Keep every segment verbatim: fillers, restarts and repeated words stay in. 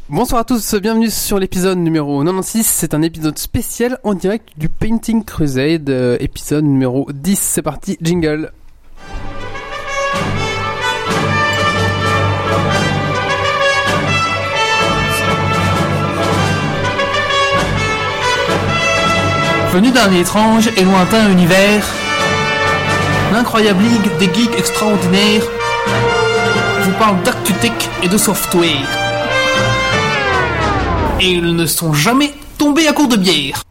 Bonsoir à tous, bienvenue sur l'épisode numéro quatre-vingt-seize. C'est un épisode spécial en direct du Painting Crusade, euh, épisode numéro dix. C'est parti, jingle. Venu d'un étrange et lointain univers, l'incroyable ligue des geeks extraordinaires vous parle d'actu-tech et de software. Et ils ne sont jamais tombés à court de bière.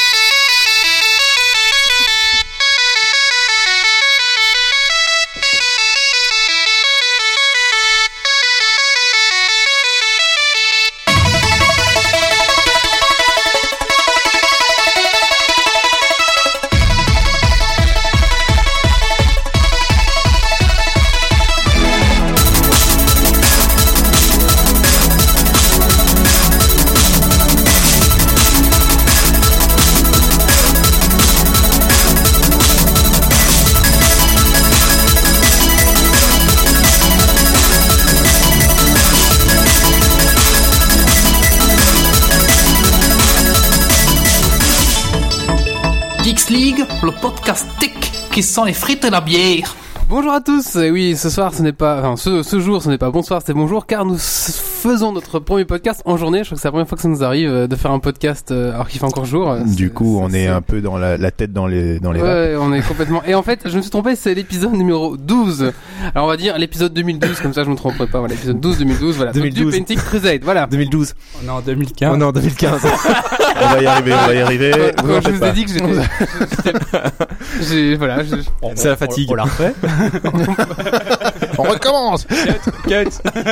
Geeks League, le podcast tech qui sent les frites et la bière. Bonjour à tous, et oui, ce soir ce n'est pas, enfin ce, ce jour ce n'est pas bonsoir, c'est bonjour, car nous faisons notre premier podcast en journée. Je crois que c'est la première fois que ça nous arrive euh, de faire un podcast euh, alors qu'il fait encore jour. Du coup, on c'est, est c'est... un peu dans la, la tête dans les dans les ouais, vapes. On est complètement. Et en fait, je me suis trompé, c'est l'épisode numéro douze. Alors on va dire l'épisode deux mille douze, comme ça je me tromperai pas. Voilà, l'épisode douze deux mille douze, voilà. deux mille douze. Donc, du Painting Crusade, voilà. deux mille douze. On est en deux mille quinze. On est en deux mille quinze. On va y arriver, on va y arriver. Quand, quand je vous ai dit que j'étais, j'étais... j'ai, voilà, je... c'est la fatigue. On, on l'a refait. On recommence. Cut, cut.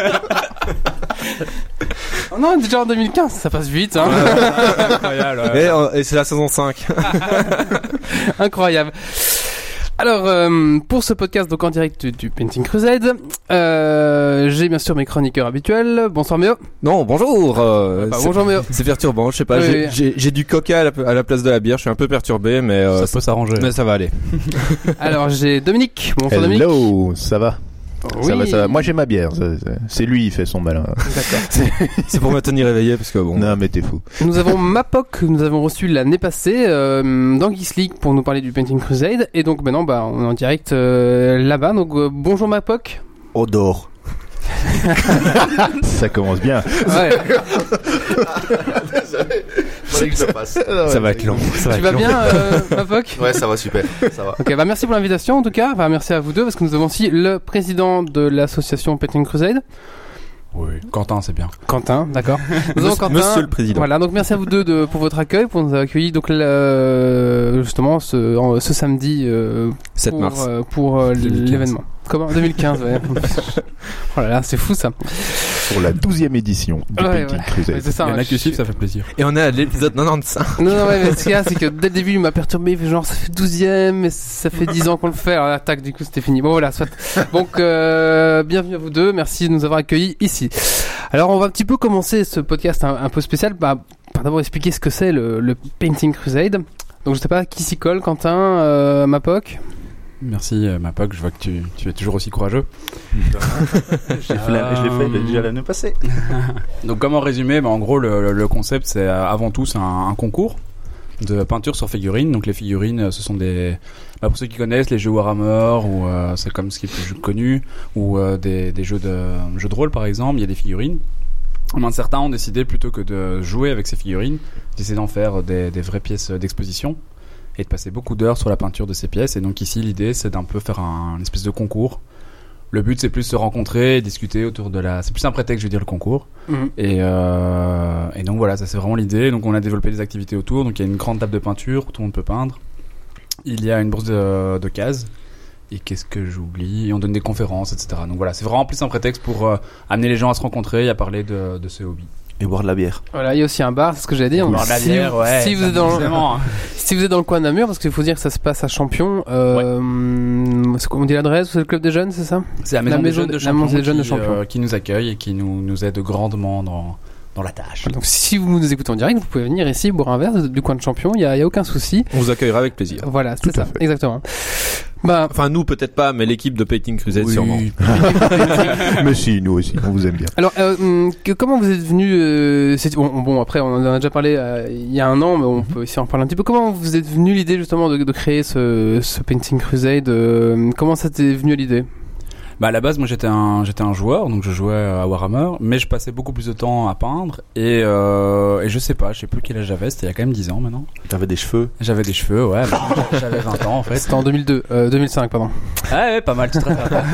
Oh non, déjà en deux mille quinze, ça passe vite, hein. Incroyable. Ouais. Et, euh, et c'est la saison cinq. Incroyable. Alors, euh, pour ce podcast donc en direct du, du Painting Crusade, euh, j'ai bien sûr mes chroniqueurs habituels. Bonsoir Méo. Non, bonjour. Euh, Bah, bonjour Méo. C'est perturbant, je sais pas. Oui, j'ai, oui. j'ai, j'ai du coca à la, à la place de la bière. Je suis un peu perturbé, mais euh, Ça peut s'arranger. mais ça va aller. Alors, j'ai Dominique. Bonsoir Dominique. Hello, ça va. Oui. Ça va, ça va. Moi j'ai ma bière. C'est, c'est lui, il fait son malin. D'accord. C'est pour me tenir éveillé parce que bon. Non, mais t'es fou. Nous avons Mapoc, que nous avons reçu l'année passée euh, dans Geeks League pour nous parler du Painting Crusade. Et donc maintenant, bah, on est en direct euh, là-bas. Donc euh, bonjour Mapoc. Odor. Ça commence bien. Ouais. Désolé. Que ça passe. Ça va être long. Ça va Tu être vas long. bien, euh, Mapoc? Ouais, ça va super. Ça va. Ok, bah merci pour l'invitation en tout cas. Enfin, merci à vous deux parce que nous avons aussi le président de l'association Painting Crusade. Oui, Quentin, c'est bien. Quentin, d'accord. Nous avons Monsieur, Quentin. Monsieur le Président. Voilà, donc merci à vous deux de, pour votre accueil, pour nous avoir accueillis donc le, justement ce, en- ce samedi euh, sept pour, mars. euh, pour euh, deux mille quinze. l'événement. Comment deux mille quinze, ouais. Oh là là, c'est fou ça. Pour la douzième édition du Ouais, Painting ouais. Crusade. Ouais, c'est ça. Il y en ouais, a qui je- suivent, ça fait plaisir. Et on est à l'épisode quatre-vingt-quinze. Non, non, ouais, mais ce qu'il y a, c'est que dès le début, il m'a perturbé. Il fait genre, ça fait douzième, mais ça fait dix ans qu'on le fait. Alors, là, tac, du coup, c'était fini. Bon, voilà, soit. Donc, euh, bienvenue à vous deux. Merci de nous avoir accueillis ici. Alors, on va un petit peu commencer ce podcast un, un peu spécial bah, par d'abord expliquer ce que c'est le, le Painting Crusade. Donc, je sais pas qui s'y colle, Quentin, euh, Mapoc. Merci, euh, Mapoc, je vois que tu, tu es toujours aussi courageux. Je l'ai fait, la- je l'ai fait déjà l'année passée. Donc, comment résumer bah, en gros, le, le- le concept, c'est euh, avant tout c'est un, un concours de peinture sur figurines. Donc, les figurines, euh, ce sont des... Bah, pour ceux qui connaissent, les jeux Warhammer, ou euh, c'est comme ce qui est plus connu, ou euh, des, des jeux de, jeux de rôle, par exemple, il y a des figurines. Maintenant, certains ont décidé, plutôt que de jouer avec ces figurines, d'essayer d'en faire des, des vraies pièces d'exposition et de passer beaucoup d'heures sur la peinture de ces pièces. Et donc ici, l'idée, c'est d'un peu faire un, une espèce de concours. Le but, c'est plus se rencontrer et discuter autour de la... C'est plus un prétexte, je veux dire, le concours. Mmh. Et, euh, et donc voilà, ça c'est vraiment l'idée. Donc on a développé des activités autour. Donc il y a une grande table de peinture où tout le monde peut peindre. Il y a une bourse de, de cases. Et qu'est-ce que j'oublie? Et on donne des conférences, et cetera. Donc voilà, c'est vraiment plus un prétexte pour euh, amener les gens à se rencontrer et à parler de, de ce hobby. Et boire de la bière. Voilà, il y a aussi un bar, c'est ce que j'allais dire. Boire de la Si bière, vous- ouais. Si vous ça, êtes dans, évidemment, hein. si vous êtes dans le coin de Namur, parce qu'il faut dire que ça se passe à Champion, euh, c'est quoi, on dit l'adresse, c'est le club des jeunes, c'est ça? C'est la maison, La des maison jeunes de de- la Champion, maison des jeunes de qui, Champion. euh, qui nous accueille et qui nous, nous aide grandement dans, dans la tâche. Donc si vous nous écoutez en direct, vous pouvez venir ici boire un verre du coin de Champion, il y a, il y a aucun souci. On vous accueillera avec plaisir. Voilà, c'est Tout à ça, fait. exactement. Bah, Enfin, nous, peut-être pas, mais l'équipe de Painting Crusade, sûrement. Mais si, nous aussi, on vous aime bien. alors, euh, hum, que, comment vous êtes venu euh, c'est- bon, bon, après, on en a déjà parlé euh, il y a un an, mais on Mhm. peut aussi en parler un petit peu. Comment vous êtes venu l'idée justement de, de créer ce, ce Painting Crusade euh, Comment ça t'est venu à l'idée? Bah à la base moi j'étais un j'étais un joueur donc je jouais à Warhammer mais je passais beaucoup plus de temps à peindre et euh, et je sais pas je sais plus quel âge j'avais c'était il y a quand même dix ans maintenant. T'avais des cheveux. J'avais des cheveux ouais bah, j'avais vingt ans en fait. C'était en deux mille deux, euh, deux mille cinq, pardon. Ah ouais pas mal c'est très très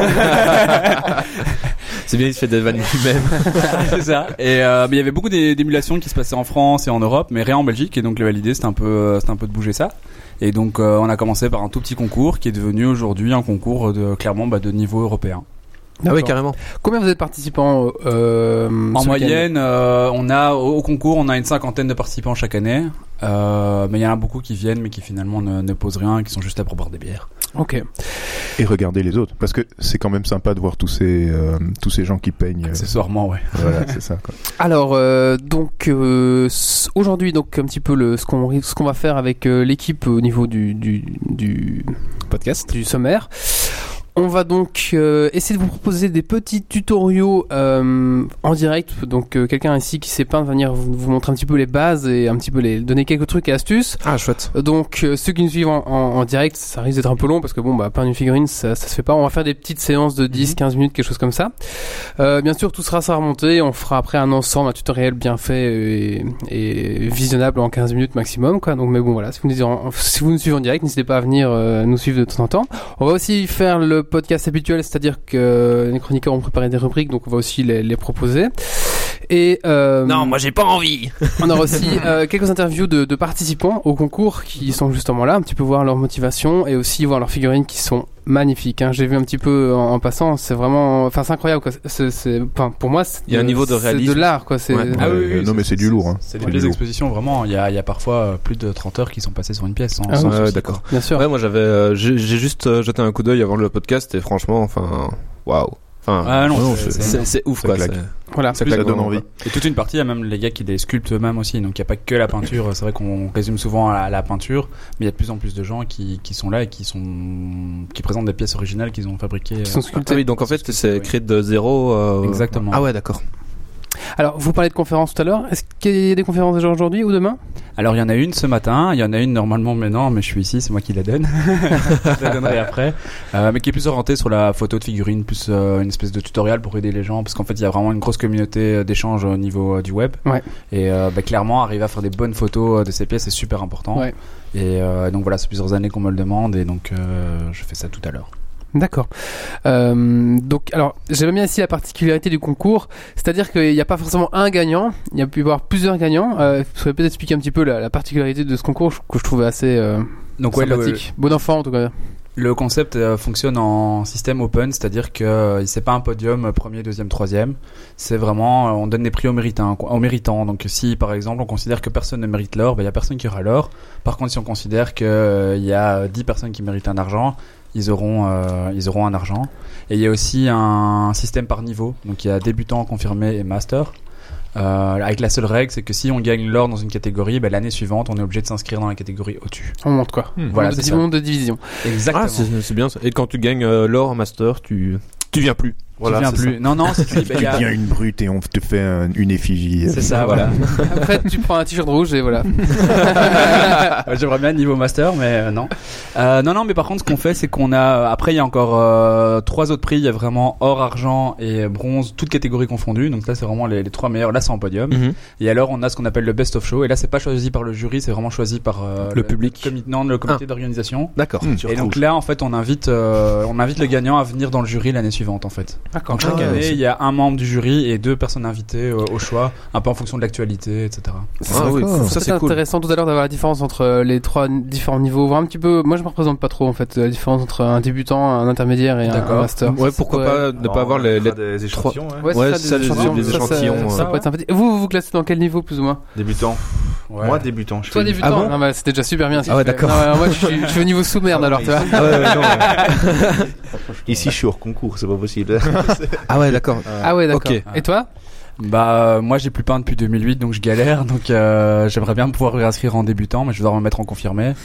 C'est bien, il se fait des vannes lui-même. c'est ça. Et euh, mais il y avait beaucoup d'é- d'émulations qui se passaient en France et en Europe, mais rien en Belgique. Et donc l'idée c'était un peu, euh, c'était un peu de bouger ça. Et donc euh, on a commencé par un tout petit concours qui est devenu aujourd'hui un concours de clairement bah, de niveau européen. Ah oui, D'accord. carrément. Combien vous êtes participants euh, En ce moyenne, euh, on a au, au concours on a une cinquantaine de participants chaque année. Euh, mais il y en a beaucoup qui viennent mais qui finalement ne, ne posent rien, qui sont juste là pour boire des bières. week-end Ok. Et regardez les autres, parce que c'est quand même sympa de voir tous ces euh, tous ces gens qui peignent. euh, Accessoirement ouais. Voilà, c'est ça. Quoi. Alors euh, donc euh, s- aujourd'hui donc un petit peu le ce qu'on ri- ce qu'on va faire avec euh, l'équipe au niveau du du du Podcast. du sommaire. On va donc euh, essayer de vous proposer des petits tutoriaux euh, en direct. Donc euh, quelqu'un ici qui sait peindre va venir vous, vous montrer un petit peu les bases et un petit peu les donner quelques trucs et astuces. Ah, chouette. Donc euh, ceux qui nous suivent en, en, en direct, ça risque d'être un peu long parce que bon bah peindre une figurine ça, ça se fait pas. On va faire des petites séances de dix quinze minutes, quelque chose comme ça. Euh, bien sûr tout sera ça remonté. On fera après un ensemble, un tutoriel bien fait et, et visionnable en quinze minutes maximum quoi. Donc mais bon voilà, si vous nous, en, si vous nous suivez en direct, n'hésitez pas à venir euh, nous suivre de temps en temps. On va aussi faire le podcast habituel, c'est-à-dire que les chroniqueurs ont préparé des rubriques, donc on va aussi les, les proposer. Et euh, Non, moi j'ai pas envie. on aura aussi euh, quelques interviews de, de participants au concours qui sont justement là, un petit peu voir leur motivation et aussi voir leurs figurines qui sont magnifiques. Hein. J'ai vu un petit peu en, en passant, c'est vraiment, enfin c'est incroyable quoi. C'est, c'est, enfin, pour moi, c'est Il y a un niveau de réalisme. c'est de l'art quoi. C'est, Ouais. Ah oui, oui, Euh, non, mais c'est du lourd. Hein. C'est des C'est du belles lourd. expositions vraiment. Il y a, il y a parfois euh, plus de trente heures qui sont passées sur une pièce. Sans, Ah sans oui. Ouais, souci, d'accord. bien sûr. Ouais, moi j'avais, euh, j'ai j'ai juste euh, jeté un coup d'œil avant le podcast et franchement, enfin, waouh. Enfin, Ah non, Non, c'est- c'est- c'est- c'est c'est ouf ça quoi. claque. c'est- Voilà. Ça Plus, ça claque donne vraiment, envie. Et toute une partie, il y a même les gars qui les sculptent eux-mêmes aussi. Donc il n'y a pas que la peinture. C'est vrai qu'on résume souvent à la, à la peinture, mais il y a de plus en plus de gens qui, qui sont là et qui sont qui présentent des pièces originales qu'ils ont fabriquées. Qui sont Ah sculptés. oui, donc en fait c'est Oui. créé de zéro. euh, Exactement. Ah ouais, d'accord. Alors, vous parlez de conférences tout à l'heure. Est-ce qu'il y a des conférences déjà aujourd'hui ou demain? Alors il y en a une ce matin, il y en a une normalement, mais non, mais je suis ici, c'est moi qui la donne. Je la donnerai après. Euh, mais qui est plus orientée sur la photo de figurine, plus euh, une espèce de tutoriel pour aider les gens, parce qu'en fait il y a vraiment une grosse communauté d'échanges au niveau euh, du web. Ouais. Et euh, bah, clairement, arriver à faire des bonnes photos euh, de ces pièces, c'est super important. Ouais. Et euh, donc voilà, c'est plusieurs années qu'on me le demande, et donc euh, je fais ça tout à l'heure. D'accord. Euh, donc, alors, j'aime bien ici la particularité du concours, c'est-à-dire qu'il n'y a pas forcément un gagnant, il y a pu y avoir plusieurs gagnants. Euh, vous pouvez peut-être expliquer un petit peu la, la particularité de ce concours que je trouvais assez euh, Donc ouais, le, sympathique. Bon enfant en tout cas. Le concept euh, fonctionne en système open, c'est-à-dire que euh, c'est pas un podium euh, premier, deuxième, troisième. C'est vraiment, euh, on donne des prix aux méritants, aux méritants. Donc si par exemple on considère que personne ne mérite l'or, ben il y a personne qui aura l'or. Par contre, si on considère que euh, il y a dix personnes qui méritent un argent, ils auront euh, ils auront un argent. Et il y a aussi un système par niveau. Donc il y a débutant, confirmé et master. Euh, avec la seule règle, c'est que si on gagne l'or dans une catégorie, ben, l'année suivante, on est obligé de s'inscrire dans la catégorie au-dessus. On monte quoi. Hmm. Voilà, Monde de, c'est ça. monde de division. Exactement. Ah, c'est c'est bien ça. Et quand tu gagnes euh, l'or en master, tu tu viens plus. Tu viens c'est plus. Non, non, c'est ben, Tu il y a- deviens une brute et on te fait un- une effigie. C'est ça, voilà. Après, tu prends un t-shirt rouge et voilà. Ouais, j'aimerais bien niveau master, mais euh, non. Euh, non, non, mais par contre, ce qu'on fait, c'est qu'on a. Après, il y a encore euh, trois autres prix. Il y a vraiment or, argent et bronze, toutes catégories confondues. Donc là, c'est vraiment les, les trois meilleurs. Là, c'est en podium. Mhm. Et alors, on a ce qu'on appelle le best of show. Et là, c'est pas choisi par le jury, c'est vraiment choisi par euh, Le public. comi- non, le comité d'organisation. D'accord. Hmm. Et donc là, en fait, on invite, euh, on invite le gagnant à venir dans le jury l'année suivante, en fait. D'accord. Donc chaque Ah, année, c'est- il y a un membre du jury et deux personnes invitées euh, au choix, un peu en fonction de l'actualité, et cetera. Ah oui, D'accord. ça C'est c'est cool. intéressant tout à l'heure d'avoir la différence entre euh, les trois différents niveaux. Voir un petit peu. Moi, je me représente pas trop en fait la différence entre un débutant, un intermédiaire et un, D'accord. un master. Ouais, pourquoi pas ne pas avoir les, les... des échantillons. hein. Ouais, Ouais, c'est c'est ça, ça, des des- échantillons. des Ça, ça- échantillons, Ça ouais. peut être sympathique. Vous, vous vous classez dans quel niveau plus ou moins? Débutant. Ouais. Moi, débutant. Je Toi fais- débutant. Ah bon Non, bah, c'était déjà super bien. si Ah tu ouais, fais. d'accord. Non, moi, je suis, je suis au niveau sous merde Ah, alors, mais tu vois. ici- Ah ouais, ouais, non, ouais. Ici, je suis hors concours, c'est pas possible. Ah ouais, d'accord. Ah ouais, d'accord. Ok. Et toi? Bah euh, moi j'ai plus peint depuis deux mille huit donc je galère donc euh, j'aimerais bien pouvoir réinscrire en débutant mais je dois me mettre en confirmé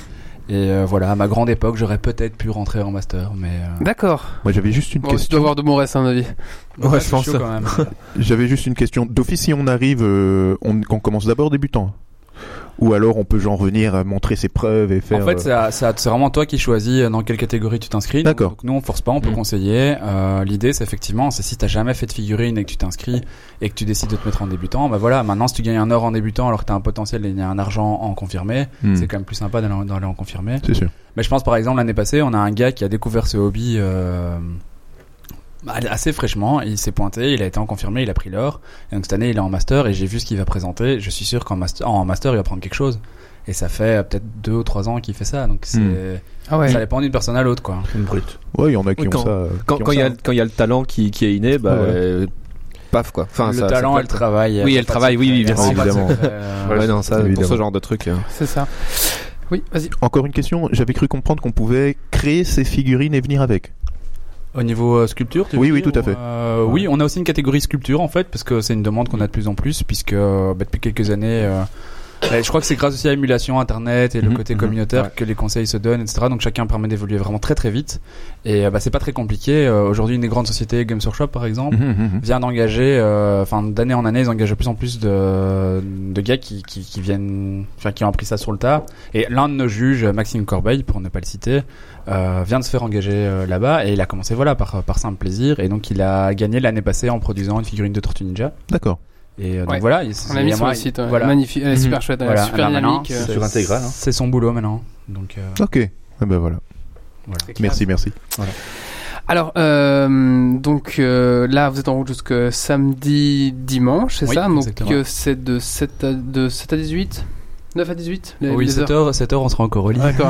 Et euh, voilà, à ma grande époque, j'aurais peut-être pu rentrer en master, mais. Euh... D'accord. Moi, j'avais juste une Bon, tu dois question. avoir de bons restes, à mon avis. Ouais, Ouais, je pense. chaud quand même. J'avais juste une question. D'office, si on arrive, euh, on, on commence d'abord débutant. Ou alors on peut genre venir euh, montrer ses preuves et faire. En fait, c'est, à- c'est, à- c'est vraiment toi qui choisis dans quelle catégorie tu t'inscris. D'accord. Donc, donc nous, on force pas, on peut Mmh. conseiller. Euh, l'idée, c'est effectivement, c'est si t'as jamais fait de figurine et que tu t'inscris et que tu décides de te mettre en débutant, bah voilà, maintenant, si tu gagnes un or en débutant alors que t'as un potentiel de gagner un argent en confirmé, Hmm. c'est quand même plus sympa d'aller, en- d'aller en confirmé. C'est sûr. Mais je pense, par exemple, l'année passée, on a un gars qui a découvert ce hobby, euh, bah, assez fraîchement. Il s'est pointé, il a été en confirmé, il a pris l'or. Et donc cette année, il est en master et j'ai vu ce qu'il va présenter. Je suis sûr qu'en master, en master, il va prendre quelque chose. Et ça fait euh, peut-être deux ou trois ans qu'il fait ça. Donc c'est, Hmm. Ah ouais. ça dépend d'une personne à l'autre, quoi. Une brute. Ouais, il y en a qui Oui, ont quand- ça. euh, Quand qui ont quand il y ça. a quand il y a le talent qui qui est inné, bah Ouais. euh, paf quoi. Enfin, le ça- talent ça et le travail. Oui, y a et le pas de travail, oui, secret. oui, Y a bien vraiment sûr, pas de évidemment. secret, euh, Ouais, non, ça pour Évidemment. ce genre de truc. hein. C'est ça. Oui, vas-y. Encore une question. J'avais cru comprendre qu'on pouvait créer ses figurines et venir avec. Au niveau euh, sculpture, tu veux Oui, oui, dire, tout à ou, fait. euh, Oui, on a aussi une catégorie sculpture en fait, parce que c'est une demande qu'on a de plus en plus, puisque euh, bah, depuis quelques années, euh, bah, je crois que c'est grâce aussi à l'émulation Internet et le Mhm, côté mhm, communautaire ouais. que les conseils se donnent, et cetera. Donc chacun permet d'évoluer vraiment très très vite. Et euh, bah, c'est pas très compliqué. Euh, aujourd'hui, une des grandes sociétés, Games Workshop par exemple, Mhm, mhm. vient d'engager, euh, enfin d'année en année, ils engagent de plus en plus de, de gars qui, qui, qui viennent, enfin qui ont appris ça sur le tas. Et l'un de nos juges, Maxime Corbeil, pour ne pas le citer, euh, vient de se faire engager euh, là-bas et il a commencé voilà par par simple plaisir et donc il a gagné l'année passée en produisant une figurine de Tortue Ninja. D'accord. Et euh, donc Ouais. voilà, il- On l'a mis il y a sur le moyen- site. ouais. Voilà. Magnifique. Elle est Mhm. super chouette. Elle est Voilà. super Là, maintenant, dynamique. euh. Sur Intégral, hein. C'est son boulot maintenant. Donc euh, Ok. Ah ben voilà. voilà. Merci, merci. Alors, euh, donc euh, là, vous êtes en route jusque samedi, dimanche, c'est Oui, ça? Donc exactement. euh, c'est de sept à, de sept à dix-huit? neuf à dix-huit? Les, Oui, les sept heures. heures, sept heures, on sera encore au lit. D'accord.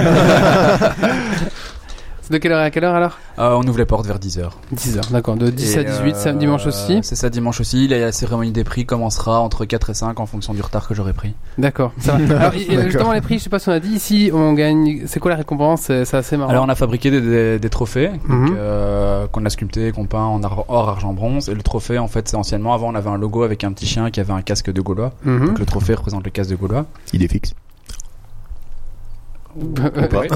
C'est de quelle heure à quelle heure alors? Euh, on ouvre les portes vers dix heures. dix heures, d'accord. De dix Et, à dix-huit, euh, samedi, dimanche aussi? C'est ça, dimanche aussi. La cérémonie des prix commencera entre quatre et cinq en fonction du retard que j'aurai pris. D'accord, ça va. Alors, il- justement, les prix, je sais pas si on a dit, ici, on gagne, c'est quoi la récompense? C'est c'est assez marrant. Alors on a fabriqué des, des, des trophées donc, Mhm. euh, qu'on a sculptés, qu'on peint en ar- or, argent, bronze. Et le trophée, en fait, c'est anciennement, avant on avait un logo avec un petit chien qui avait un casque de Gaulois. Mhm. Donc le trophée représente le casque de Gaulois. Il est fixe. Ouais.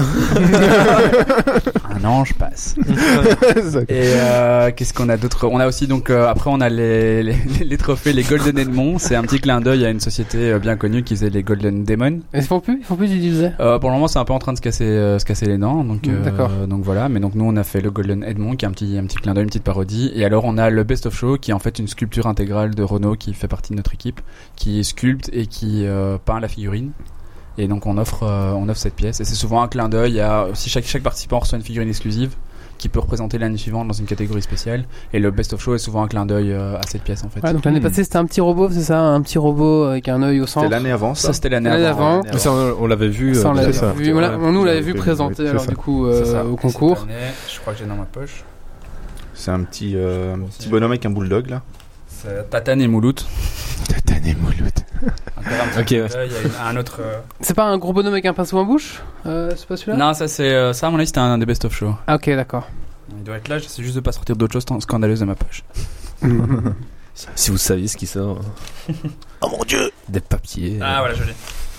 Un ange passe. Et euh, qu'est-ce qu'on a d'autre? On a aussi donc euh, après on a les, les, les trophées, les Golden Edmond. C'est un petit clin d'œil à une société euh, bien connue qui faisait les Golden Demon. Ils font plus? Ils font plus d'utiliser? Euh, pour le moment, c'est un peu en train de se casser, euh, se casser les dents. Donc, euh, D'accord. donc voilà. Mais donc nous, on a fait le Golden Edmond, qui est un petit, un petit clin d'œil, une petite parodie. Et alors, on a le Best of Show, qui est en fait une sculpture intégrale de Renault, qui fait partie de notre équipe, qui sculpte et qui euh, peint la figurine. Et donc, on offre, euh, on offre cette pièce. Et c'est souvent un clin d'œil. Il y a aussi chaque, chaque participant reçoit une figurine exclusive qui peut représenter l'année suivante dans une catégorie spéciale. Et le Best of Show est souvent un clin d'œil euh, à cette pièce, en fait. Ouais, donc l'année Hmm. passée, c'était un petit robot, c'est ça? Un petit robot avec un œil au centre? C'était l'année avant, ça. Ça, c'était l'année L'année avant. avant. Mais ça, on, on l'avait vu. Ça, on euh, l'avait c'est ça. vu, voilà, Ouais. on nous l'avait vu Oui, présenter c'est alors ça. du coup C'est euh, ça. au Et concours. cette année, je crois que j'ai dans ma poche. C'est un petit, euh, petit bonhomme avec un bulldog, là. C'est Tatane et Mouloud. Tatane Mouloud. Encore un Ok, petit ouais. clin d'œil, il y a une- un autre. euh, C'est pas un gros bonhomme avec un pinceau en bouche? Euh, c'est pas celui-là? Non, ça c'est euh, ça à mon avis c'était un des best of show. Ah, ok, d'accord. Il doit être là, j'essaie juste de pas sortir d'autres choses tan- scandaleuses de ma poche. Si vous saviez ce qui sort. Oh mon dieu! Des papiers. voilà, je l'ai.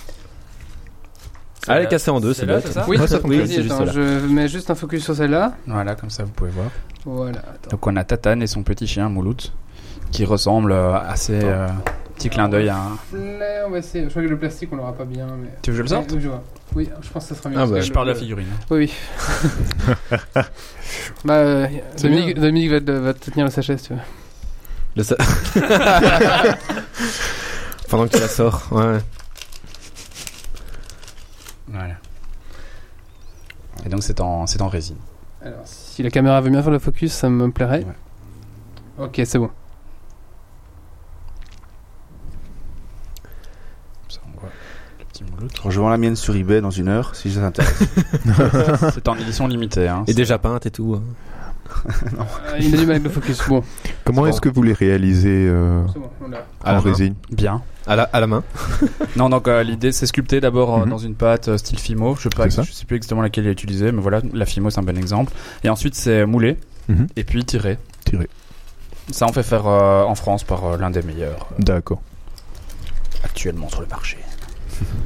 Ah, elle est cassée en deux, c'est là, bête. c'est ça Oui, Ouais, ça oui, fonctionne, vas-y, c'est juste attends, là. je mets juste un focus sur celle-là. Voilà, comme ça vous pouvez voir. Voilà, attends. Donc on a Tatane et son petit chien Mouloud qui ressemble euh, assez euh, petit clin d'œil à un... Là, on va essayer. Je crois que le plastique, on l'aura pas bien. Mais... Tu veux que je le sorte? Oui, je vois. Oui, je pense que ça sera mieux. Ah, parce bah, que Je le- parle de la le- figurine. hein. Oui, oui. bah, euh, C'est Dominique, bien. Dominique va, te, va te tenir le sachet si tu veux. Le sa- Pendant que tu la sors, ouais. Voilà. Et donc c'est en c'est en résine. Alors, si la caméra veut bien faire le focus, ça me plairait. Ok, c'est bon. Comme ça on voit le petit Mouloud. Je vends la mienne sur eBay dans une heure, si ça t'intéresse. C'est en édition limitée. Hein. Et déjà peinte et tout. Euh, il a du mal avec le focus. Bon, Comment C'est est-ce que vous les réalisez euh, c'est bon, on l'a. À en la main. résine? Bien. À la, à la main. Non, donc euh, l'idée c'est sculpter d'abord euh, Mhm. dans une pâte euh, style Fimo. Je sais pas, C'est ça. je sais plus exactement laquelle il a utilisé, mais voilà, la Fimo c'est un bon exemple. Et ensuite c'est moulé Mhm. et puis tiré. Tiré. Ça on fait faire euh, en France par euh, l'un des meilleurs euh, D'accord. actuellement sur le marché.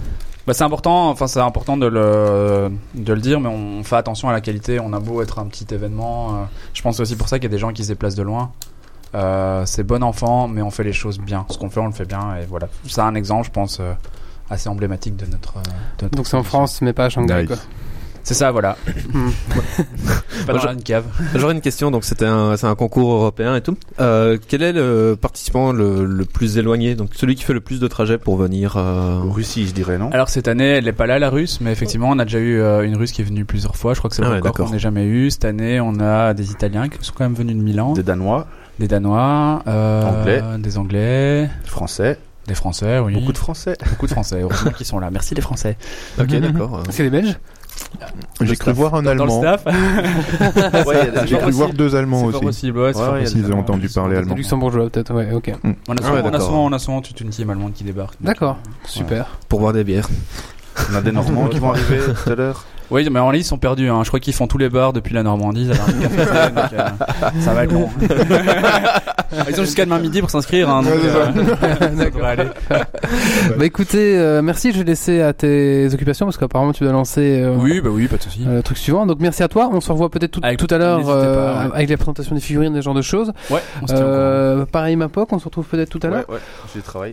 Bah, c'est important, enfin c'est important de le de le dire, mais on fait attention à la qualité. On a beau être un petit événement, euh, je pense aussi pour ça qu'il y a des gens qui se déplacent de loin. Euh, c'est bon enfant, mais on fait les choses bien. Ce qu'on fait, on le fait bien, et voilà. C'est un exemple, je pense, euh, assez emblématique de notre. Euh, de notre Donc c'est en France, mais pas à Shanghai, Nice. quoi. C'est ça, voilà. Hmm. Pas dans une cave. J'aurais une question. Donc c'était un, c'est un concours européen et tout. Euh, quel est le participant le, le plus éloigné, donc celui qui fait le plus de trajets pour venir euh... Russie, je dirais, non? Alors cette année, elle n'est pas là, la Russe, mais effectivement, on a déjà eu euh, une Russe qui est venue plusieurs fois. Je crois que c'est le Ah ouais, record d'accord. qu'on n'ait jamais eu. Cette année, on a des Italiens qui sont quand même venus de Milan, Des Danois, des Danois, euh, Anglais. des Anglais, Français, des Français, oui. beaucoup de Français. Beaucoup de Français. Heureusement qu'ils sont là. Merci les Français. Ok, d'accord. euh. C'est les Belges? J'ai cru voir un Dans le Allemand. staff. Ouais, il y a des J'ai gens cru voir deux Allemands C'est pas aussi. possible, ouais, c'est Ouais, pas ouais, il y a possible. Ils ont entendu parler Des allemand. luxembourgeois, peut-être, ouais, ok. On a souvent, Ah ouais, on a d'accord. souvent, on a souvent toute une team allemande qui débarque. donc, D'accord, euh, super. Pour boire des bières. On a des Normands qui vont arriver tout à l'heure. Oui, mais en ligne, ils sont perdus. Hein. Je crois qu'ils font tous les bars depuis la Normandie. Ils avaient un truc à faire, donc, euh, ça va être long. Ils ont jusqu'à demain midi pour s'inscrire. Hein, donc, Ouais, c'est euh, ça D'accord. devrait aller. Bah écoutez, euh, merci, je vais laisser à tes occupations parce qu'apparemment tu dois lancer euh, Oui, bah oui, pas de souci. euh, le truc suivant. Donc merci à toi, on se revoit peut-être tout, Avec- tout à l'heure n'hésitez euh, pas, ouais. avec la présentation des figurines, des genres de choses. Ouais, on se tient au courant. Euh, pareil Mapoc, on se retrouve peut-être tout à l'heure. Ouais, ouais, j'ai travaillé.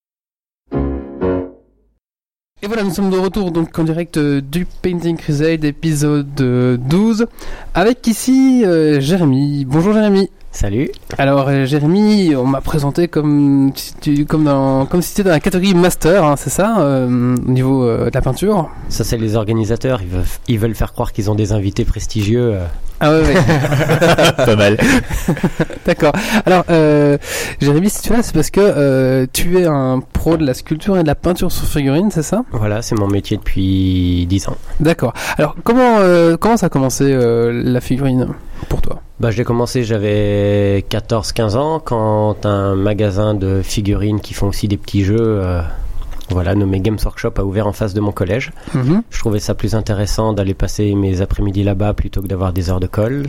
Et voilà, nous sommes de retour donc en direct euh, du Painting Crusade épisode euh, douze avec ici euh, Jérémy. Bonjour Jérémy. Salut. Alors euh, Jérémy, on m'a présenté comme si tu, comme dans comme si tu étais dans la catégorie master, hein, c'est ça, euh, au niveau euh, de la peinture. Ça, c'est les organisateurs. Ils veulent, ils veulent faire croire qu'ils ont des invités prestigieux. euh. Ah ouais, ouais. Pas mal. D'accord. Alors, euh, Jérémy, si tu es là, c'est parce que euh, tu es un pro de la sculpture et de la peinture sur figurine, c'est ça? Voilà, c'est mon métier depuis dix ans. D'accord. Alors, comment euh, comment ça a commencé euh, la figurine pour toi? Bah, je l'ai commencé, j'avais quatorze quinze ans, quand un magasin de figurines qui font aussi des petits jeux, euh, voilà, nommé Games Workshop, a ouvert en face de mon collège. Mhm. Je trouvais ça plus intéressant d'aller passer mes après-midi là-bas plutôt que d'avoir des heures de colle.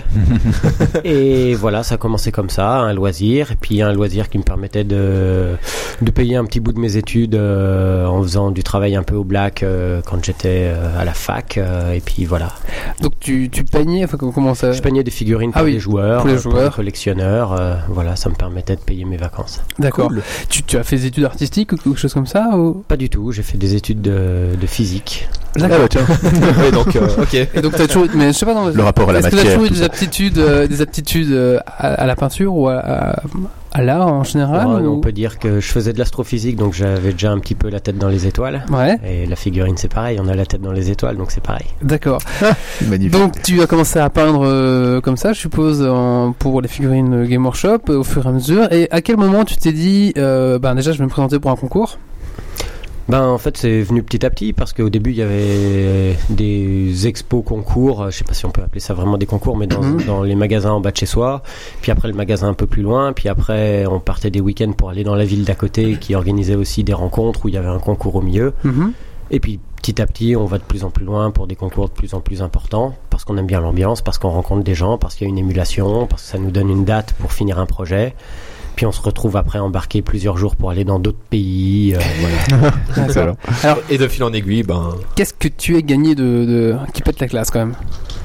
Et voilà, ça a commencé comme ça, un loisir, et puis un loisir qui me permettait de, de payer un petit bout de mes études euh, en faisant du travail un peu au black euh, quand j'étais euh, à la fac, euh, et puis voilà. Donc tu tu peignais, enfin comment ça? Je peignais des figurines pour Ah oui, les joueurs, pour les euh, pour joueurs. les collectionneurs, euh, voilà, ça me permettait de payer mes vacances. D'accord. Tu tu as fait des études artistiques ou quelque chose comme ça ou... Pas du tout, j'ai fait des études de, de physique. D'accord. Ouais, donc, euh, ok. Et donc t'as toujours, mais je sais pas, non, Le rapport à la est-ce que t'as matière. toujours eu tout des ça. aptitudes, euh, des aptitudes euh, à, à la peinture ou à, à, à l'art en général Ouais, ou... on peut dire que je faisais de l'astrophysique, donc j'avais déjà un petit peu la tête dans les étoiles. Ouais, Et la figurine, c'est pareil, on a la tête dans les étoiles, donc c'est pareil. d'accord. Magnifique. Donc tu as commencé à peindre euh, comme ça, je suppose, en, pour les figurines Game Workshop euh, au fur et à mesure. Et à quel moment tu t'es dit, euh, ben déjà je vais me présenter pour un concours? Ben en fait c'est venu petit à petit parce qu'au début il y avait des expos concours, euh, je sais pas si on peut appeler ça vraiment des concours, mais dans, Mhm. dans les magasins en bas de chez soi, puis après le magasin un peu plus loin, puis après on partait des week-ends pour aller dans la ville d'à côté qui organisait aussi des rencontres où il y avait un concours au milieu, Mhm. et puis petit à petit on va de plus en plus loin pour des concours de plus en plus importants parce qu'on aime bien l'ambiance, parce qu'on rencontre des gens, parce qu'il y a une émulation, parce que ça nous donne une date pour finir un projet. Puis on se retrouve après embarqué plusieurs jours pour aller dans d'autres pays. euh, voilà. Excellent. Et de fil en aiguille, ben. Qu'est-ce que tu as gagné de, de... qui pète la classe quand même?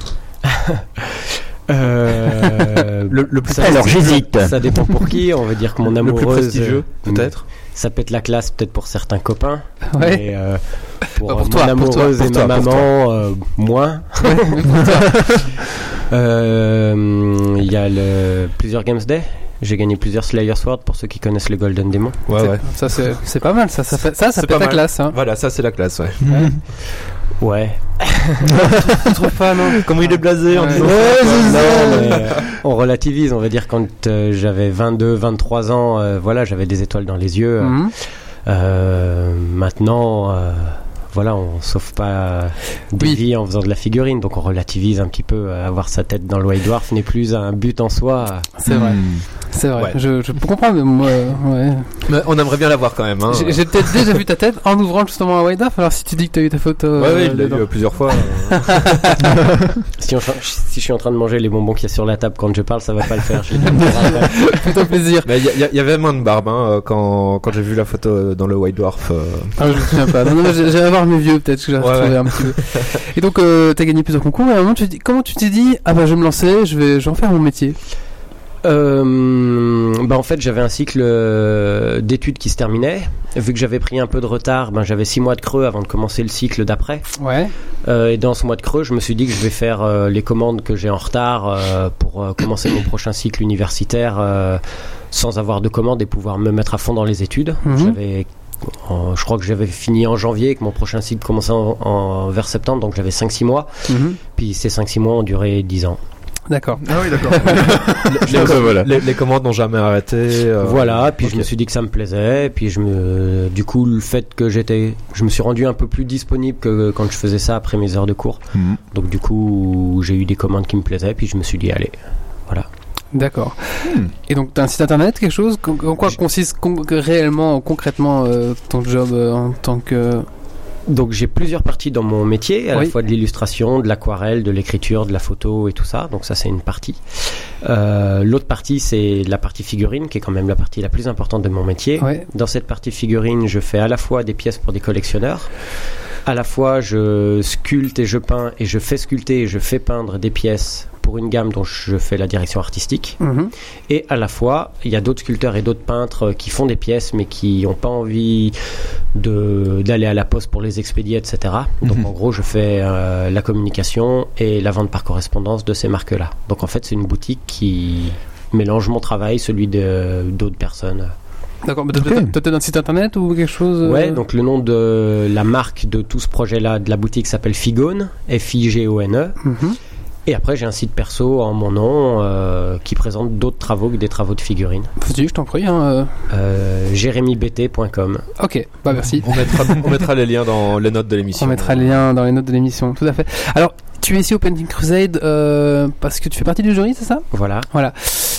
Euh, Le, le plus ça, Alors, j'hésite. Ça dépend pour qui. On va dire que mon Le plus amoureuse, prestigieux, euh, peut-être. ça pète la classe peut-être pour certains copains. Ouais. Mais euh, pour, Pas pour euh, toi, mon pour toi, amoureuse pour et toi, ma pour maman, euh, moins. Euh, Il y a le, plusieurs Games Day. J'ai gagné plusieurs Slayer Sword pour ceux qui connaissent le Golden Demon. Ouais, C'est- ouais. Ça c'est c'est pas mal, ça ça fait, ça, ça C'est pète pas la mal. classe. Hein. Voilà, ça c'est la classe, ouais. Ouais. Tu trouves pas non? Comment il est blasé en Ouais. disant Ouais, non, mais, euh, on relativise, on va dire quand euh, j'avais vingt-deux, vingt-trois ans, euh, voilà, j'avais des étoiles dans les yeux. Mhm. Euh, maintenant, euh, voilà, on sauve pas des Oui. vies en faisant de la figurine, donc on relativise un petit peu. euh, Avoir sa tête dans le White Dwarf n'est plus un but en soi. C'est vrai. Hmm. C'est vrai, Ouais. je, je peux comprendre, mais moi, euh, ouais. Mais on aimerait bien l'avoir quand même. Hein. J'ai, j'ai peut-être déjà vu ta tête en ouvrant justement un wide-off, alors si tu dis que t'as eu ta photo... Ouais, euh, ouais, il l'a dedans. eu plusieurs fois. euh. Si, on- si je suis en train de manger les bonbons qu'il y a sur la table quand je parle, ça va pas le faire. Je vais Plutôt plaisir. Mais il y, y- y avait moins de barbe hein, euh, quand, quand j'ai vu la photo euh, dans le White Dwarf. euh. Ah, je me souviens pas. Non, non, mais j'ai- j'allais voir mes vieux, peut-être que j'ai Ouais, retrouvé ouais. un petit peu. Et donc, euh, t'as gagné plusieurs concours, et à un moment, tu dis, comment tu t'es dit, ah bah, je vais me lancer, je vais, je vais en faire mon métier. Euh, bah en fait j'avais un cycle euh, d'études qui se terminait. Vu que j'avais pris un peu de retard, ben j'avais six mois de creux avant de commencer le cycle d'après. Ouais. Euh, et dans ce mois de creux, je me suis dit que je vais faire euh, les commandes que j'ai en retard euh, pour euh, commencer mon prochain cycle universitaire euh, sans avoir de commandes et pouvoir me mettre à fond dans les études. Mhm. J'avais en- je crois que j'avais fini en janvier et que mon prochain cycle commençait en, en- vers septembre, donc j'avais cinq six mois. Mhm. Puis ces cinq six mois ont duré dix ans. D'accord. Ah oui, d'accord. les, Ah, bah, voilà. les, les commandes n'ont jamais arrêté. euh, Voilà, puis ok. je me suis dit que ça me plaisait, puis je me, du coup, le fait que j'étais, je me suis rendu un peu plus disponible que quand je faisais ça après mes heures de cours. Mhm. Donc du coup, j'ai eu des commandes qui me plaisaient, puis je me suis dit, allez, voilà. D'accord. Hmm. Et donc, t'as un site internet, quelque chose? En en quoi consiste con- réellement, concrètement, euh, ton job euh, en tant que... Donc j'ai plusieurs parties dans mon métier, à Oui. la fois de l'illustration, de l'aquarelle, de l'écriture, de la photo et tout ça. Donc ça c'est une partie. Euh, l'autre partie c'est la partie figurine, qui est quand même la partie la plus importante de mon métier. Ouais. Dans cette partie figurine, je fais à la fois des pièces pour des collectionneurs, à la fois je sculpte et je peins et je fais sculpter et je fais peindre des pièces pour une gamme dont je fais la direction artistique. Mhm. Et à la fois, il y a d'autres sculpteurs et d'autres peintres qui font des pièces mais qui n'ont pas envie de, d'aller à la poste pour les expédier, et cetera. Donc Mhm. en gros, je fais euh, la communication et la vente par correspondance de ces marques-là. Donc en fait, c'est une boutique qui mélange mon travail, celui de, d'autres personnes. D'accord. Mais t'as, Ok. t'as- t'as peut-être un site internet ou quelque chose? euh, Ouais, donc le nom de la marque de tout ce projet-là, de la boutique, s'appelle Figone, F I G O N E. Mhm. Et après, j'ai un site perso en mon nom euh, qui présente d'autres travaux que des travaux de figurines. Vas-y, je t'en prie. Hein, euh. Euh, jérémy b t point com. Ok, bah merci. On mettra, on mettra les liens dans les notes de l'émission. On mettra les liens dans les notes de l'émission, tout à fait. Alors, tu es ici au Painting Crusade euh, parce que tu fais partie du jury, c'est ça? Voilà. Voilà.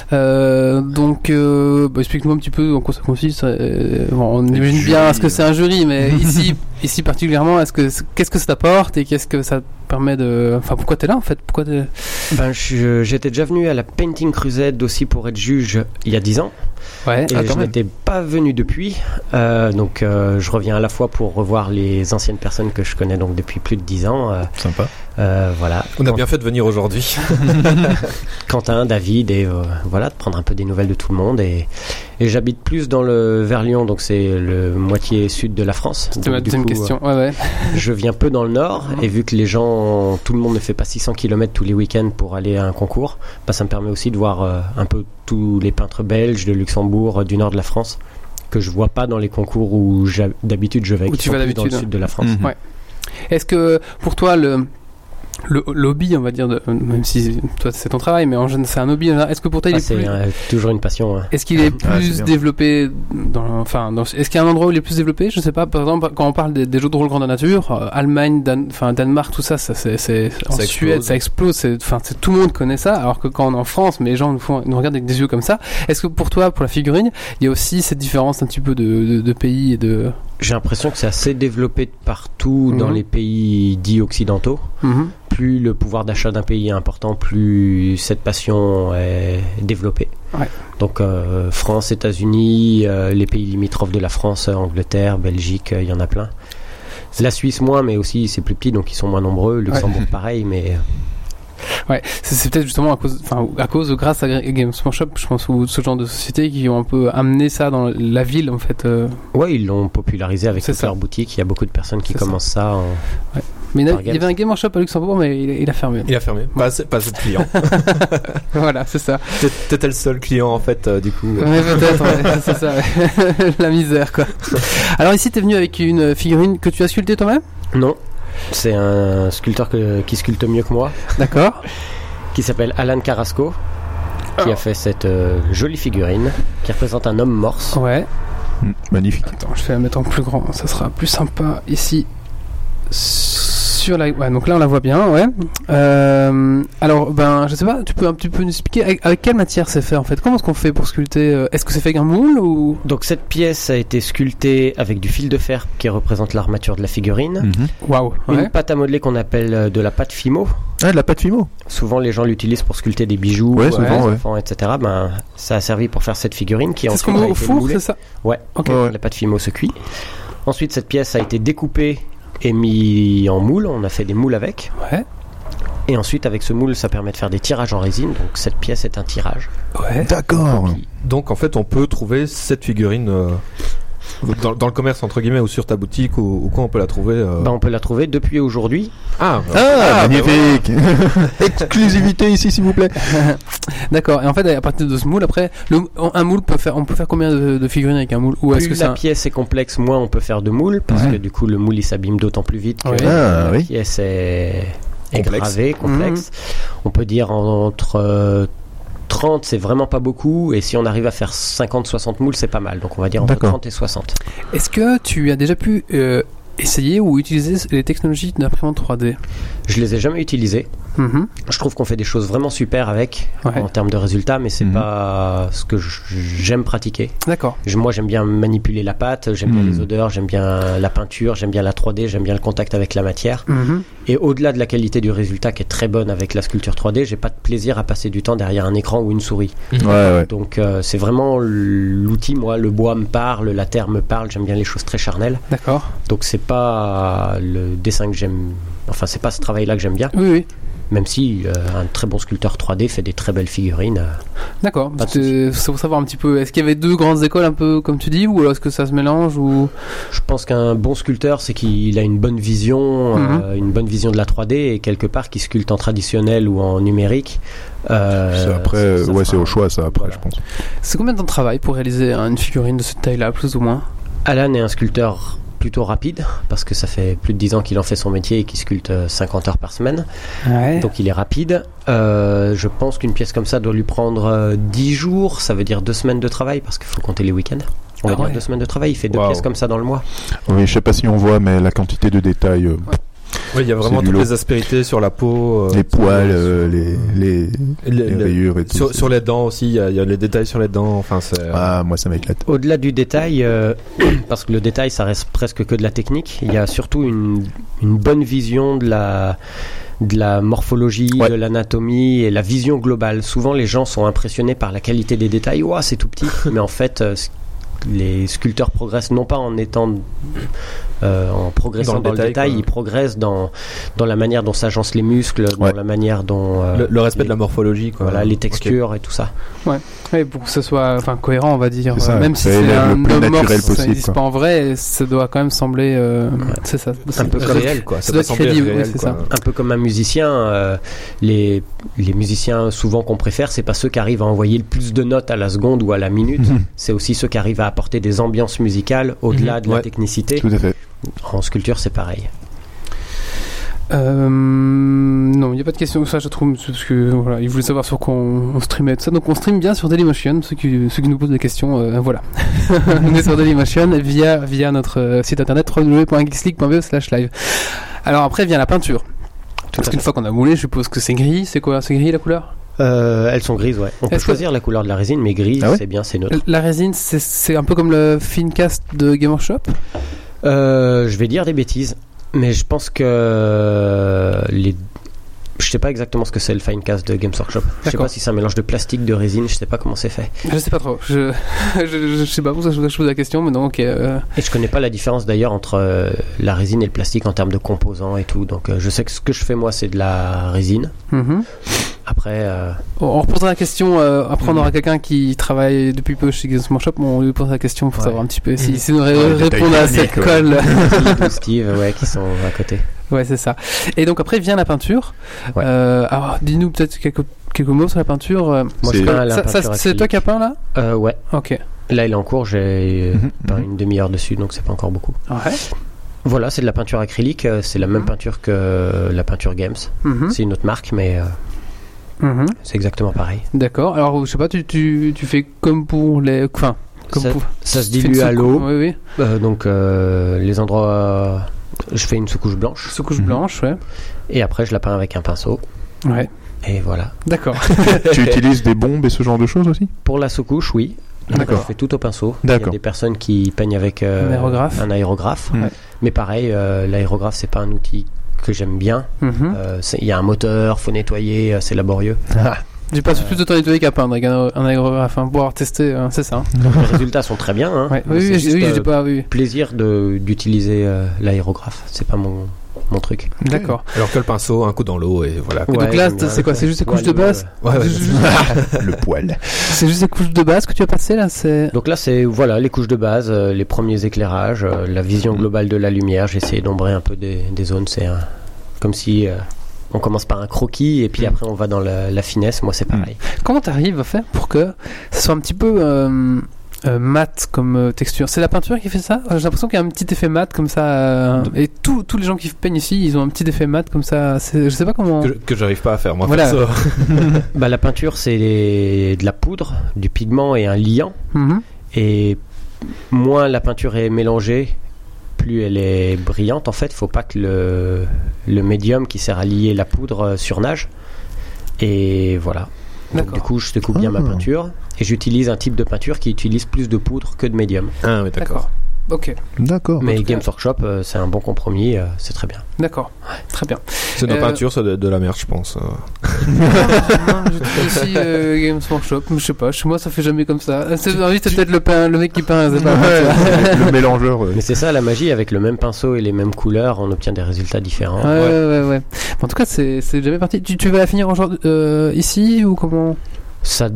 Euh, donc, euh, bah, explique-nous un petit peu en quoi ça consiste. euh, bon, on imagine jury, bien ce que c'est un jury, mais ici, ici particulièrement, est-ce que qu'est-ce que ça t'apporte et qu'est-ce que ça te permet de. Enfin, pourquoi t'es là en fait? Pourquoi t'es... Ben, je- j'étais déjà venu à la Painting Crusade aussi pour être juge il y a dix ans. Ouais. Et Ah, je quand même. n'étais pas venu depuis. Euh, donc euh, je reviens à la fois pour revoir les anciennes personnes que je connais donc depuis plus de dix ans. Euh, Sympa. euh, voilà. On a bien fait de venir aujourd'hui. Quentin, David et euh, voilà, de prendre un peu des nouvelles de tout le monde. Et, et j'habite plus dans le vers Lyon, donc c'est le moitié sud de la France. C'était Donc, ma du deuxième coup, question. Ouais, ouais. euh, je viens peu dans le nord et vu que les gens, tout le monde ne fait pas six cents kilomètres tous les week-ends pour aller à un concours, bah, ça me permet aussi de voir euh, un peu tous les peintres belges de Luxembourg, euh, du nord de la France, que je vois pas dans les concours où j'ha- d'habitude je vais, Où qui tu sont vas plus dans le d'habitude. sud de la France. Mhm. Ouais. Est-ce que pour toi le le le hobby, on va dire, de, même si toi c'est ton travail, mais en général c'est un hobby. Est-ce que pour toi il Ah, est c'est plus euh, toujours une passion. hein. Est-ce qu'il est Ah, plus c'est bien. développé dans, enfin, dans, est-ce qu'il y a un endroit où il est plus développé? Je sais pas. Par exemple, quand on parle des, des jeux de rôle grandeur nature, euh, Allemagne, Dan, enfin Danemark, tout ça, ça c'est, c'est en Ça Suède, explose. ça explose. C'est, enfin, c'est, tout le monde connaît ça. Alors que quand on est en France, mais les gens nous, font, nous regardent avec des yeux comme ça. Est-ce que pour toi, pour la figurine, il y a aussi cette différence un petit peu de, de, de pays et de. J'ai l'impression que c'est assez développé de partout dans Mhm. les pays dits occidentaux. Mhm. Plus le pouvoir d'achat d'un pays est important, plus cette passion est développée. Ouais. Donc euh, France, États-Unis, euh, les pays limitrophes de la France, euh, Angleterre, Belgique, euh, il y en a plein. La Suisse moins, mais aussi c'est plus petit, donc ils sont moins nombreux. Luxembourg pareil, mais Ouais, c'est, c'est peut-être justement à cause, enfin, à cause, grâce à Games Workshop, je pense, ou ce genre de sociétés qui ont un peu amené ça dans la ville, en fait. euh. ouais, ils l'ont popularisé avec C'est toute ça. leur boutique. Il y a beaucoup de personnes qui C'est ça. commencent ça. en- Mais il y, en a- Par il y avait un Game Workshop à Luxembourg, mais il, il a fermé. Il a fermé. Pas assez, pas assez de clients. Voilà, c'est ça. T'é- T'étais le seul client en fait, euh, du coup. Ouais, peut-être, ouais, c'est ça, ouais. La misère, quoi. Alors ici, t'es venu avec une figurine que tu as sculptée toi-même? Non, c'est un sculpteur que- qui sculpte mieux que moi, D'accord. qui s'appelle Alan Carrasco, qui Oh. a fait cette euh, jolie figurine qui représente un homme morse. Ouais. Mm, magnifique. Attends, je vais la mettre en plus grand, ça sera plus sympa ici. Sur la, ouais, donc là on la voit bien, ouais. Euh, alors, ben, je sais pas, tu peux un petit peu nous expliquer avec, avec quelle matière c'est fait en fait. Comment est-ce qu'on fait pour sculpter euh, Est-ce que c'est fait avec un moule ou Donc cette pièce a été sculptée avec du fil de fer qui représente l'armature de la figurine. Mhm. Waouh. Une Ouais. pâte à modeler qu'on appelle euh, de la pâte Fimo. Ah, de la pâte Fimo. Souvent les gens l'utilisent pour sculpter des bijoux, Ouais, euh, souvent, des ouais. enfants, et cetera. Ben, ça a servi pour faire cette figurine qui C'est ce qu'on ensuite met a au été four, moulée. c'est ça Ouais, Ok. Ouais, ouais. la pâte Fimo se cuit. Ensuite cette pièce a été découpée et mise en moule. On a fait des moules avec. Ouais. Et ensuite avec ce moule ça permet de faire des tirages en résine. Donc cette pièce est un tirage. Ouais. D'accord. Donc en fait, on peut trouver cette figurine euh, dans, dans le commerce entre guillemets ou sur ta boutique ou, ou quoi on peut la trouver. euh. Ben, on peut la trouver depuis aujourd'hui. Ah, Ah, magnifique. Exclusivité ici, s'il vous plaît. D'accord. Et en fait, à partir de ce moule, après, le, un moule peut faire, on peut faire combien de, de figurines avec un moule Ou est-ce Plus que c'est la un... pièce est complexe, moins on peut faire de moule parce Ouais. que du coup le moule il s'abîme d'autant plus vite que Ouais. Ah, la oui. pièce est, est Complexe. gravée, complexe. On peut dire en- entre euh, trente c'est vraiment pas beaucoup et si on arrive à faire cinquante soixante moules c'est pas mal. Donc on va dire entre D'accord. trente et soixante. Est-ce que tu as déjà pu euh, essayer ou utiliser les technologies d'imprimante trois D Je les ai jamais utilisées. Mhm. Je trouve qu'on fait des choses vraiment super avec Ouais. en termes de résultats mais c'est Mhm. pas ce que je- j'aime pratiquer. D'accord. Je- Moi, j'aime bien manipuler la pâte, j'aime bien Mm. les odeurs, j'aime bien la peinture, j'aime bien la trois D, j'aime bien le contact avec la matière. Mhm. Et au-delà de la qualité du résultat qui est très bonne avec la sculpture trois D, j'ai pas de plaisir à passer du temps derrière un écran ou une souris. Ouais, ouais. Donc euh, c'est vraiment l'outil, moi, le bois me parle, la terre me parle, j'aime bien les choses très charnelles. D'accord. Donc c'est pas le dessin que j'aime, enfin c'est pas ce travail-là que j'aime bien, Oui, oui. même si euh, un très bon sculpteur trois D fait des très belles figurines. euh. D'accord. Pas de C'est c'est pour savoir un petit peu. Est-ce qu'il y avait deux grandes écoles, un peu comme tu dis, ou alors est-ce que ça se mélange ou Je pense qu'un bon sculpteur, c'est qu'il a une bonne vision, Mhm. euh, une bonne vision de la trois D et quelque part qu'il sculpte en traditionnel ou en numérique. euh, C'est après, ça- ça ouais, fera c'est au un- choix, ça, après, Voilà. je pense. c'est combien de temps de travail pour réaliser une figurine de cette taille-là, plus ou moins Alan est un sculpteur plutôt rapide parce que ça fait plus de dix ans qu'il en fait son métier et qu'il sculpte euh, cinquante heures par semaine. Ouais. Donc il est rapide. Euh, je pense qu'une pièce comme ça doit lui prendre euh, dix jours, ça veut dire deux semaines de travail parce qu'il faut compter les week-ends. On va Ah dire ouais. deux semaines de travail. Il fait deux Wow. pièces comme ça dans le mois. Oui, je sais pas si on voit, mais la quantité de détails, euh, oui, il y a vraiment C'est du toutes lot. les aspérités sur la peau, euh, les poils, euh, les, les, les- les les- rayures et tout. sur, c'est- sur les dents aussi. Il y, a, il y a les détails sur les dents. Enfin, c'est. euh, Ah, moi, ça m'éclate. Au-delà du détail, euh, parce que le détail ça reste presque que de la technique, il y a surtout une, une bonne vision de la, de la morphologie, Ouais. de l'anatomie et la vision globale. Souvent les gens sont impressionnés par la qualité des détails. Ouah, c'est tout petit, mais en fait euh, c- les sculpteurs progressent non pas en étant euh, en progressant Dans dans le le détail, détail, quoi. ils progressent dans, dans la manière dont s'agencent les muscles, dans Ouais. la manière dont euh, le, le respect les, de la morphologie, quoi. voilà, les Ok. textures et tout ça. Oui, pour que ce soit enfin, cohérent, on va dire. C'est ça, Euh, même si ça c'est élève un le plus homme mort, naturel ça possible, n'existe quoi. pas en vrai, ça doit quand même sembler. euh, C'est ça. Un peu C'est comme- réel, quoi. ça Ça doit doit être sembler crédible, réel, oui, c'est quoi. ça. Un peu comme un musicien, euh, les, les musiciens souvent qu'on préfère, c'est pas ceux qui arrivent à envoyer le plus de notes à la seconde ou à la minute, c'est aussi ceux qui arrivent à apporter des ambiances musicales au-delà de la Ouais. technicité. Tout à fait. En sculpture, c'est pareil. Euh, non, il n'y a pas de question ça, je trouve, parce que voilà, ils voulaient savoir sur quoi on, on streamait tout ça. Donc on stream bien sur Dailymotion, ceux qui, ceux qui nous posent des questions, euh, voilà. On est sur Dailymotion via, via notre euh, site internet w w w point geeksleague point b e slash live. Alors après vient la peinture. Parce qu'une fois qu'on a moulé, je suppose que c'est gris, c'est quoi? C'est gris la couleur? Euh, elles sont grises, ouais. On peut Est-ce que- choisir la couleur de la résine, mais gris, Ah ouais c'est bien, c'est neutre. La résine, c'est, c'est un peu comme le Fincast de Game Workshop? Euh, je vais dire des bêtises, mais je pense que les... Je sais pas exactement ce que c'est le Finecast de Games Workshop. Je sais D'accord. pas si c'est un mélange de plastique, de résine, je sais pas comment c'est fait. Je sais pas trop. Je, je, je, je sais pas pour ça que je vous pose la question, mais non, ok. Euh, Et je connais pas la différence d'ailleurs entre euh, la résine et le plastique en termes de composants et tout. Donc euh, je sais que ce que je fais moi c'est de la résine. mhm. Après, euh, On on reposera la question, euh, après on aura quelqu'un qui travaille depuis peu chez Games Workshop, on lui posera la question pour Ouais. savoir un petit peu si, Mhm. si nous ré- Ouais, détail répondre à cette technique, ouais. colle. Steve ou Steve, ouais, qui sont à côté. Ouais, c'est ça. Et donc après vient la peinture. Ouais. Euh, alors dis-nous peut-être quelques, quelques mots sur la peinture. euh. Moi C'est- je peins à la Ça, ça, peinture c'est toi acrylique. qui as peint là? Euh, ouais. Ok. Là il est en cours, j'ai Mhm, peint mhm. une demi-heure dessus, donc c'est pas encore beaucoup. Ouais. Voilà, c'est de la peinture acrylique, euh, c'est la même Mhm. peinture que la peinture Games. Mhm. C'est une autre marque, mais euh, Mhm. c'est exactement pareil. D'accord. Alors je sais pas, tu, tu, tu fais comme pour les, enfin, comme Ça, pour. ça se tu fais une dilue à soucoupe. l'eau, Oui, oui. euh, donc euh, les endroits Je fais une sous-couche blanche. Sous-couche blanche, ouais. Et après, je la peins avec un pinceau. Ouais. Et voilà. D'accord. Tu utilises des bombes et ce genre de choses aussi? Pour la sous-couche, oui. D'accord. Je fais tout au pinceau. Il y a D'accord. des personnes qui peignent avec euh, Un aérographe. un aérographe. Ouais. Mais pareil, euh, l'aérographe, c'est pas un outil que j'aime bien. Mhm. Euh, c'est- Il y a un moteur, faut nettoyer, euh, c'est laborieux. J'ai pas plus de temps nettoyer qu'à peindre avec un, un aérographe, hein, pour avoir testé, hein, c'est ça. Hein. Les résultats sont très bien. Hein. Ouais. Mais Oui, c'est oui, juste, oui, euh, j'ai pas, oui. plaisir de, d'utiliser euh, l'aérographe. C'est pas mon, mon truc. D'accord. Alors que le pinceau, un coup dans l'eau et voilà. Et Ouais, donc là, j'aime bien. c'est quoi? C'est juste des couches Ouais, de le- base? Ouais, ouais, C'est c'est juste- Le poil. C'est juste des couches de base que tu as passées là, c'est. Donc là, c'est voilà les couches de base, euh, les premiers éclairages, euh, la vision globale de la lumière. J'ai essayé d'ombrer un peu des, des zones. C'est un- comme si euh, on commence par un croquis et puis après on va dans la, la finesse. Moi, c'est pareil. Comment t'arrives à faire pour que ça soit un petit peu euh, euh, mat comme euh, texture? C'est la peinture qui fait ça? J'ai l'impression qu'il y a un petit effet mat comme ça. euh, et tous tous les gens qui peignent ici, ils ont un petit effet mat comme ça. C'est- Je sais pas comment. Que, que j'arrive pas à faire moi. Voilà. perso. Bah, la peinture, c'est les- de la poudre, du pigment et un liant. Mhm. Et moins la peinture est mélangée, plus elle est brillante. En fait, faut pas que le, le médium qui sert à lier la poudre euh, surnage. Et voilà. Donc, D'accord. du coup, je découpe bien Ah. ma peinture et j'utilise un type de peinture qui utilise plus de poudre que de médium. Ah oui, d'accord. D'accord. Ok. D'accord. Mais tout cas- Games Workshop, euh, c'est un bon compromis, euh, c'est très bien. D'accord. Très bien. C'est nos Euh, peintures, c'est de, de la merde, je pense. non, j'utilise aussi euh, Games Workshop. Je sais pas. Chez moi, ça fait jamais comme ça. C'est oui, c'est peut-être le pain, le mec qui peint. C'est pas Ouais, le mélangeur. euh, Mais c'est ça la magie, avec le même pinceau et les mêmes couleurs, on obtient des résultats différents. Ouais, ouais, ouais, ouais. En tout cas, c'est c'est jamais parti. Tu, tu vas la finir aujourd'hui euh, ici ou comment? Ça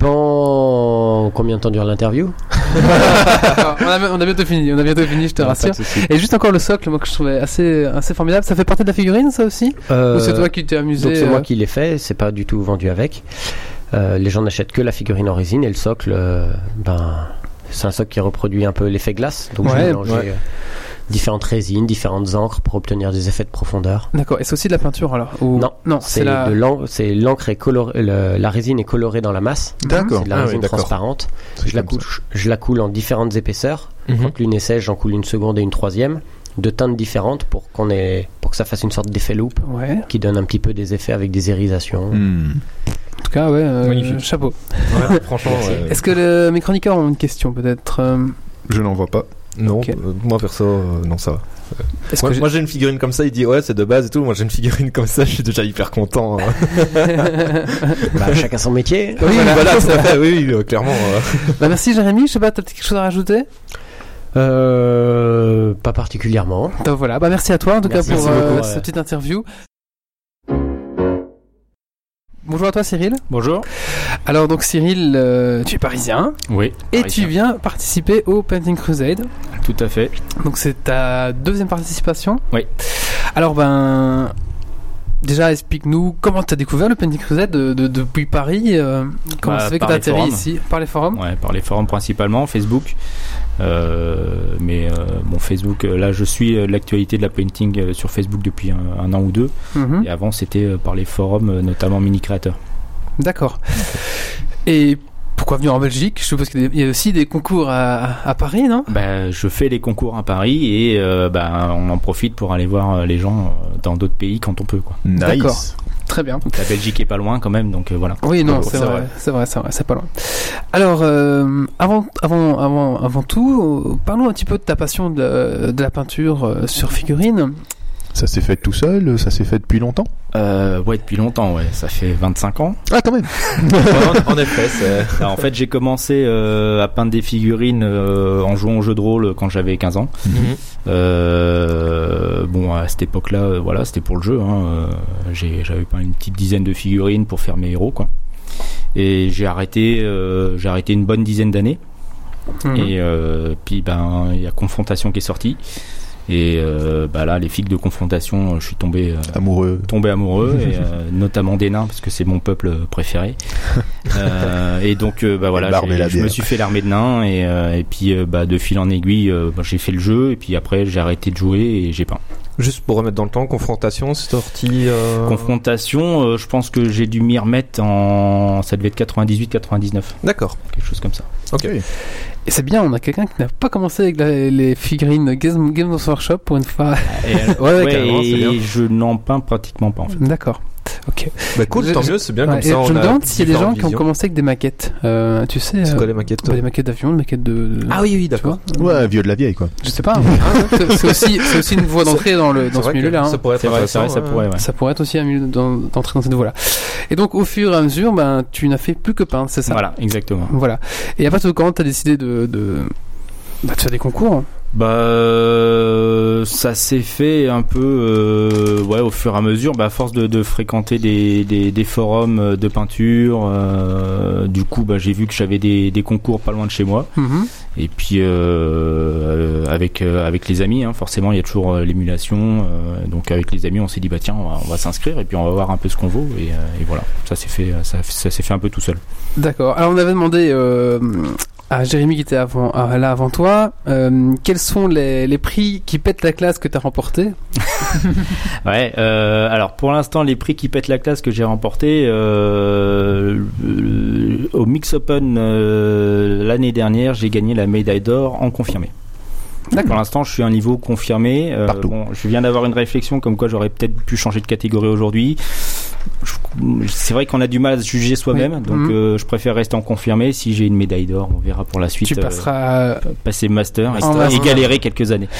dépend combien de temps dure l'interview. Ah, on, a, on a bientôt fini. On a bientôt fini, je te Non, pas rassure. de souci. Et juste encore le socle, moi que je trouvais assez assez formidable. Ça fait partie de la figurine, ça aussi? Euh, Ou c'est toi qui t'es amusé? Donc c'est euh, moi qui l'ai fait, c'est pas du tout vendu avec. Euh, les gens n'achètent que la figurine en résine et le socle, euh, ben, c'est un socle qui reproduit un peu l'effet glace. Donc Ouais, j'ai mélangé ouais. euh, différentes résines, différentes encres pour obtenir des effets de profondeur. D'accord. Et c'est aussi de la peinture alors? Ou... Non, non, C'est c'est la. de l'en- c'est l'encre est colorée, le- la résine est colorée dans la masse. D'accord. C'est de la Ah oui, résine d'accord. transparente. C'est Je la, comme coule, je la coule en différentes épaisseurs. Mhm. Quand l'une est sèche, j'en coule une seconde et une troisième, de teintes différentes pour qu'on ait, pour que ça fasse une sorte d'effet loupe Ouais. qui donne un petit peu des effets avec des irisations. Hmm. En tout cas, ouais. euh, Magnifique. chapeau. Ouais, franchement, euh, Est-ce que le, mes chroniqueurs ont une question peut-être? euh, Je n'en vois pas. non, Ok. euh, moi perso, euh, non, ça va. Est-ce Moi, que moi, j'ai une figurine comme ça, il dit ouais, c'est de base et tout. Moi j'ai une figurine comme ça, je suis déjà hyper content. hein. Bah, chacun son métier. Oui, voilà, tout à fait, oui, oui, euh, clairement. euh. Bah, merci Jérémy. Je sais pas, t'as peut-être quelque chose à rajouter? Euh, pas particulièrement. Donc voilà. Bah merci à toi en tout Merci cas pour beaucoup, euh, ouais. cette petite interview. Bonjour à toi Cyril. Bonjour. Alors donc Cyril, euh, tu es parisien Oui. et tu viens participer au Painting Crusade. Tout à fait. Donc c'est ta deuxième participation. Oui. Alors ben déjà explique-nous comment tu as découvert le Painting Crusade de, de- depuis Paris. euh, comment Bah, ça fait que par tu as les atterri forums. ici par les forums? Ouais, par les forums principalement, Facebook. Euh, mais euh, bon, Facebook, euh, là je suis euh, l'actualité de la painting euh, sur Facebook depuis un, un an ou deux. Mhm. Et avant c'était euh, par les forums, euh, notamment Mini Créateur. D'accord. Et pourquoi venir en Belgique? Je suppose qu'il y a aussi des concours à, à Paris, non? Bah, je fais les concours à Paris et euh, bah, on en profite pour aller voir euh, les gens euh, dans d'autres pays quand on peut, quoi. D'accord. Nice. Très bien. La Belgique est pas loin quand même, donc euh, voilà. Oui, non, Oh, c'est c'est vrai, vrai. c'est vrai, c'est vrai, c'est pas loin. Alors, euh, avant, avant, avant, avant tout, euh, parlons un petit peu de ta passion de, de la peinture euh, sur figurine. Ça s'est fait tout seul? Ça s'est fait depuis longtemps? Euh, ouais, depuis longtemps, ouais. Ça fait vingt-cinq ans. Ah, quand même. en, en effet, c'est. Alors, en fait, j'ai commencé euh, à peindre des figurines euh, en jouant au jeu de rôle quand j'avais quinze ans. Euh, bon, à cette époque-là, euh, voilà, c'était pour le jeu. Hein. Euh, j'ai, j'avais peint une petite dizaine de figurines pour faire mes héros, quoi. Et j'ai arrêté, euh, j'ai arrêté une bonne dizaine d'années. Mhm. Et euh, puis, ben, il y a Confrontation qui est sorti. Et euh, bah là, les figues de Confrontation, je suis tombé. Euh, Amoureux. tombé amoureux et euh, notamment des nains parce que c'est mon peuple préféré euh, et donc euh, bah voilà L'armée j'ai- la je me bière. suis fait l'armée de nains et, euh, et puis euh, bah, de fil en aiguille euh, bah, j'ai fait le jeu et puis après j'ai arrêté de jouer et j'ai peint. Juste pour remettre dans le temps, confrontation, c'est sorti. Euh... Confrontation, euh, je pense que j'ai dû m'y remettre en. Ça devait être quatre-vingt-dix-huit quatre-vingt-dix-neuf. D'accord. Quelque chose comme ça. Ok. Et c'est bien, on a quelqu'un qui n'a pas commencé avec la, les figurines Games, Games Workshop pour une fois. Et, ouais, ouais, ouais, carrément, c'est bien. et je n'en peins pratiquement pas en fait. D'accord. Ok. Bah cool, Je- tant je- mieux, c'est bien Ouais, comme et ça. je on me a demande s'il y a des gens différentes qui ont visions. commencé avec des maquettes. Euh, tu sais. C'est euh, quoi les maquettes bah, des maquettes d'avion, des maquettes de. de- Ah oui, oui, tu d'accord. vois Ouais, vieux de la vieille, quoi. Je sais pas. hein. C'est c'est aussi, c'est aussi une voie d'entrée dans le dans C'est ce vrai que milieu-là. hein. Ça pourrait être C'est vrai, c'est intéressant. vrai, ça ouais. pourrait, ouais. Ça pourrait être aussi un milieu d'en- d'entrée dans cette voie-là. Et donc, au fur et à mesure, ben, tu n'as fait plus que peindre, c'est ça. Voilà, exactement. Voilà. Et à partir de quand t'as décidé de, de, bah, de faire des concours? Bah, euh, ça s'est fait un peu, euh, ouais, au fur et à mesure, bah, à force de, de fréquenter des, des, des forums de peinture. Euh, du coup, bah, j'ai vu que j'avais des, des concours pas loin de chez moi. Mhm. Et puis, euh, euh, avec euh, avec les amis, hein, forcément, il y a toujours euh, l'émulation. Euh, donc, avec les amis, on s'est dit, bah tiens, on va, on va s'inscrire et puis on va voir un peu ce qu'on vaut. Et, euh, et voilà, ça s'est fait, ça, ça s'est fait un peu tout seul. D'accord. Alors, on avait demandé euh, à Jérémy qui était avant, à- là avant toi, euh, quels sont les, les prix qui pètent la classe que tu as remporté? Ouais, euh, alors pour l'instant, les prix qui pètent la classe que j'ai remportés euh, euh, au Mix Open euh, l'année dernière, j'ai gagné la médaille d'or en confirmé. Pour l'instant, je suis à un niveau confirmé. Euh, Partout. bon, je viens d'avoir une réflexion comme quoi j'aurais peut-être pu changer de catégorie aujourd'hui. Je- C'est vrai qu'on a du mal à se juger soi-même, Oui. donc Mhm. euh, je préfère rester en confirmé. Si j'ai une médaille d'or, on verra pour la suite. Tu euh, passeras. passer master, En et, master. et galérer quelques années.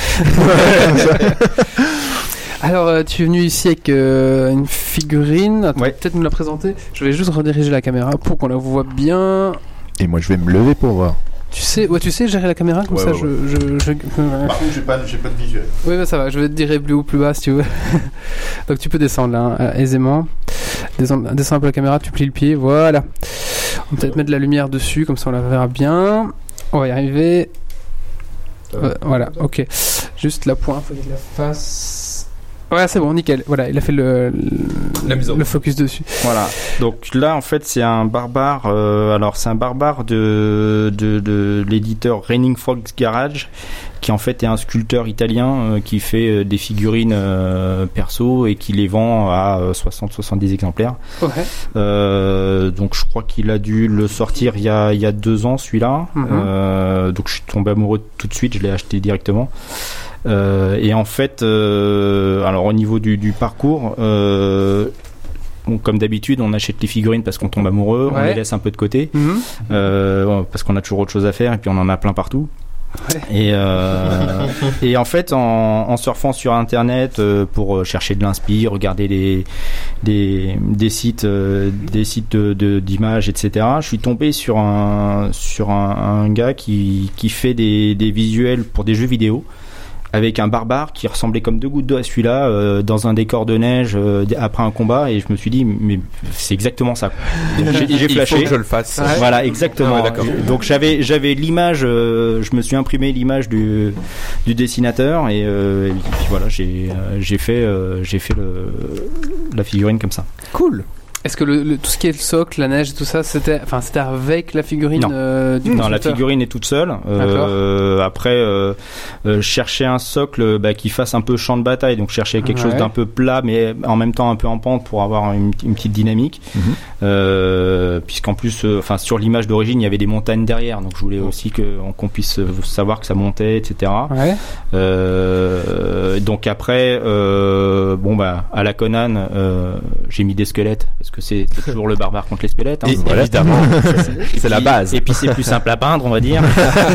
Alors, euh, tu es venu ici avec euh, une figurine. Attends, Ouais. peut-être nous la présenter. Je vais juste rediriger la caméra pour qu'on la voit bien. Et moi, je vais me lever pour voir. Tu sais, ouais, tu sais gérer la caméra comme Ouais, ça. ouais, je, je, je... Par contre, j'ai pas, j'ai pas de visuel. Oui, bah, ça va. Je vais te dire plus haut, plus bas si tu veux. Donc tu peux descendre là, hein, euh, aisément. Descends, descends un peu la caméra, tu plies le pied, voilà. On va peut-être mettre de la lumière dessus, comme ça on la verra bien. On va y arriver. Euh, voilà, ok. Juste la pointe, faut que je la fasse. Ouais, c'est bon, nickel. Voilà, il a fait le, le, La mise en le focus dessus. Voilà. Donc là, en fait, c'est un barbare. Euh, alors, c'est un barbare de, de, de l'éditeur Raining Frogs Garage, qui en fait est un sculpteur italien euh, qui fait euh, des figurines euh, perso et qui les vend à euh, soixante soixante-dix exemplaires. Ouais. Euh, donc, je crois qu'il a dû le sortir il y a, il y a deux ans, celui-là. Mhm. Euh, donc, je suis tombé amoureux tout de suite. Je l'ai acheté directement. Euh, et en fait, euh, alors au niveau du, du parcours, euh, bon, comme d'habitude, on achète les figurines parce qu'on tombe amoureux, on Ouais. les laisse un peu de côté, Mhm. euh, parce qu'on a toujours autre chose à faire et puis on en a plein partout. Ouais. Et, euh, et en fait, en, en surfant sur Internet euh, pour chercher de l'inspi, regarder des, des, des sites, euh, des sites de, de, d'images, et cetera, je suis tombé sur un, sur un, un gars qui, qui fait des, des visuels pour des jeux vidéo, avec un barbare qui ressemblait comme deux gouttes d'eau à celui-là, euh, dans un décor de neige euh, après un combat, et je me suis dit, mais c'est exactement ça. Donc, j'ai, j'ai Il flashé. faut que je le fasse. Ouais. Voilà, exactement. Ah ouais, d'accord. Donc j'avais j'avais l'image, euh, je me suis imprimé l'image du du dessinateur et, euh, et puis voilà, j'ai euh, j'ai fait euh, j'ai fait le la figurine comme ça. Cool. Est-ce que le, le- tout ce qui est le socle, la neige et tout ça, c'était, enfin, c'était avec la figurine Non. euh, du Non, la constructeur? figurine est toute seule. Euh, après, euh, euh, chercher un socle bah, qui fasse un peu champ de bataille, donc chercher quelque Ouais. chose d'un peu plat, mais en même temps un peu en pente pour avoir une, une petite dynamique. Mhm. Euh, puisqu'en plus, euh, enfin sur l'image d'origine, il y avait des montagnes derrière, donc je voulais aussi que qu'on puisse savoir que ça montait, et cetera. Ouais. Euh, donc après, euh, bon bah à la Conan, euh, j'ai mis des squelettes parce que c'est, c'est toujours le barbare contre les squelettes. Hein, Et voilà. évidemment, Et c'est la puis- base. Et puis c'est plus simple à peindre, on va dire.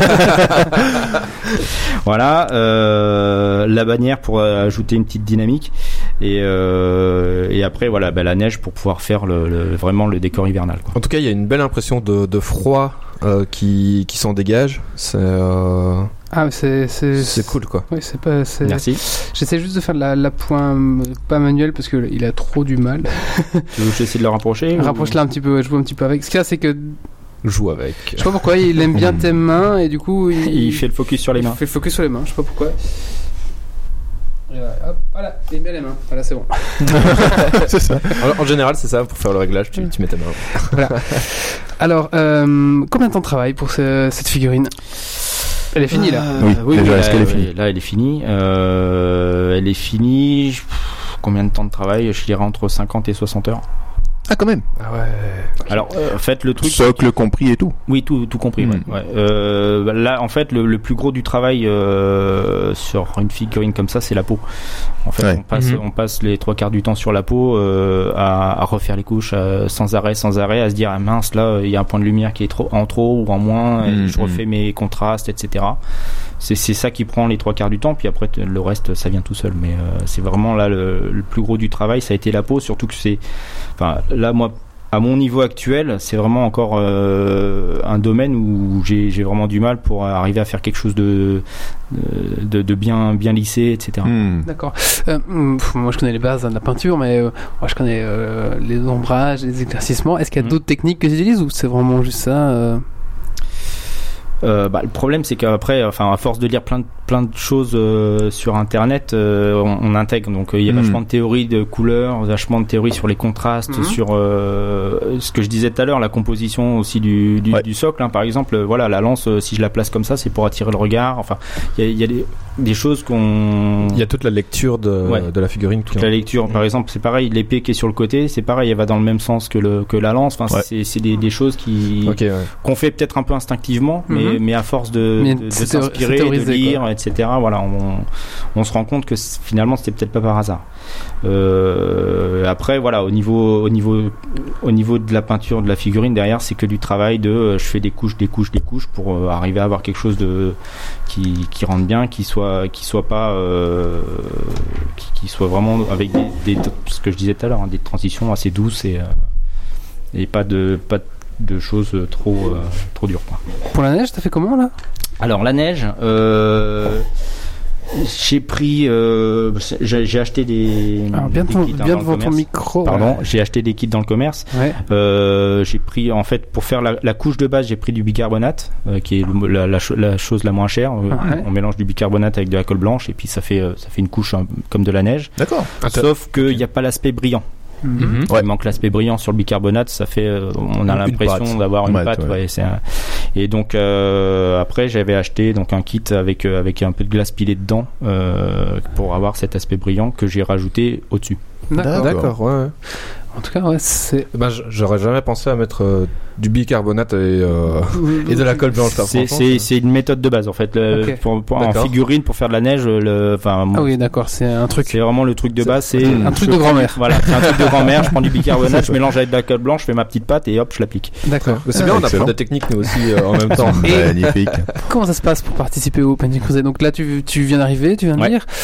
Voilà, euh, la bannière pour euh, ajouter une petite dynamique et, euh, et après voilà bah, la neige pour pouvoir faire le, le- vraiment le décor hivernal, quoi. En tout cas, il y a une belle impression de, de froid euh, qui, qui s'en dégage. C'est, euh, Ah, mais c'est, c'est, c'est cool, quoi. Oui, c'est pas, c'est... Merci. J'essaie juste de faire la, la point, pas manuel parce que il a trop du mal. Tu veux que j'essaie de le rapprocher ou- Rapproche-la un petit peu, ouais, je joue un petit peu avec. Ce qu'il y a, c'est que Joue avec. je sais pas pourquoi il aime bien tes mains et du coup il, Il fait le focus sur les mains. il fait le focus sur les mains. Je sais pas pourquoi. Et voilà, hop, voilà, il met les mains. Voilà, c'est bon. C'est ça. En, en général, c'est ça, pour faire le réglage, tu, tu mets ta main. Voilà. Alors, euh, combien de temps de travail pour ce- cette figurine? Elle est finie là. Oui, oui, déjà, oui, est-ce là, qu'elle est oui, finie là, elle est finie. Euh, elle est finie. Pff, combien de temps de travail? Je dirais entre cinquante et soixante heures. Ah, quand même. Ah ouais. Alors, euh, en fait, le truc. Socle compris et tout. Oui, tout, tout compris. Mm. Ouais. Ouais. Euh, là, en fait, le, le plus gros du travail euh, sur une figurine comme ça, c'est la peau. En fait, Ouais. on passe, Mhm. on passe les trois quarts du temps sur la peau euh, à, à refaire les couches euh, sans arrêt, sans arrêt, à se dire ah mince, là, il y a un point de lumière qui est trop en trop ou en moins, et Mhm. je refais mes contrastes, et cetera. C'est, c'est ça qui prend les trois quarts du temps, puis après t- le reste, ça vient tout seul. Mais euh, c'est vraiment là le, le plus gros du travail, ça a été la peau, surtout que c'est, enfin, là moi. À mon niveau actuel, c'est vraiment encore euh, un domaine où j'ai, j'ai vraiment du mal pour arriver à faire quelque chose de, de, de bien, bien lissé, et cetera. Hmm. D'accord. Euh, pff, moi, je connais les bases de la peinture, mais euh, moi, je connais euh, les ombrages, les éclaircissements. Est-ce qu'il y a Mhm. d'autres techniques que tu utilises ou c'est vraiment juste ça euh... Euh, bah, le problème, c'est qu'après, enfin, à force de lire plein de, plein de choses euh, sur Internet, euh, on, on intègre. Donc, il euh, y a Mm. vachement de théories de couleurs, vachement de théories sur les contrastes, Mhm. sur euh, ce que je disais tout à l'heure, la composition aussi du, du, Ouais. du socle. Hein, par exemple, euh, voilà, la lance, euh, si je la place comme ça, c'est pour attirer le regard. Enfin, il y a, il y a des, des choses qu'on. Il y a toute la lecture de, Ouais. de la figurine. Toute la lecture, par exemple, c'est pareil, l'épée qui est sur le côté, c'est pareil, elle va dans le même sens que, le, que la lance. Enfin, Ouais. c'est, c'est des, des choses qui Ok, ouais. qu'on fait peut-être un peu instinctivement, mais, Mhm. mais à force de, Mais de, de c'est théor- s'inspirer, c'est de théorisé, lire, quoi. et cetera. Voilà, on, on se rend compte que c- finalement c'était peut-être pas par hasard. Euh, après, voilà, au niveau, au niveau, au niveau de la peinture de la figurine derrière, c'est que du travail de, euh, je fais des couches, des couches, des couches pour euh, arriver à avoir quelque chose de qui, qui rentre bien, qui soit, qui soit pas, euh, qui, qui soit vraiment avec des, des, ce que je disais tout à l'heure, hein, des transitions assez douces et euh, et pas de pas de de choses trop euh, trop dures quoi. Pour la neige, t'as fait comment là? Alors la neige, euh, j'ai pris, euh, j'ai, j'ai acheté des, Alors, bien des ton- kits, hein, bien dans le devant ton commerce. micro. Pardon, ouais. j'ai acheté des kits dans le commerce. Ouais. Euh, j'ai pris en fait pour faire la, la couche de base, j'ai pris du bicarbonate, euh, qui est le- la, la, cho- la chose la moins chère. Euh, Ouais. On mélange du bicarbonate avec de la colle blanche et puis ça fait euh, ça fait une couche hein, comme de la neige. D'accord. Sauf qu'il n'y a pas l'aspect brillant. Mhm. Ouais. Il manque l'aspect brillant sur le bicarbonate, ça fait, euh, on a Une l'impression pâte. d'avoir une Mat, pâte. ouais. Ouais, c'est un- Et donc euh, après j'avais acheté donc un kit avec euh, avec un peu de glace pilée dedans euh, pour avoir cet aspect brillant que j'ai rajouté au-dessus. D'accord. D'accord, ouais. ouais. En tout cas, ouais, c'est. Ben, j- j'aurais jamais pensé à mettre euh, du bicarbonate et, euh, et de la colle blanche. ça, C'est franchement, c'est c'est une méthode de base en fait. Le- Ok. pour, pour- en D'accord. figurine pour faire de la neige, le enfin Ah oui, d'accord, c'est un truc. c'est vraiment le truc de C'est- base. C'est un truc je de prends- grand-mère. Voilà, c'est un truc de grand-mère. Je prends du bicarbonate, je mélange avec de la colle blanche, je fais ma petite pâte et hop, je l'applique. D'accord. Mais c'est Ah, bien, on excellent. apprend des techniques nous aussi euh, en même temps. Et- Magnifique. Comment ça se passe pour participer au Painting Crusade? Donc là, tu, tu viens d'arriver, tu viens de Ouais. lire.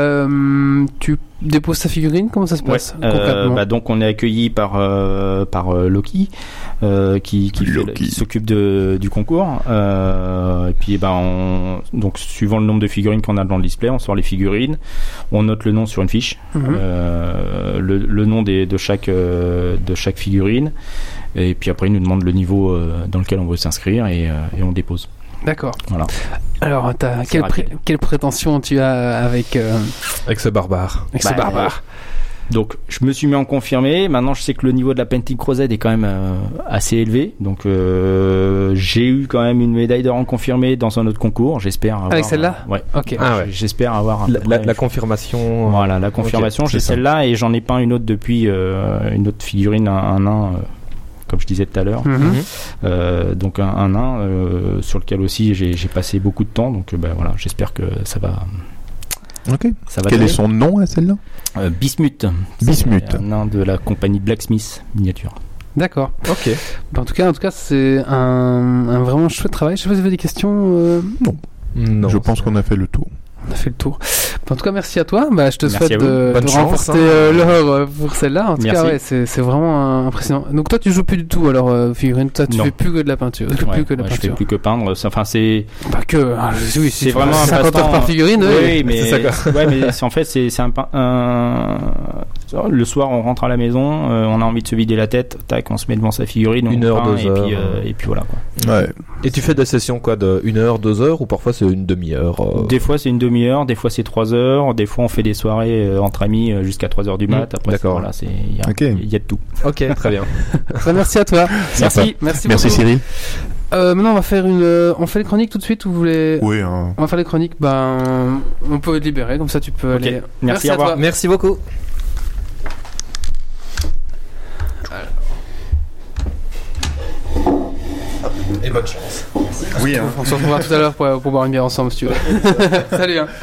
Euh, tu déposes ta figurine, comment ça se passe Euh, concrètement? bah donc on est accueilli par euh, par euh, Loki euh, qui qui, fait- Loki. qui s'occupe de du concours euh, et puis bah on, donc suivant le nombre de figurines qu'on a dans le display on sort les figurines, on note le nom sur une fiche, Mhm. euh, le, le nom des, de chaque euh, de chaque figurine et puis après il nous demande le niveau euh, dans lequel on veut s'inscrire et, euh, et on dépose. D'accord. Voilà. Alors, t'as, C'est quelle, pré- rapide. quelle prétention tu as avec, euh, Avec ce barbare. avec Bah, ce barbare? Donc je me suis mis en confirmé. Maintenant je sais que le niveau de la Painting Crusade est quand même euh, assez élevé. Donc euh, j'ai eu quand même une médaille d'or en confirmé dans un autre concours. J'espère avoir, Avec celle-là euh, Ouais. Ok. Ah ouais. J'espère avoir à La, peu la, près- la confirmation. Voilà la confirmation. Ok, J'ai c'est ça. celle-là et j'en ai peint une autre depuis euh, une autre figurine un, un nain euh, comme je disais tout à l'heure. Mhm. Euh, donc un, un nain euh, sur lequel aussi j'ai j'ai passé beaucoup de temps. Donc euh, ben voilà j'espère que ça va Ok. ça va Quel donner. est son nom à celle-là? Euh, Bismuth. Bismuth. C'est un nain de la compagnie Blacksmith miniature. D'accord. Ok. Bah, en tout cas, en tout cas, c'est un, un vraiment chouette travail. Je sais pas si vous avez des questions. euh, Non. Je pense qu'on a fait le tour. On a fait le tour. Bah, en tout cas, merci à toi. Bah, je te Merci souhaite à vous. de, Bonne de chance, remporter hein. euh, l'or euh, pour celle-là. En tout Merci. cas, ouais, c'est, c'est vraiment euh, impressionnant. Donc toi, tu joues plus du tout alors euh, figurine. Toi, tu Non. fais plus que de la peinture. Ouais, plus que de la ouais, je fais peinture. plus que peindre. Ça- Enfin, c'est Pas que. ah, oui, c'est vraiment un cinquante heures passe-temps. par figurine. oui, oui. mais c'est ça, ouais, mais c'est en fait c'est c'est un, pein- un le soir on rentre à la maison, euh, on a envie de se vider la tête, tac, on se met devant sa figurine, on Une heure, peint, deux et heures. puis euh, et puis voilà quoi. Ouais. Et tu fais des sessions quoi de une heure, deux heures ou parfois c'est une demi-heure. euh, Des fois c'est une demi-heure, des fois c'est trois heures, des fois on fait des soirées euh, entre amis euh, jusqu'à trois heures du mat. Après d'accord. c'est- voilà, c'est il y a Ok. il y a de tout. Ok, très bien. Bah, merci à toi. Merci. Merci. Merci beaucoup. Cyril. Euh, maintenant, on va faire une. euh, On fait les chroniques tout de suite ou vous voulez. Oui, hein. On va faire les chroniques. Ben, on peut te libérer, comme ça tu peux Ok. aller. Merci, à au revoir. toi. Merci beaucoup. Et bonne chance. Oui, hein. On se retrouvera tout à l'heure pour, pour boire une bière ensemble si tu veux. Salut. Hein.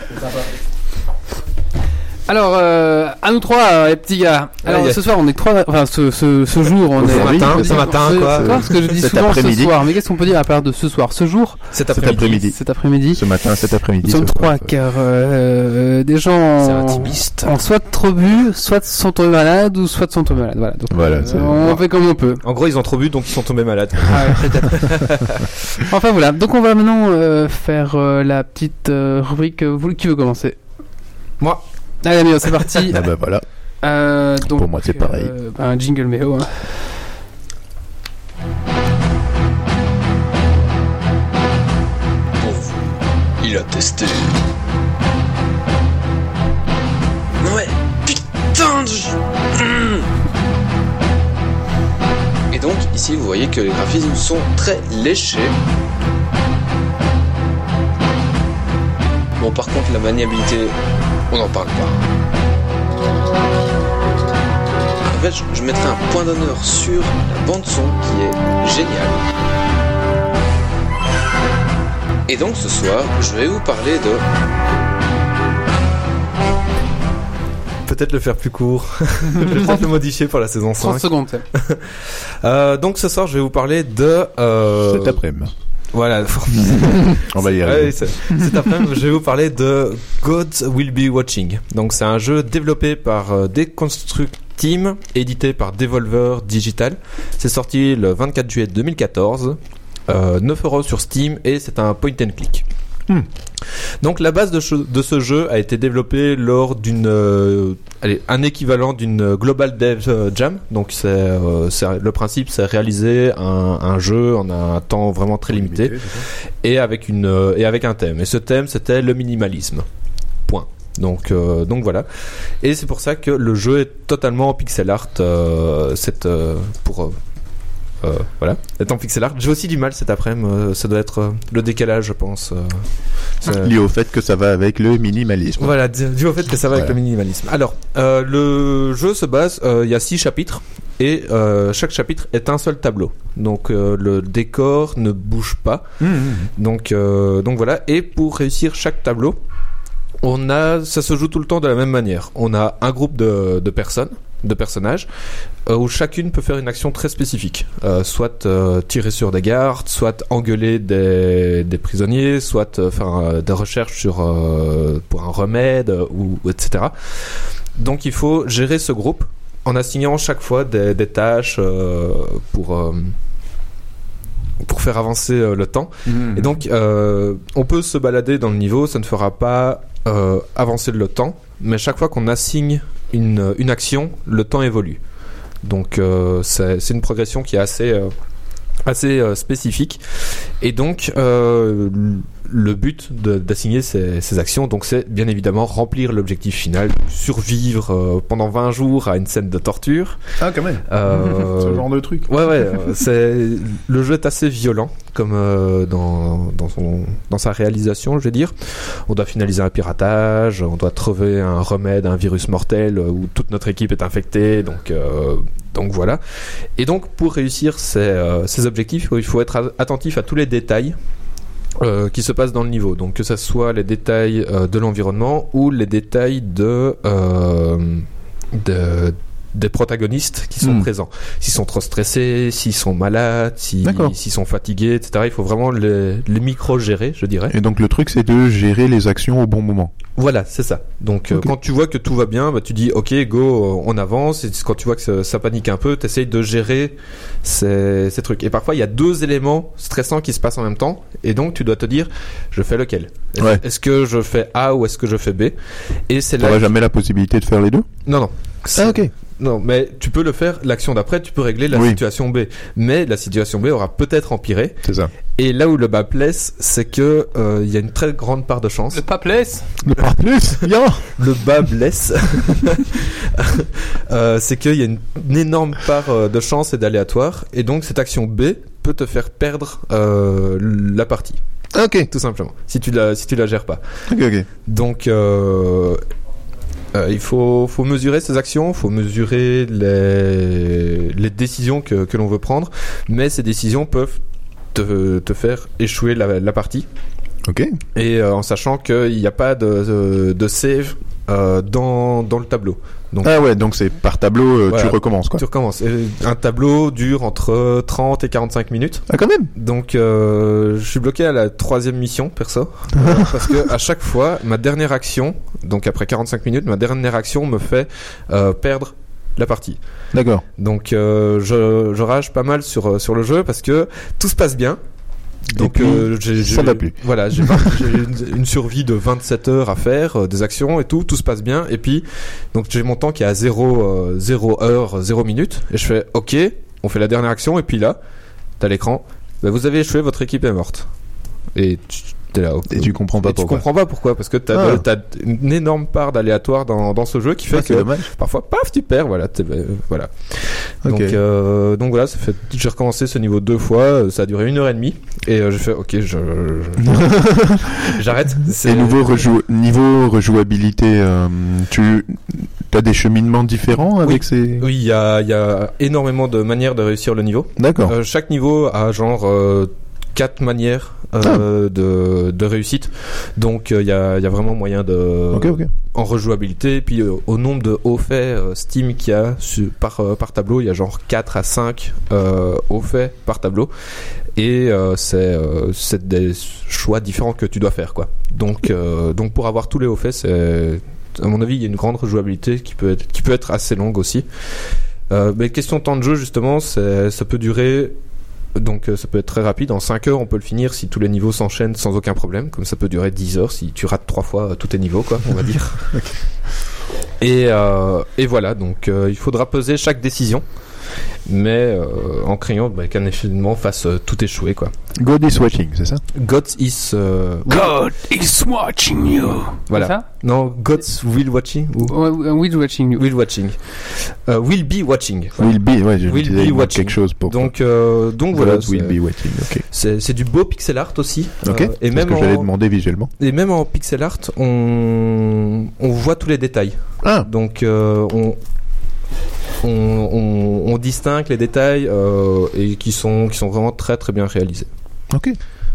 Alors, euh, à nous trois, euh, les petits gars. Alors, Ouais, y a- ce soir, on est trois. Enfin, ce, ce, ce jour, on Ce est. matin, on ce dit- matin, ce- quoi. C'est parce que je dis Cet souvent ce après-midi. soir. Mais qu'est-ce qu'on peut dire à part de ce soir, ce jour, Cet Cet après-midi. après-midi. cet après-midi. Ce matin, cet après-midi. Nous sommes ce soir. trois, car euh, des gens C'est ont, intimiste. ont soit trop bu, soit sont tombés malades, ou soit sont tombés malades. Voilà. Donc, Voilà, euh, c'est- on fait comme on peut. En gros, ils ont trop bu, donc ils sont tombés malades. Ah ouais, peut-être. Enfin voilà. Donc on va maintenant euh, faire euh, la petite euh, rubrique. euh, vous- Qui veut commencer? Moi. Allez, amigo, c'est parti. Ah bah voilà. Euh, donc, Pour moi, c'est pareil. euh, bah, un jingle méo. Hein. Pour vous, il a testé. Ouais, putain de... Mmh. Et donc, ici, vous voyez que les graphismes sont très léchés. Bon, par contre, la maniabilité, on n'en parle pas. En fait, je, je mettrai un point d'honneur sur la bande-son qui est géniale. Et donc, ce soir, je vais vous parler de... Peut-être le faire plus court. Je vais peut-être le modifier pour la saison trente cinq. secondes. c'est. Euh, donc ce soir, je vais vous parler de... Euh... Cet après-midi. Voilà. On va y Ouais, arriver. c'est- cet après-midi, je vais vous parler de Gods Will Be Watching. Donc c'est un jeu développé par euh, Deconstruct Team, édité par Devolver Digital. C'est sorti le vingt-quatre juillet deux mille quatorze. Euh, neuf euros sur Steam et c'est un point and click. Hmm. Donc la base de, che- de ce jeu a été développée lors d'une, euh, allez, un équivalent d'une Global Dev euh, Jam. Donc c'est, euh, c'est- le principe, c'est réaliser un, un jeu en un temps vraiment très limité et avec une euh, et avec un thème. Et ce thème, c'était le minimalisme. Point. Donc euh, donc voilà. Et c'est pour ça que le jeu est totalement en pixel art. Euh, cette euh, pour euh, euh, voilà, est en pixel art. J'ai aussi du mal cet après-midi. euh, ça doit être euh, le décalage, je pense. euh, c'est- Lié au fait que ça va avec le minimalisme. voilà, dû dû au fait que ça va avec Voilà. le minimalisme. Alors, euh, le jeu se base, euh, il y a six chapitres et euh, chaque chapitre est un seul tableau. Donc euh, le décor ne bouge pas. Mmh, mmh. Donc donc donc voilà. Et pour réussir chaque tableau, on a, ça se joue tout le temps de la même manière. On a un groupe de, de personnes, de personnages, euh, où chacune peut faire une action très spécifique. Euh, soit euh, tirer sur des gardes, soit engueuler des, des prisonniers, soit euh, faire euh, des recherches sur euh, pour un remède, euh, ou et cetera. Donc il faut gérer ce groupe en assignant chaque fois des, des tâches euh, pour euh, pour faire avancer euh, le temps. Mmh. Et donc, euh, on peut se balader dans le niveau, ça ne fera pas euh, avancer le temps, mais chaque fois qu'on assigne une, une action, le temps évolue. Donc, euh, c'est, c'est une progression qui est assez, euh, assez euh, spécifique. Et donc, euh, le but de, d'assigner ces, ces actions, donc, c'est bien évidemment remplir l'objectif final, survivre euh, pendant vingt jours à une scène de torture. Ah, quand même. Euh, Ce genre de truc. Ouais, ouais, euh, c'est le jeu est assez violent comme euh, dans dans son dans sa réalisation, je vais dire. On doit finaliser un piratage, on doit trouver un remède à un virus mortel euh, où toute notre équipe est infectée, donc euh, donc voilà. Et donc pour réussir ces euh, ces objectifs, il faut être attentif à tous les détails. Euh, qui se passent dans le niveau, donc que ce soit les détails euh, de l'environnement ou les détails de, euh, de des protagonistes qui sont Mm. présents. S'ils sont trop stressés, s'ils sont malades, si, D'accord. s'ils sont fatigués, et cetera. Il faut vraiment les, les micro-gérer, je dirais. Et donc le truc c'est de gérer les actions au bon moment. Voilà, c'est ça. Donc euh, Ok. quand tu vois que tout va bien, bah, tu dis ok, go, euh, on avance. Et quand tu vois que ça, ça panique un peu, tu essayes de gérer ces, ces trucs. Et parfois, il y a deux éléments stressants qui se passent en même temps. Et donc, tu dois te dire, je fais lequel Est-ce, Ouais. est-ce que je fais A ou est-ce que je fais B? Et c'est là... T'auras jamais la possibilité de faire les deux? Non, non. Ah, ok. Non, mais tu peux le faire, l'action d'après, tu peux régler la Oui. situation B. Mais la situation B aura peut-être empiré. C'est ça. Et là où le bas blesse, c'est que euh, il y a une très grande part de chance. Le papless. Ne parle plus. Ya. Le bas blesse. euh, c'est qu'il y a une, une énorme part euh, de chance et d'aléatoire. Et donc cette action B peut te faire perdre euh, la partie. Ok. Tout simplement. Si tu la, si tu la gères pas. Ok, ok. Donc, euh, euh, il faut, faut mesurer ses actions, faut mesurer les, les décisions que, que l'on veut prendre, mais ces décisions peuvent te, te faire échouer la, la partie. Ok. Et euh, en sachant qu'il n'y a pas de, de, de save euh, dans, dans le tableau. Donc, Ah ouais, donc c'est par tableau, euh, voilà, tu recommences quoi. tu recommences. Et un tableau dure entre trente et quarante-cinq minutes. Ah quand même. Donc euh, je suis bloqué à la troisième mission perso euh, parce que à chaque fois ma dernière action, donc après quarante-cinq minutes, ma dernière action me fait euh, perdre la partie. D'accord. Donc euh, je, je rage pas mal sur sur le jeu parce que tout se passe bien. Donc puis, euh, j'ai, j'ai, ça va plus. Voilà, j'ai, vingt, j'ai une, une survie de vingt-sept heures à faire, euh, des actions et tout, tout se passe bien. Et puis donc j'ai mon temps qui est à zéro euh, zéro heure, zéro minute, et je fais OK, on fait la dernière action, et puis là, t'as l'écran, bah, vous avez échoué, votre équipe est morte. Et tu, t'es là. Et tu comprends pas et tu pourquoi. comprends pas pourquoi, parce que t'as, Ah. de- t'as une énorme part d'aléatoire dans dans ce jeu qui fait Ah, que c'est dommage. parfois paf tu perds, voilà, t'es- euh, voilà. Ok. Donc, euh, donc voilà, ça fait, j'ai recommencé ce niveau deux fois, euh, ça a duré une heure et demie, et euh, j'ai fait, ok, je, je- j'arrête. C'est Et nouveau rejou... niveau rejouabilité, euh, tu as des cheminements différents avec ces. Oui, il y a, il y a énormément de manières de réussir le niveau. D'accord. Euh, chaque niveau a genre euh, quatre manières euh, de, de réussite, donc euh, il y a, il y a vraiment moyen de Ok, ok. en rejouabilité. Et puis euh, au nombre de hauts faits euh, Steam qu'il y a su- par, euh, par tableau, il y a genre quatre à cinq euh, hauts faits par tableau, et euh, c'est, euh, c'est des choix différents que tu dois faire quoi. Donc, euh, donc pour avoir tous les hauts faits, c'est, à mon avis, il y a une grande rejouabilité qui peut être, qui peut être assez longue aussi. Euh, mais question de temps de jeu, justement, c'est, ça peut durer. Donc euh, ça peut être très rapide, en cinq heures on peut le finir si tous les niveaux s'enchaînent sans aucun problème, comme ça peut durer dix heures si tu rates trois fois euh, tous tes niveaux quoi, on va dire. Et, euh, et voilà, donc euh, il faudra peser chaque décision, mais euh, en craignant bah, qu'un événement fasse euh, tout échouer quoi. God is watching, c'est ça? God is... euh, God is watching you. voilà. Ça Non, God's will watching ou Ouais, ouais, Will watching you. will watching. Euh, will be watching. Voilà. Will be, ouais, je me Will disais, be il manque watching. quelque chose pour. Donc, euh, donc God voilà, will c'est, be watching, ok. c'est, c'est du beau pixel art aussi. Ok. Euh, et C'est ce même que j'allais en, demander visuellement. et même en pixel art, on, on voit tous les détails. Ah, Donc euh, on, on, on, on distingue les détails euh, et qui sont, qui sont vraiment très très bien réalisés. ok.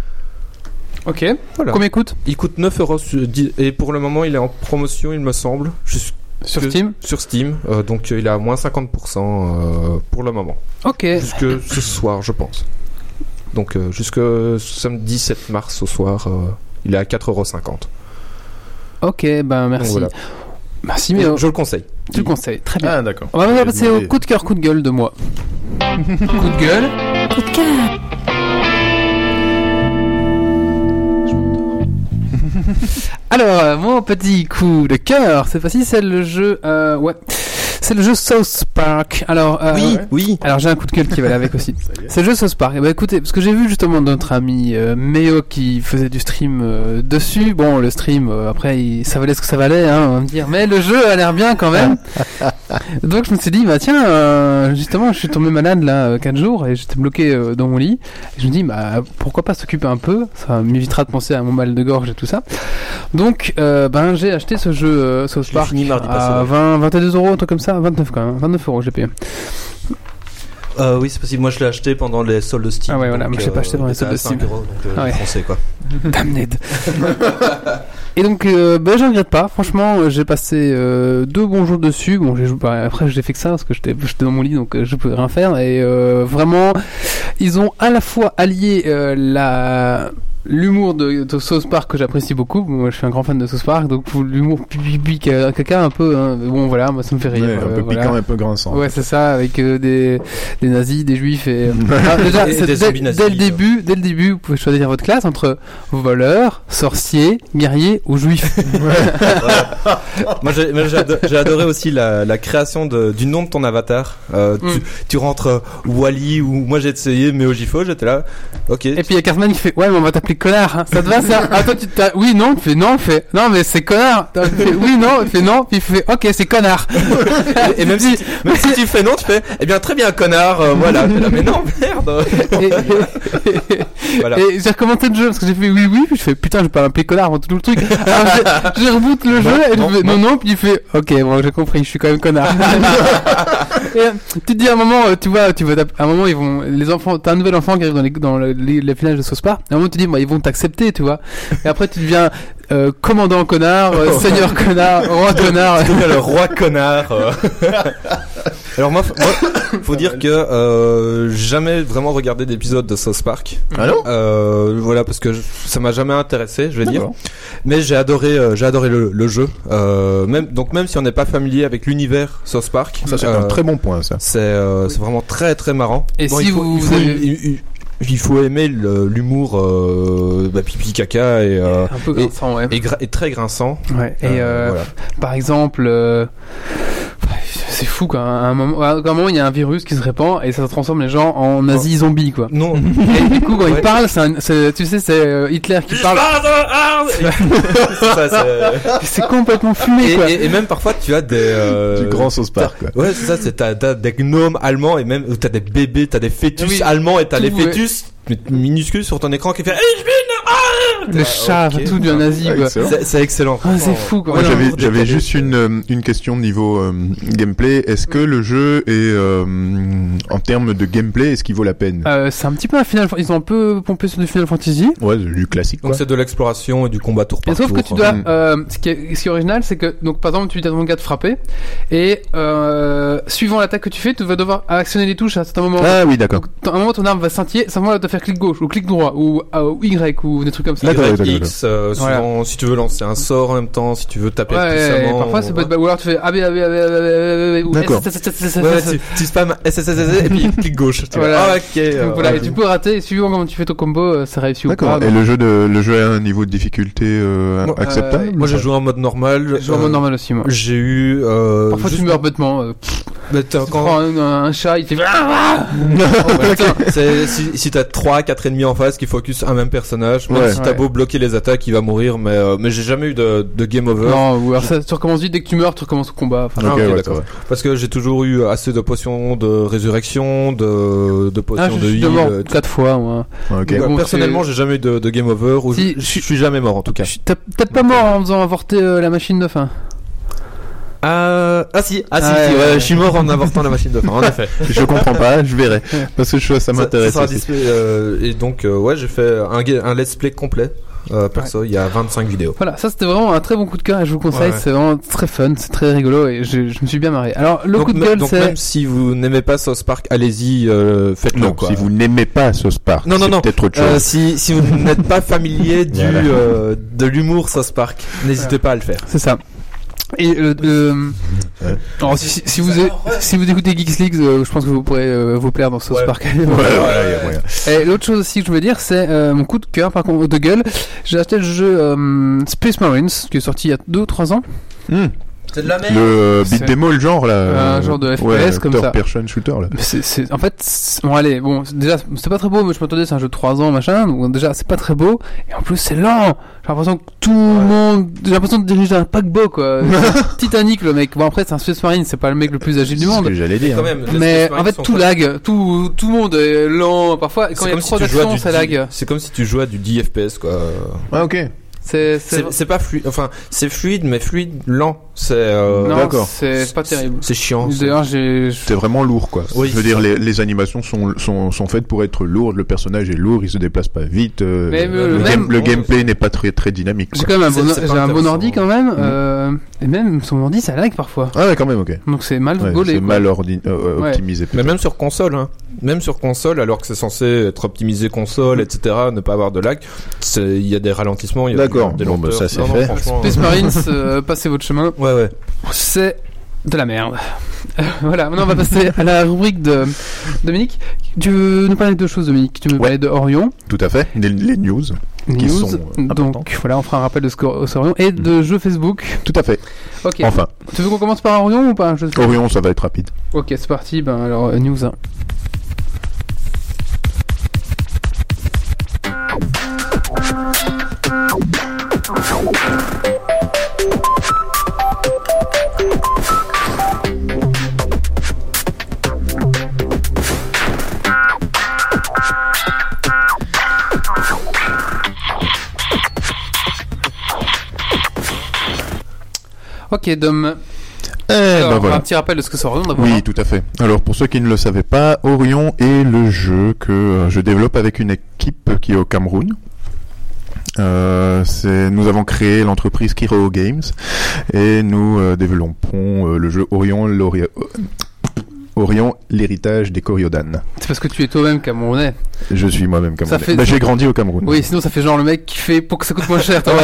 Ok. Voilà. Combien coûte Il coûte neuf euros sur dix et pour le moment il est en promotion, il me semble, jusque- sur Steam? sur Steam. Euh, donc euh, il est à moins cinquante pour cent euh, pour le moment. Ok. Jusque ce soir, je pense. Donc euh, jusque samedi sept mars au soir, euh, il est à quatre euros cinquante. Ok, ben merci. Donc, voilà. Merci, mais euh, Je le conseille. tu le conseilles. Très bien. Ah, d'accord. On va J'allais passer au demander. coup de cœur, coup de gueule de moi. coup de gueule. Coup de cœur. Alors, euh, mon petit coup de cœur, cette fois-ci, c'est le jeu. Euh, ouais. C'est le jeu South Park. Alors, euh, ouais. oui. Alors j'ai un coup de gueule qui va aller avec aussi. C'est le jeu South Park. Eh ben, écoutez, parce que j'ai vu justement notre ami euh, Méo qui faisait du stream euh, dessus. Bon, le stream, euh, après, il, ça valait ce que ça valait, hein, on va me dire. Mais le jeu a l'air bien quand même. Donc je me suis dit, bah tiens, euh, justement, je suis tombé malade là, quatre jours, et j'étais bloqué euh, dans mon lit. Et je me dis, bah pourquoi pas s'occuper un peu. Ça m'évitera de penser à mon mal de gorge et tout ça. Donc, euh, ben j'ai acheté ce jeu euh, South Je l'ai Park fini mardi à passé, ouais. vingt, vingt-deux euros, un truc comme ça, vingt-neuf quand même, vingt-neuf euros j'ai payé. Euh, oui, c'est possible. Moi, je l'ai acheté pendant les soldes de Steam. Ah ouais, voilà, donc, moi, je l'ai pas acheté pendant les il était soldes de à cinq Steam. euros, donc euh, Ah ouais. français, quoi. Damned. Et donc, euh, ben, je regrette pas. Franchement, euh, j'ai passé euh, deux bons jours dessus. Bon, j'ai joué, bah, après, j'ai fait que ça parce que j'étais, j'étais dans mon lit, donc euh, je pouvais rien faire. Et euh, vraiment, ils ont à la fois allié euh, la l'humour de, de South Park que j'apprécie beaucoup. Moi, je suis un grand fan de South Park, donc pour l'humour pipi caca un peu. Hein, bon, voilà, moi, ça me fait rire. Ouais, un euh, peu voilà. piquant, un peu grinçant. Ouais, c'est ça, avec euh, des, des nazis, des juifs et. Ah, déjà, Et c'est- des dès, zombies nazis, dès le euh. début, dès le début, vous pouvez choisir votre classe entre voleurs, sorciers, guerriers ou juifs. Moi j'ai, moi, j'ai ado- j'ai adoré aussi la, la création de, du nom de ton avatar. Euh, Mm. tu, tu rentres euh, Wally ou moi j'ai essayé mais au Gifo, j'étais là. Ok. Et puis il y a Cartman qui fait ouais, mais on va t'appeler m'appeler connard, hein. Ça te va ça? Ah toi tu t'as, oui non, tu fais non, tu fais non mais c'est connard. Tu fais oui non, tu fais non, puis tu fais ok c'est connard. Et même si, même si tu fais non, tu fais eh bien très bien connard, euh, voilà. T'es là, mais non merde. Et, et, Voilà. et j'ai recommencé le jeu parce que j'ai fait oui oui, puis je fais putain je vais pas m'appeler connard avant tout le truc. Alors j'ai, j'ai reboot le jeu et non, je fais non non, puis il fait ok bon j'ai compris, je suis quand même connard. Et euh, tu te dis à un moment, euh, tu vois, tu vas à un moment ils vont les enfants, t'as un nouvel enfant qui arrive dans les dans le, les, les villages de South Park. À un moment tu te dis bah, ils vont t'accepter, tu vois. Et après tu deviens euh, commandant connard, euh, seigneur connard, roi connard. Tu deviens le roi connard. euh. Alors moi, f- moi, faut dire que euh, jamais vraiment regardé d'épisode de South Park. Ah non Euh, voilà parce que je- ça m'a jamais intéressé, je vais dire. D'accord. Mais j'ai adoré, euh, j'ai adoré le, le jeu. Euh, même donc même si on n'est pas familier avec l'univers South Park, Ça, c'est euh, un très bon point, ça. c'est euh, c'est vraiment très très marrant. Et Bon, si il faut, vous- il faut, vous avez- il- il- il faut aimer le- l'humour euh, bah, pipi caca et euh, Un peu et, grinçant, ouais. et, gra- et très grinçant. Ouais. Et Euh, euh, voilà. par exemple, euh, c'est fou quoi. À un moment, à un moment, il y a un virus qui se répand et ça transforme les gens en nazis zombies quoi. Non. Et du coup, quand Ouais. il parle, c'est, un, c'est tu sais, c'est euh, Hitler qui parle. C'est ça, c'est- C'est complètement fumé Et, quoi. et, et même parfois tu as des euh, Du grand South Park, quoi. Ouais, c'est ça, c'est t'as, t'as des gnomes allemands et même ou t'as des bébés, t'as des fœtus Oui. allemands et t'as Tout, les ouais. fœtus minuscules sur ton écran qui fait hey, je viens de- Le Ah, chat, ok. tout devient nazi Ah, quoi. excellent. c'est, c'est excellent. Ah, c'est fou quoi. Moi, Ouais, j'avais, non, j'avais décalé. juste une, euh, une question de niveau euh, gameplay. Est-ce que le jeu est, euh, en termes de gameplay, est-ce qu'il vaut la peine? Euh, c'est un petit peu un Final Fantasy. Ils ont un peu pompé sur du Final Fantasy. Ouais, du classique, Donc quoi. c'est de l'exploration et du combat tour Et par sauf tour. que tu dois, Mm. euh, ce qui est, ce qui est original, c'est que, donc, par exemple, tu dis à ton gars de frapper, et, euh, suivant l'attaque que tu fais, tu vas devoir actionner les touches à un certain moment. Ah oui, d'accord. Donc, à un moment, ton arme va scintiller, à un moment, elle doit faire clic gauche, ou clic droit, ou, euh, ou Y, ou des trucs comme ça. D'accord, Y, d'accord, d'accord. X, euh, souvent, si tu veux lancer un sort en même temps, si tu veux taper Ouais, puissamment. et parfois, ça peut ouais. être, ou alors tu fais A B, A B, A B, A B, A B, ou D'accord. S, S, S, S, S, S, Ouais, S. tu, tu spams S S S S et puis clic gauche. Tu Voilà. vois, ah, ok. euh, Donc voilà, ouais. et tu peux rater, et suivant comment tu fais ton combo, euh, ça réussit ou D'accord. pas. Et le jeu de, le jeu a un niveau de difficulté, euh, Moi, acceptable? euh, Moi j'ai joué en mode normal. Je joue en euh, mode normal aussi, moi. J'ai eu. Euh, Parfois, juste- tu meurs bêtement, euh, Mais t'as- tu quand- prends un, un chat, il fait ah, C'est, si, si t'as trois quatre ennemis en face qui focus un même personnage, même Ouais. si t'as Ouais. beau bloquer les attaques, il va mourir, mais, euh, mais j'ai jamais eu de, de game over. non, ou alors ça, tu recommences vite dès que tu meurs, tu recommences au combat. Enfin, Ah, Ok, ok, ouais, d'accord. ça va. Parce que j'ai toujours eu assez de potions de résurrection, de, de potions ah, je de suis heal. mort euh, tout. quatre fois, moi. Ok. Ouais, Bon, personnellement, c'est- j'ai jamais eu de, de game over ou Si, je, je- je suis jamais mort en tout cas. Je suis t'as- peut-être pas mort en faisant avorter euh, la machine de fin. Ah, ah si, ah si, Ah, si, ouais, ouais, ouais. je suis mort en avortant la machine de fin, en effet. Je comprends pas, je verrai. Parce que je, ça Ça- m'intéresse ça sera aussi. display, euh, et donc, euh, ouais, j'ai fait un, ga- un let's play complet. Euh, perso, il y a vingt-cinq vidéos. Voilà, ça c'était vraiment un très bon coup de cœur et je vous conseille, Ouais, ouais. c'est vraiment très fun, c'est très rigolo et je, je me suis bien marré. Alors le donc, coup de me- gueule donc c'est... même si vous n'aimez pas South Park, allez-y, euh, faites-le Non, quoi. si vous n'aimez pas South Park, Non, non, c'est non. peut-être autre Euh, chose. si, si vous n'êtes pas familier du, Voilà. euh, de l'humour South Park, n'hésitez pas à le faire. C'est ça. Et euh, euh, Ouais. alors si, si, si vous si vous écoutez Geeks League, euh, je pense que vous pourrez euh, vous plaire dans South Ouais. Park. Ouais, ouais, ouais, y a moyen. Et l'autre chose aussi que je veux dire, c'est euh, mon coup de cœur, par contre, de gueule. J'ai acheté le jeu euh, Space Marines, qui est sorti il y a deux ou trois ans. Hmm. C'est de la Le euh, C'est- beat 'em all genre là. Un genre de F P S ouais, comme third ça. person shooter là. Mais c'est, c'est, en fait, c'est- bon allez, bon, c'est- déjà, c'est pas très beau, mais je m'attendais, c'est un jeu de trois ans, machin, donc déjà, c'est pas très beau, et en plus, c'est lent. J'ai l'impression que tout le monde, j'ai l'impression de diriger un paquebot, quoi. C'est Titanic, le mec. Bon, après, c'est un Space Marine, c'est pas le mec le plus agile du C'est ce monde. que j'allais dire. Quand même, les Mais Space en Marines fait, sont tout pas- lag, tout, tout le monde est lent, parfois, quand C'est il y a comme trop si tu jouais à d'action, du ça dix- lag. C'est comme si tu jouais à du dix F P S quoi. Ah ok. C'est, c'est, C'est, c'est pas fluide, enfin, c'est fluide, mais fluide lent. C'est, euh, non, d'accord. c'est pas terrible. C'est chiant. c'est- D'ailleurs, j'ai, C'est vraiment lourd quoi. Oui. Je veux dire les, les animations sont, sont sont faites pour être lourdes, le personnage est lourd, il se déplace pas vite. euh, Mais, le, euh, le même- game- le gameplay n'est pas très très dynamique. j'ai Quoi. quand même un C'est- bon, c'est pas j'ai un bon intéressant. ordi quand même, Mhm. euh, et même son ordi, ça lag parfois. Ah ouais quand même ok. Donc c'est mal Ouais, gaulé. c'est quoi. mal ordi- euh, Ouais. optimisé. Mais même sur console, hein. Même sur console, alors que c'est censé être optimisé console, et cetera, ne pas avoir de lag, c'est- il y a des ralentissements, il y a D'accord. des Bon, bah, lenteurs. ça, c'est Non, non, fait. franchement, Space euh, Marines, euh, passez votre chemin. Ouais, ouais. C'est de la merde. Euh, voilà, maintenant on va passer à la rubrique de Dominique. Tu veux nous parler de deux choses, Dominique. Tu veux nous Ouais. parler de Orion, Tout à fait. Les, les news. Qui News, sont, euh, donc importantes. voilà, on fera un rappel de ce que c'est Orion, et de jeux Facebook. Tout à fait. Ok. Enfin, Tu veux qu'on commence par Orion ou pas? Je sais. Orion, ça va être rapide. Ok, c'est parti. Ben alors, euh, News un. Ok, Dom. Eh Alors, ben voilà. un petit rappel de ce que c'est Orion d'abord. Oui, tout à fait. Alors pour ceux qui ne le savaient pas, Orion est le jeu que euh, je développe avec une équipe qui est au Cameroun. Euh, c'est, nous avons créé l'entreprise Kiro Games et nous euh, développons euh, le jeu Orion, l'Ori- Orion, l'héritage des Coriodanes. C'est parce que tu es toi-même camerounais. Je suis moi-même camerounais. fait- Bah, j'ai grandi au Cameroun. Oui, sinon ça fait genre le mec qui fait pour que ça coûte moins cher. Toi.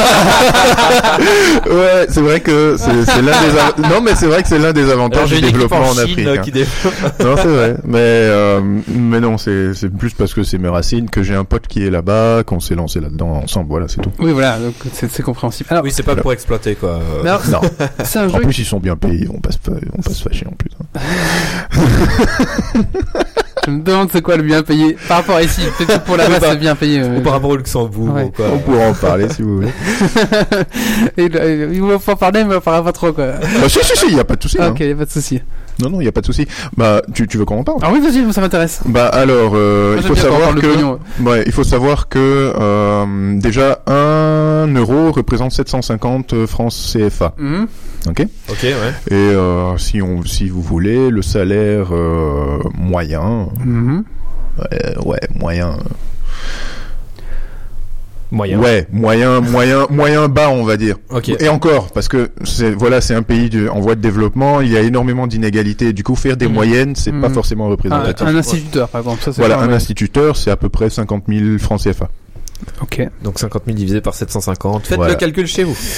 Ouais, c'est vrai que c'est, c'est l'un des av- non mais c'est vrai que c'est l'un des avantages du développement en, Afrique. Hein. Qui développe. Non, c'est vrai. Mais euh, mais non, c'est c'est plus parce que c'est mes racines que j'ai un pote qui est là-bas, qu'on s'est lancé là-dedans ensemble. Voilà, c'est tout. Oui, voilà, donc c'est, c'est compréhensible. Alors, Oui, c'est pas pour exploiter quoi. Euh, mais alors, Non. c'est un En jeu. plus, ils sont bien payés. Ils vont pas se fa- ils vont pas se fâcher en plus. Hein. Je me demande c'est quoi le bien payé par rapport à ici. Peut-être que pour la base c'est bien payé. euh, Ou par rapport au Luxembourg Ouais. ou quoi. On pourra en parler si vous voulez. Et le- euh, il va pas en parler, mais on en parlera pas trop quoi. Ah, si, si, si, il y a pas de souci. Ah, hein. ok, y a pas de souci. Non, non, il y a pas de souci. Bah, tu tu veux qu'on en parle? Ah oui, vas-y, ça m'intéresse. Bah alors, euh, Moi, il j'aime faut bien quand on savoir parle de que pognon. ouais, il faut savoir que euh, déjà un euro représente sept cent cinquante francs C F A. Mhm. Ok. Ok, ouais. Et euh, si on, si vous voulez, le salaire euh, moyen, Mhm. euh, ouais, moyen, Moyen. ouais, moyen, moyen, moyen bas, on va dire. Ok. Et encore, parce que c'est, voilà, c'est un pays de- en voie de développement, il y a énormément d'inégalités. Du coup, faire des Mhm. moyennes, c'est pas Mhm. forcément Un, représentatif. un instituteur, par exemple. Ça, c'est Voilà, pas un ouais. instituteur, c'est à peu près cinquante mille francs C F A. Ok. Donc cinquante mille divisé par sept cent cinquante. Faites Voilà. le calcul chez vous.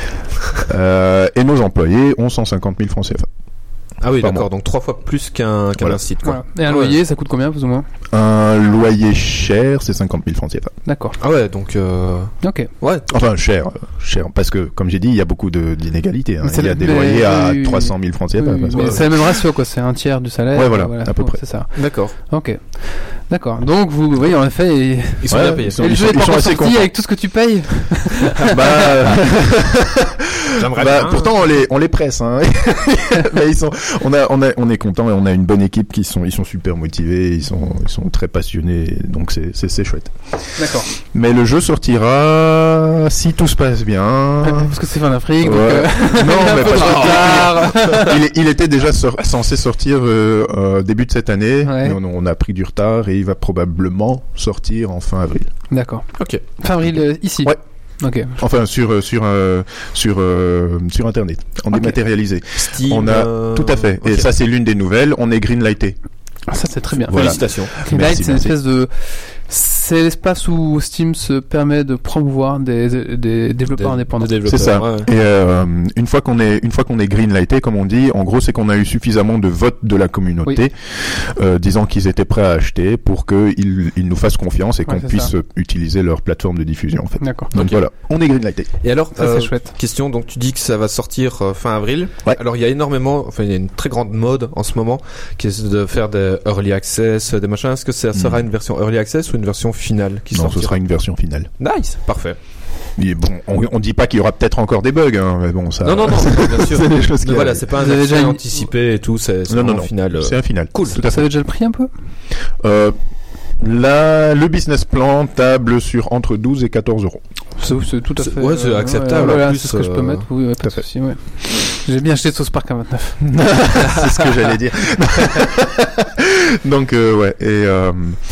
Euh, et nos employés ont cent cinquante mille francs C F A. Ah oui, Par d'accord. mois. Donc trois fois plus qu'un qu'un Voilà. site quoi. Voilà. Et un Ouais. loyer, ça coûte combien, plus ou moins? Un loyer cher, c'est cinquante mille francs C F A. D'accord. Ah ouais, donc euh... Ok. ouais. Enfin, cher, euh, cher, parce que, comme j'ai dit, il y a beaucoup de, d'inégalités. Hein. Mais c'est Il y a le- des mais- loyers à oui, oui, trois cent mille francs C F A. Oui, quoi. mais Ouais. c'est le même ratio, quoi. C'est un tiers du salaire. Ouais, voilà, à peu Ouais, près. C'est ça. D'accord. Ok. D'accord. Donc, vous voyez, en effet, et, Ils sont Ouais, bien payés. ils sont- et le ils jeu sont- est ils pas sont encore assez sorti contents. avec tout ce que tu payes. Bah, J'aimerais bah, bien. pourtant, on les, on les presse, hein. Mais ils sont, on a, on a, on est content et on a une bonne équipe qui sont, ils sont super motivés, ils sont, ils sont très passionnés, donc c'est, c'est, c'est chouette. D'accord. Mais le jeu sortira si tout se passe bien. Parce que c'est fin d'Afrique, donc. Ouais. euh, Non, il y a un mais peu de parce que- retard. il, est- il était déjà sor- censé sortir euh, euh, début de cette année. Ouais. Mais on, on a pris du retard et il va probablement sortir en fin avril. D'accord. Ok. Fin avril, euh, ici. Ouais. Ok. Enfin sur euh, sur euh, sur euh, sur internet, en Ok. dématérialisé. Steam. On a euh, tout à fait. Et ok. ça c'est l'une des nouvelles. On est greenlighté. Ah, ça, c'est très bien. Voilà. Félicitations. Greenlight, Merci, c'est une merci. espèce de. C'est l'espace où Steam se permet de promouvoir des, des développeurs Des- indépendants. des C'est ça. développeurs, ouais. Et euh, une fois qu'on est une fois qu'on est greenlighté, comme on dit, en gros c'est qu'on a eu suffisamment de votes de la communauté euh, disant qu'ils étaient prêts à acheter pour qu'ils ils nous fassent confiance et qu'on Ouais, c'est puisse ça. euh, utiliser leur plateforme de diffusion en fait. D'accord. Donc Ok. voilà, on est greenlighté. Et alors, Ça, euh, c'est chouette. question, donc tu dis que ça va sortir euh, fin avril. Ouais. Alors il y a énormément, enfin il y a une très grande mode en ce moment qui est de faire des early access, des machins. Est-ce que ça sera une version early access ou une version finale qui Non, sortira ce sera une version finale. Nice, parfait. Mais bon, on, on dit pas qu'il y aura peut-être encore des bugs, hein, mais bon ça. Non, non, non, bien sûr. C'est des choses qui Mais voilà, arrivent. c'est pas un Vous avez accès déjà une- anticipé et tout, c'est c'est Non, non, vraiment non. final. euh. C'est un final. Cool. Tout à Ça fait. avait déjà le prix un peu? Euh, là, le business plan table sur entre douze et quatorze euros. C'est, c'est tout à C'est- fait. ouais, c'est euh, acceptable, ouais, en voilà, plus, c'est ce que je peux euh, mettre. Oui, ouais, pas tout à de fait. souci, ouais. J'ai bien acheté Sauce Park à vingt-neuf. C'est ce que j'allais dire. Donc euh, ouais et euh,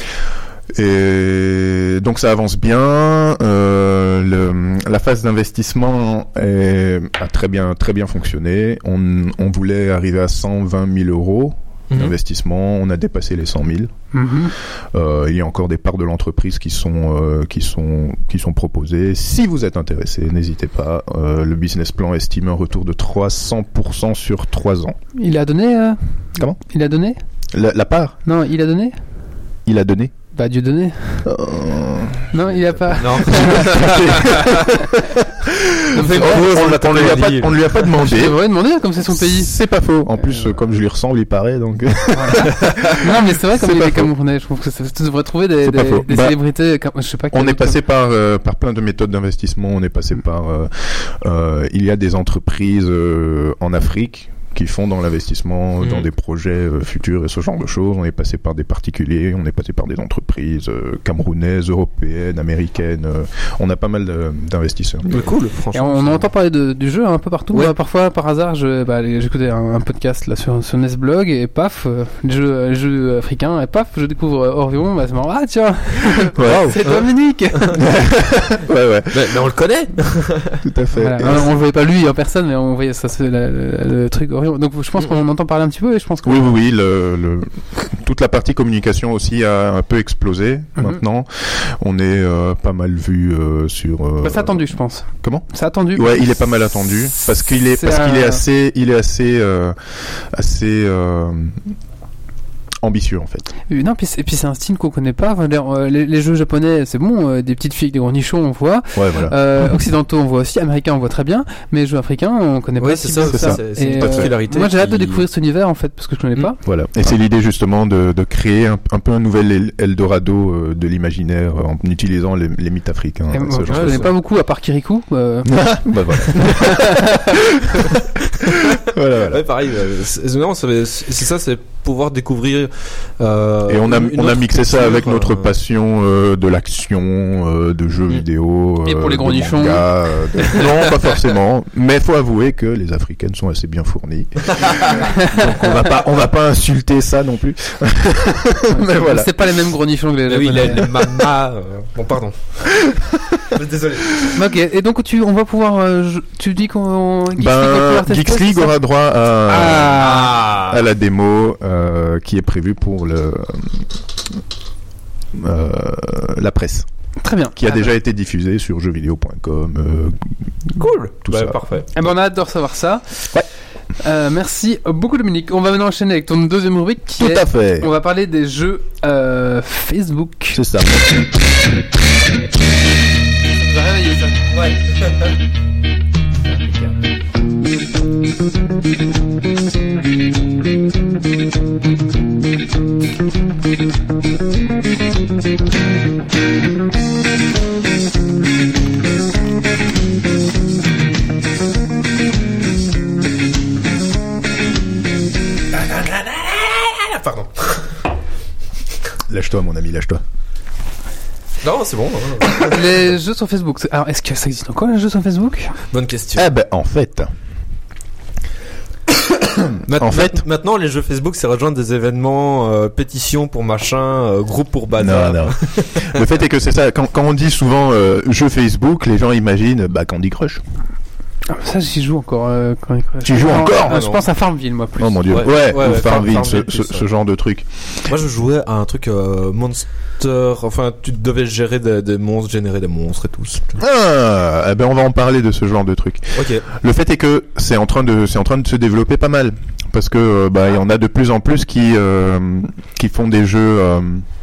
et donc ça avance bien. Euh, le, la phase d'investissement est, a très bien très bien fonctionné. On, on voulait arriver à cent vingt mille euros Mhm. d'investissement. On a dépassé les cent mille. Mhm. Euh, il y a encore des parts de l'entreprise qui sont euh, qui sont qui sont proposées. Si vous êtes intéressé, n'hésitez pas. Euh, le business plan estime un retour de trois cents pour cent sur trois ans. Il a donné. euh, Comment Il a donné? La, la part, Non, il a donné? il a donné. Bah, Dieu donné. Non, il a pas. Non. On, on, on lui a pas, on ne lui a pas Je demandé. devrais demander, comme c'est son pays. C'est pas faux. En plus, euh, comme je lui ressemble, il paraît donc. Non, mais c'est vrai, comme C'est il pas est faux. camerounais, je trouve que ça- tu devrais trouver des, C'est pas des, faux. des Bah, célébrités, comme- je sais pas. On quel est autre- passé par euh, par plein de méthodes d'investissement. On est passé par. Euh, euh, il y a des entreprises euh, en Afrique qui font dans l'investissement, Mmh. dans des projets euh, futurs et ce genre de choses. On est passé par des particuliers, on est passé par des entreprises euh, camerounaises, européennes, américaines. euh, on a pas mal de- d'investisseurs. Mais cool, Et franchement. on entend parler de, du jeu un peu partout. Ouais. Euh, parfois, par hasard, je, bah, les- j'écoutais un, un podcast là sur, sur Nesblog et paf, euh, les jeux, les jeux africains et paf, je découvre euh, Orion. Bah, c'est marrant. Ah tiens, Ouais, c'est Dominique. ouais, ouais, Mais, mais on le connaît. tout à fait. Voilà. Et- Alors, on le voyait pas lui en personne, mais on voyait ça, c'est le, le- le truc Orion. Donc je pense qu'on entend parler un petit peu et je pense que Oui, oui, oui. Le, le, toute la partie communication aussi a un peu explosé Mhm. maintenant. On est euh, pas mal vu euh, sur. euh, bah, c'est attendu, je pense. Comment C'est attendu. Ouais, il est pas mal attendu parce qu'il est C'est parce qu'il un- est assez, il est assez, euh, assez euh, ambitieux en fait. Euh, Non, puis c'est, et puis c'est un style qu'on connaît pas. Enfin, d'ailleurs, euh, les, les jeux japonais, c'est bon, euh, des petites filles, avec des gros nichons, on voit. Ouais, voilà. Euh, occidentaux, on voit aussi. Américains, on voit très bien. Mais les jeux africains, on connaît pas. Ouais, si c'est ça, bien que c'est ça. C'est, c'est Et, une euh, particularité. Moi, j'ai hâte de qui- découvrir cet univers en fait, parce que je connais Mm. pas. Voilà. Et c'est l'idée justement de, de créer un, un peu un nouvel El- Eldorado euh, de l'imaginaire euh, en utilisant les, les mythes africains. Et ce moi, genre je de connais choses. pas beaucoup à part Kirikou. Euh, Bah voilà. voilà, voilà. Ouais, pareil. euh, c'est, c'est- non, c'est, c'est ça, c'est pouvoir découvrir. euh, Et on a, une on a autre mixé ça culture, avec notre euh, passion euh, de l'action, euh, de jeux Mm. vidéo. Et pour euh, les gros de nichons. manga, euh, de- Non, pas forcément. Mais faut avouer que les Africaines sont assez bien fournies. Donc on va pas, on va pas insulter ça non plus. Mais voilà. C'est pas les mêmes gros nichons que les Mais oui, japonais. les, les mamas. euh, Bon, pardon. Désolé. Ok. Et donc tu, on va pouvoir. euh, je- tu dis qu'on. Geeks League va Ben, pouvoir tester, Geeks League c'est ça aura droit à, Ah. à la démo euh, qui est prévue pour le euh, la presse, Très bien. qui a Ah, déjà été diffusée sur jeux vidéo point com. Euh, Cool. Tout Bah, ça. Parfait. Eh ben, on a hâte de recevoir ça. Ouais. Euh, merci beaucoup Dominique. On va maintenant enchaîner avec ton deuxième rubrique qui Tout est. à fait. On va parler des jeux euh, Facebook. C'est ça. Ça vous a réveillé ça. Ouais. Pardon. Lâche-toi, mon ami, lâche-toi. Non, c'est bon. hein. Les jeux sur Facebook. c'est- Alors, est-ce que ça existe encore les jeux sur Facebook? Bonne question. Eh ben, en fait, Mat- en fait- mat- maintenant, les jeux Facebook, c'est rejoindre des événements, euh, pétitions pour machin, euh, groupe pour bazar. non, non. Le fait est que c'est ça. Quand, quand on dit souvent euh, jeu Facebook, les gens imaginent bah, Candy Crush. Ah, ça, j'y joue encore. Euh, quand... Tu joues Non, encore euh, Ah, Je non. pense à Farmville, moi, plus. Oh mon dieu. Ouais, Ouais, ouais, ou ouais, Farmville, ce, Farmville ce- plus, ce ouais. genre de truc. Moi, je jouais à un truc euh, Monster. Enfin, tu devais gérer des, des monstres, générer des monstres et tout. Ah, eh ben on va en parler de ce genre de truc. Ok. Le fait est que c'est en train de c'est en train de se développer pas mal parce que euh, bah il y en a de plus en plus qui euh, qui font des jeux euh,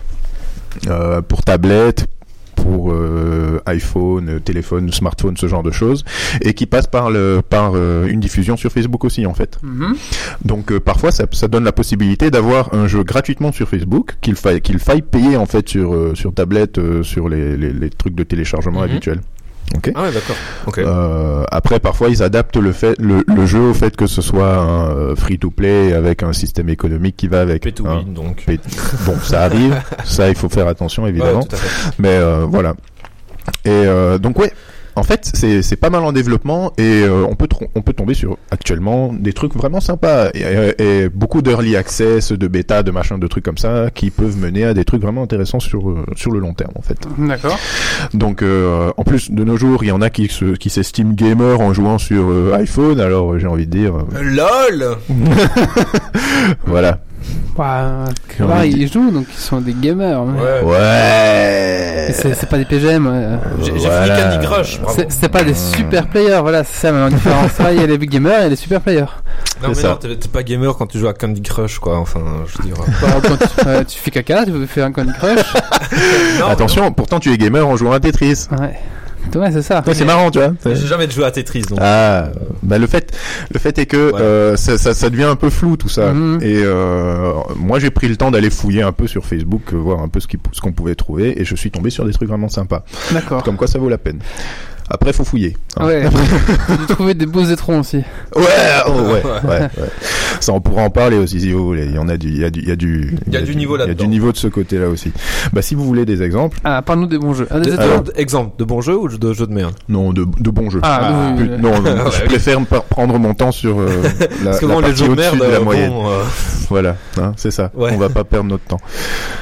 euh, pour tablette, pour euh, iPhone, euh, téléphone, smartphone, ce genre de choses, et qui passent par le par euh, une diffusion sur Facebook aussi en fait. Mhm. Donc euh, parfois ça, ça donne la possibilité d'avoir un jeu gratuitement sur Facebook qu'il faille qu'il faille payer en fait sur euh, sur tablette, euh, sur les, les les trucs de téléchargement Mhm. habituels. Ok. Ah ouais, d'accord. Ok. Euh, après, parfois, ils adaptent le fait, le, le jeu au fait que ce soit un euh, free-to-play avec un système économique qui va avec. P deux hein. win, donc. P- Bon, ça arrive. Ça, il faut faire attention, évidemment. Ouais, tout à fait. Mais euh, voilà. Et euh, donc, ouais. En fait, c'est c'est pas mal en développement et euh, on peut tr- on peut tomber sur actuellement des trucs vraiment sympas et, et, et beaucoup d'early access, de bêta, de machin, de trucs comme ça qui peuvent mener à des trucs vraiment intéressants sur euh, sur le long terme en fait. D'accord. Donc euh, en plus de nos jours, il y en a qui se qui s'estiment gamer en jouant sur euh, iPhone. Alors euh, j'ai envie de dire euh, LOL. voilà. Bah, J'ai là, envie de ils jouent, donc ils sont des gamers. mais- Ouais. Ouais. Et C'est c'est pas des P G M. ouais. J'ai j'ai Voilà. fini Candy Crush. Bravo. C'est c'est pas des super players, voilà, c'est ça ma différence. Là, il y a les big gamers et les super players. Non mais c'est ça. non, t'es t'es pas gamer quand tu joues à Candy Crush, quoi. Enfin, je veux dire. Bah, quand tu, euh, tu fais caca, tu peux faire un Candy Crush. Non, Attention, pourtant tu es gamer en jouant à Tetris. Ouais. Ouais, c'est ça. Ouais, c'est marrant, tu vois. mais J'ai jamais joué à Tetris, donc. Ah, bah le fait, le fait est que Ouais. euh, ça, ça, ça devient un peu flou tout ça. Mhm. Et euh, moi j'ai pris le temps d'aller fouiller un peu sur Facebook, euh, voir un peu ce qui- ce qu'on pouvait trouver, et je suis tombé sur des trucs vraiment sympas. D'accord. Comme quoi ça vaut la peine. Après, faut fouiller. Hein. Ouais. J'ai trouvé des beaux étrons aussi. Ouais, oh, ouais, ouais, ouais. Ça, on pourra en parler aussi si vous voulez. Il y en a du, il y a du, il y a du, il y a du niveau là-dedans. Il y a du niveau de ce côté-là aussi. Bah, si vous voulez des exemples. Ah, parle-nous des bons jeux. Ah, des Des- étrons. alors, exemple de bons jeux ou de jeux de merde? Non, de, de bons jeux. Ah, oui, Plus- oui, oui. non, non, Ouais, je oui. préfère pas prendre mon temps sur euh, la, Parce que la bon, les partie jeux de au-dessus merde, de la euh, moyenne. bon, euh, Voilà, hein, c'est ça. Ouais. On va pas perdre notre temps.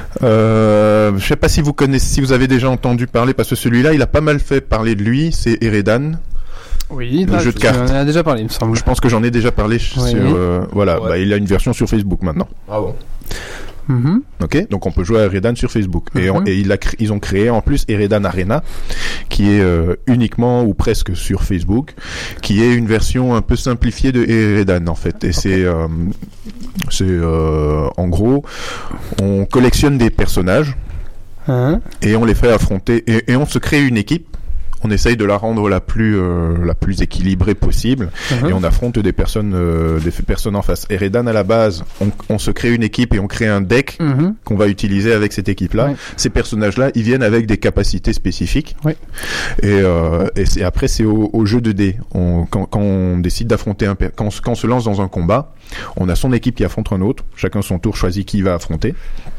Euh, je sais pas si vous connaissez, si vous avez déjà entendu parler, parce que celui-là, il a pas mal fait parler de lui. C'est Eredan. Oui, Le là, jeu de je- cartes. On en a déjà parlé, il me semble. Je pense que j'en ai déjà parlé ch- Oui. sur. euh, voilà, Ouais. bah, il a une version sur Facebook maintenant. Ah bon. Mhm. Ok, donc on peut jouer à Eredan sur Facebook. Et, on- Mhm. et il a cré- ils ont créé en plus Eredan Arena, qui est euh, uniquement ou presque sur Facebook, qui est une version un peu simplifiée de Eredan en fait. Et c'est, euh, c'est euh, en gros, on collectionne des personnages Hein et on les fait affronter et, et on se crée une équipe. On essaye de la rendre la plus euh, la plus équilibrée possible Mhm. et on affronte des personnes euh, des personnes en face. Eredan à la base, on, on se crée une équipe et on crée un deck Mhm. qu'on va utiliser avec cette équipe-là. Ouais. Ces personnages-là, ils viennent avec des capacités spécifiques. Ouais. Et, euh, et c'est, après, c'est au, au jeu de dés. On, quand, quand on décide d'affronter un, per- quand, on se- quand on se lance dans un combat, on a son équipe qui affronte un autre. Chacun son tour choisit qui il va affronter.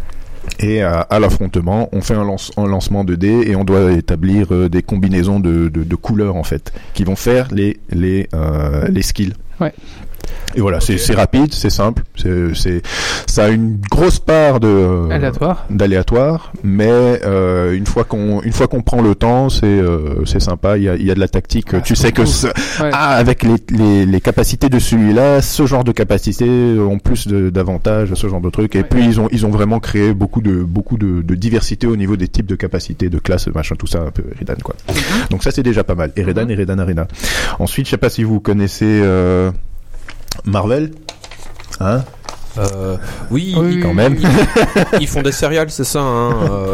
Et à, à l'affrontement, on fait un, lance, un lancement de dés et on doit établir euh, des combinaisons de, de, de couleurs en fait, qui vont faire les les euh, les skills. Ouais. Et voilà, c'est c'est rapide, c'est simple, c'est c'est ça a une grosse part de Aléatoire. d'aléatoire, mais euh, une fois qu'on une fois qu'on prend le temps, c'est euh, c'est sympa. Il y a il y a de la tactique. Ah, tu c'est sais que cool. ce- Ouais. ah avec les, les les capacités de celui-là, ce genre de capacités ont plus de- d'avantages, ce genre de trucs. Et Ouais. puis ils ont ils ont vraiment créé beaucoup de beaucoup de, de diversité au niveau des types de capacités, de classes, machin, tout ça un peu Eredan quoi. Donc ça c'est déjà pas mal. Eredan, Mhm. Eredan Arena. Ensuite, je sais pas si vous connaissez euh, Marvel. Hein? Euh, oui, Oui, ils- quand même. Ils font des céréales, c'est ça. Hein, euh.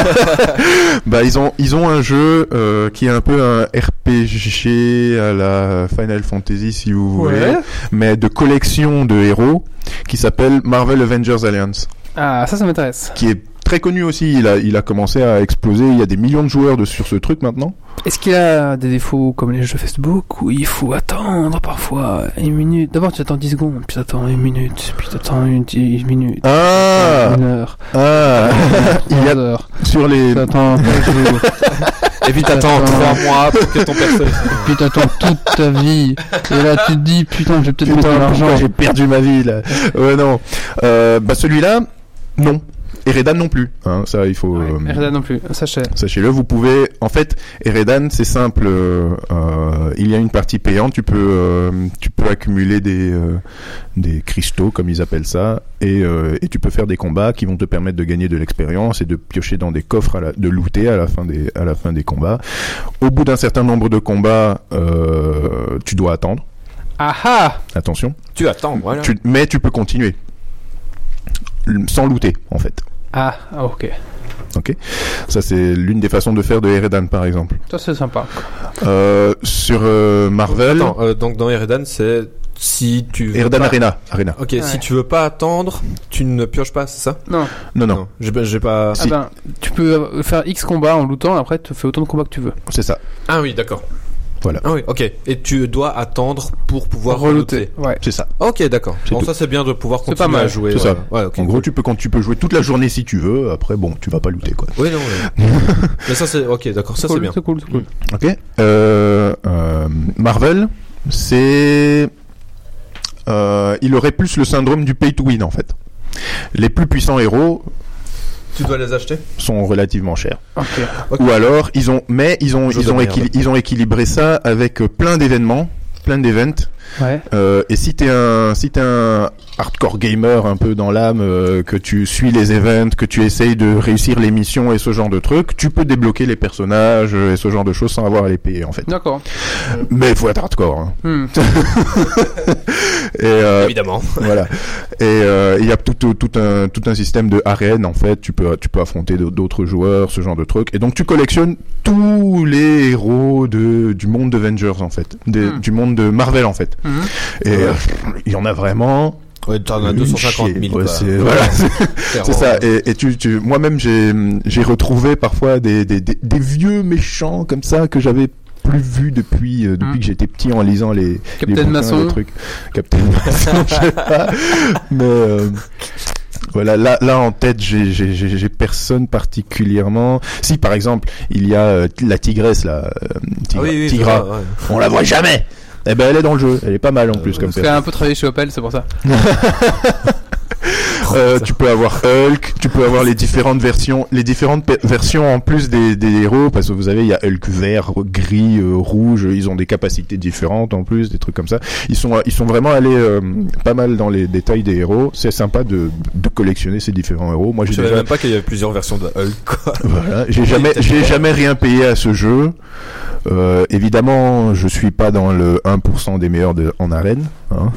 Bah ils ont ils ont un jeu euh, qui est un peu un R P G à la Final Fantasy si vous voulez, Ouais. mais de collection de héros qui s'appelle Marvel Avengers Alliance, Ah, ça, ça m'intéresse. qui est très connu aussi. Il a il a commencé à exploser. Il y a des millions de joueurs de, sur ce truc maintenant. Est-ce qu'il y a des défauts comme les jeux Facebook où il faut attendre parfois une minute? D'abord, tu attends dix secondes, puis t'attends une minute, puis t'attends une dix minutes, Ah une heure, ah il y a trois heures, sur les t'attends quatre jours, Et puis t'attends Attends. trois mois pour que ton personnage. puis t'attends toute ta vie. Et là, tu te dis, putain, je vais peut-être mettre de Putain, l'argent. pourquoi j'ai perdu ma vie là. Ouais non. Euh, bah celui-là non. Eredan non plus. Hein, ça il faut. Ouais, euh, Eredan non plus, sachez. Sachez-le, vous pouvez. En fait, Eredan, c'est simple. euh, euh, il y a une partie payante. Tu peux, euh, tu peux accumuler des, euh, des cristaux, comme ils appellent ça, et, euh, et tu peux faire des combats qui vont te permettre de gagner de l'expérience et de piocher dans des coffres, à la, de looter à la fin des, à la fin des combats. Au bout d'un certain nombre de combats, euh, tu dois attendre. Ah ah! Attention. Tu attends, voilà. Tu, mais tu peux continuer sans looter, en fait. Ah, ah, ok. Ok. Ça c'est l'une des façons de faire de Eredan, par exemple. Ça, c'est sympa. Euh, sur euh, Marvel, Attends, euh, donc dans Eredan, c'est si tu veux Eredan pas- Arena, Arena. Ok, Ouais. si tu veux pas attendre, tu ne pioches pas, c'est ça? Non. Non, non, j'ai pas- j'ai pas. Ah ben, tu peux faire X combats en lootant, et après, tu fais autant de combats que tu veux. c'est ça. Ah oui, d'accord. Voilà. Ah oui, ok. Et tu dois attendre pour pouvoir Relooter. Ouais. C'est ça. Ok, d'accord. C'est Bon, tout. ça c'est bien de pouvoir C'est continuer pas mal. à jouer. C'est ça. Ouais, ok. En gros, tu peux quand tu peux jouer toute la journée si tu veux. Après, bon, tu vas pas looter quoi. Oui, non. ouais. Mais ça c'est ok, d'accord. Ça c'est Cool, bien. c'est cool, c'est cool. Ok. Euh, euh, Marvel, c'est euh, il aurait plus le syndrome du pay to win en fait. Les plus puissants héros Tu dois les acheter. sont relativement chers. Ok. Ok. Ou alors ils ont, mais ils ont Jeu ils de ont, merde. équil- ils ont équilibré ça avec euh, plein d'événements, plein d'événements. Ouais. Euh, et si t'es un si t'es un hardcore gamer un peu dans l'âme, euh, que tu suis les events, que tu essayes de réussir les missions et ce genre de trucs, tu peux débloquer les personnages et ce genre de choses sans avoir à les payer en fait. D'accord. Mais il faut être hardcore. Hein. Hmm. Et euh, Évidemment. voilà. Et euh, il y a tout, tout, tout un tout un système de arène en fait. Tu peux tu peux affronter d- d'autres joueurs, ce genre de trucs. Et donc tu collectionnes tous les héros de du monde d'Avengers en fait, Des- Hmm. du monde de Marvel en fait. Mhm. Et euh, il y en a vraiment. Ouais, t'en as une deux cent cinquante chier. mille. Ouais, quoi. c'est voilà, c'est- Clairement. c'est ça. Et, et tu, tu, moi-même, j'ai, j'ai retrouvé parfois des, des, des, des vieux méchants comme ça que j'avais plus vu depuis euh, depuis Mm. que j'étais petit en lisant les les Captain bouquins, Masson. les trucs. Captain Masson, je sais pas. Mais euh, voilà, là, là en tête, j'ai, j'ai, j'ai, j'ai personne particulièrement. Si, par exemple, il y a euh, la tigresse là, euh, Tigra, Ah oui, oui, Tigra. ça va, ouais. On la voit jamais. Eh ben, elle est dans le jeu. Elle est pas mal en plus comme Parce qu'elle ça. a un peu travaillé chez Opel, c'est pour ça. Euh, tu peux avoir Hulk, tu peux avoir les différentes versions, les différentes pe- versions en plus des, des héros, parce que vous savez, il y a Hulk vert, gris, euh, rouge, ils ont des capacités différentes en plus, des trucs comme ça. Ils sont, ils sont vraiment allés euh, pas mal dans les détails des héros. C'est sympa de, de collectionner ces différents héros. Moi, j'ai Je savais déjà, même pas qu'il y avait plusieurs versions de Hulk, quoi. voilà, j'ai jamais, j'ai jamais rien payé à ce jeu. Euh, évidemment, je suis pas dans le un pour cent des meilleurs de, en arène, hein.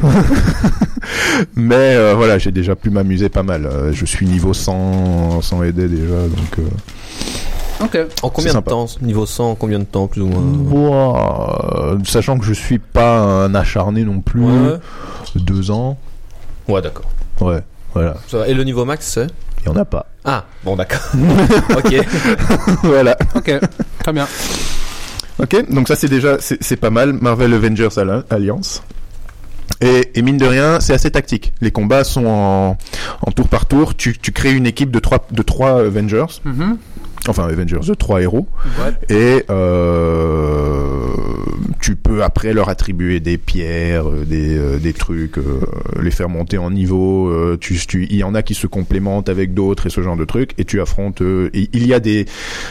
Mais euh, voilà, j'ai déjà pu m'amuser pas mal. Euh, je suis niveau cent, cent aider déjà, donc. Euh, Ok. En combien C'est de sympa. temps, niveau cent, en combien de temps, plus ou moins? Ouah, euh, sachant que je suis pas un acharné non plus, Ouais. deux ans. Ouais, d'accord. Ouais, voilà. Ça va. Et le niveau max, c'est? Il y en a pas. Ah, bon, d'accord. Ok. Ok. Voilà. Très bien. Ok, donc ça c'est déjà c'est, c'est pas mal. Marvel Avengers Alli- Alliance. Et, et mine de rien, c'est assez tactique. Les combats sont en, en tour par tour. Tu, tu crées une équipe de trois de trois Avengers, Mhm. enfin Avengers, de trois héros. Ouais. Et euh, tu peux après leur attribuer des pierres, euh, des, euh, des trucs, euh, les faire monter en niveau. Euh, tu, tu, il y en a qui se complémentent avec d'autres et ce genre de trucs. Et tu affrontes. Euh, et il y a des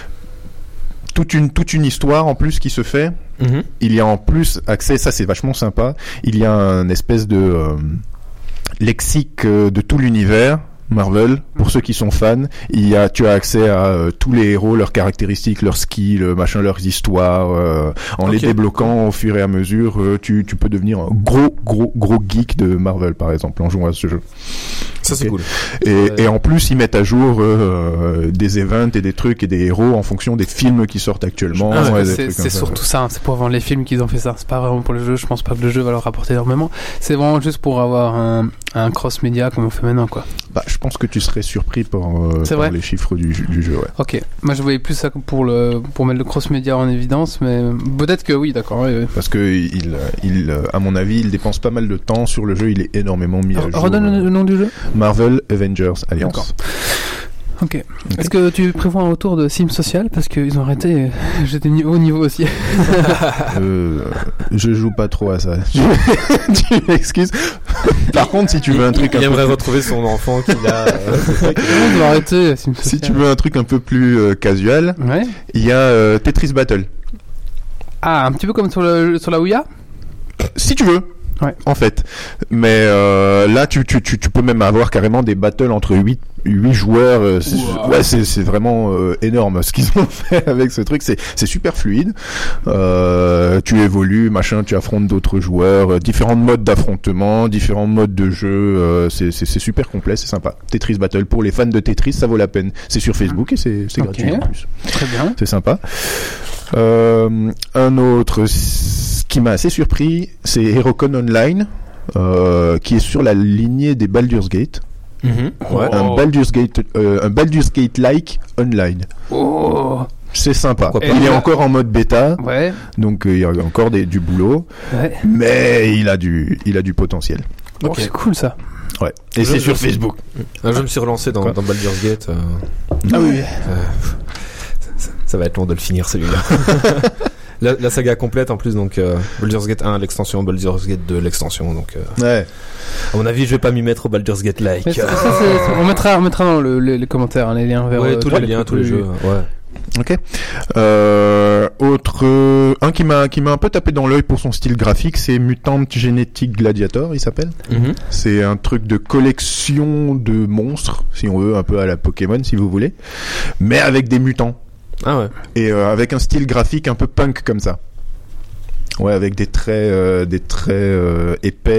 toute une toute une histoire en plus qui se fait. Mhm. Il y a en plus accès, ça c'est vachement sympa. Il y a un espèce de euh, lexique euh, de tout l'univers Marvel, pour ceux qui sont fans. Il y a, tu as accès à euh, tous les héros, leurs caractéristiques, leurs skills, euh, machin, leurs histoires. Euh, en Ok. les débloquant au fur et à mesure, euh, tu, tu peux devenir un gros, gros, gros geek de Marvel, par exemple, en jouant à ce jeu. Ça, c'est Ok. cool. Et, Ouais. et en plus, ils mettent à jour euh, des events et des trucs et des héros en fonction des films qui sortent actuellement. Ah, et des c'est trucs comme c'est ça. surtout ça, hein. C'est pour vendre les films qu'ils ont fait ça. C'est pas vraiment pour le jeu. Je pense pas que le jeu va leur rapporter énormément. C'est vraiment juste pour avoir un, un cross-média comme on fait maintenant, quoi. Bah, je pense que tu serais surpris par, euh, C'est par vrai les chiffres du, du jeu, ouais. Ok. Moi, je voyais plus ça pour le pour mettre le cross-média en évidence, mais peut-être que oui, d'accord. Ouais, ouais. Parce que il, il, euh, à mon avis, il dépense pas mal de temps sur le jeu. Il est énormément mis à jour. Redonne le, le nom du jeu. Marvel Avengers Alliance. D'accord. Ok. Est-ce que tu prévois un retour de Sim Social parce qu'ils ont arrêté? J'étais ni- au niveau aussi. Euh, je joue pas trop à ça. Tu m'excuses. Par contre, si tu veux un truc, un Il peu aimerait plus- retrouver son enfant qu'il a. euh, Ils ont arrêté Sim Social. si tu veux un truc un peu plus euh, casual, Ouais. il y a euh, Tetris Battle. Ah, un petit peu comme sur le sur la Ouya. Si tu veux. Ouais. En fait, mais euh, là tu, tu, tu, tu peux même avoir carrément des battles entre huit joueurs. euh, c'est, Wow. ouais, c'est, c'est vraiment euh, énorme ce qu'ils ont fait avec ce truc. C'est, c'est super fluide. Euh, tu évolues, machin, tu affrontes d'autres joueurs, euh, différents modes d'affrontement, différents modes de jeu. Euh, c'est, c'est, c'est super complet, c'est sympa. Tetris Battle pour les fans de Tetris, ça vaut la peine. C'est sur Facebook et c'est, c'est Ok. gratuit en plus. Très bien. C'est sympa. Euh, un autre s- qui m'a assez surpris, c'est Herocon Online, euh, qui est sur la lignée des Baldur's Gate. Mhm. Ouais. Un Baldur's Gate, euh, un Baldur's Gate-like online. Oh. C'est sympa. Pourquoi pas. Il est Et- encore en mode bêta, Ouais. donc euh, il y a encore des, du boulot, Ouais. mais il a du, il a du potentiel. Oh, Ok. c'est cool ça. Ouais. Et Je- c'est je sur sais. Facebook. Ah, je me suis relancé dans, Quoi dans Baldur's Gate. euh, Ah oui. euh, ça, ça va être long de le finir celui-là. la, la saga complète en plus, donc euh, Baldur's Gate un, l'extension, Baldur's Gate deux, l'extension. Donc, euh, Ouais. à mon avis, je vais pas m'y mettre au Baldur's Gate like. Mais ça, ça, c'est- on mettra, on mettra dans le- les, les commentaires hein, les liens vers Ouais, euh, tous tous les liens, tous les jeux. Ouais. Ok. Euh, autre, euh, un qui m'a, qui m'a un peu tapé dans l'œil pour son style graphique, c'est Mutant Genetic Gladiator, il s'appelle. Mhm. C'est un truc de collection de monstres, si on veut, un peu à la Pokémon, si vous voulez, mais avec des mutants Ah ouais. et euh, avec un style graphique un peu punk comme ça. Ouais, avec des traits, euh, des traits euh, épais,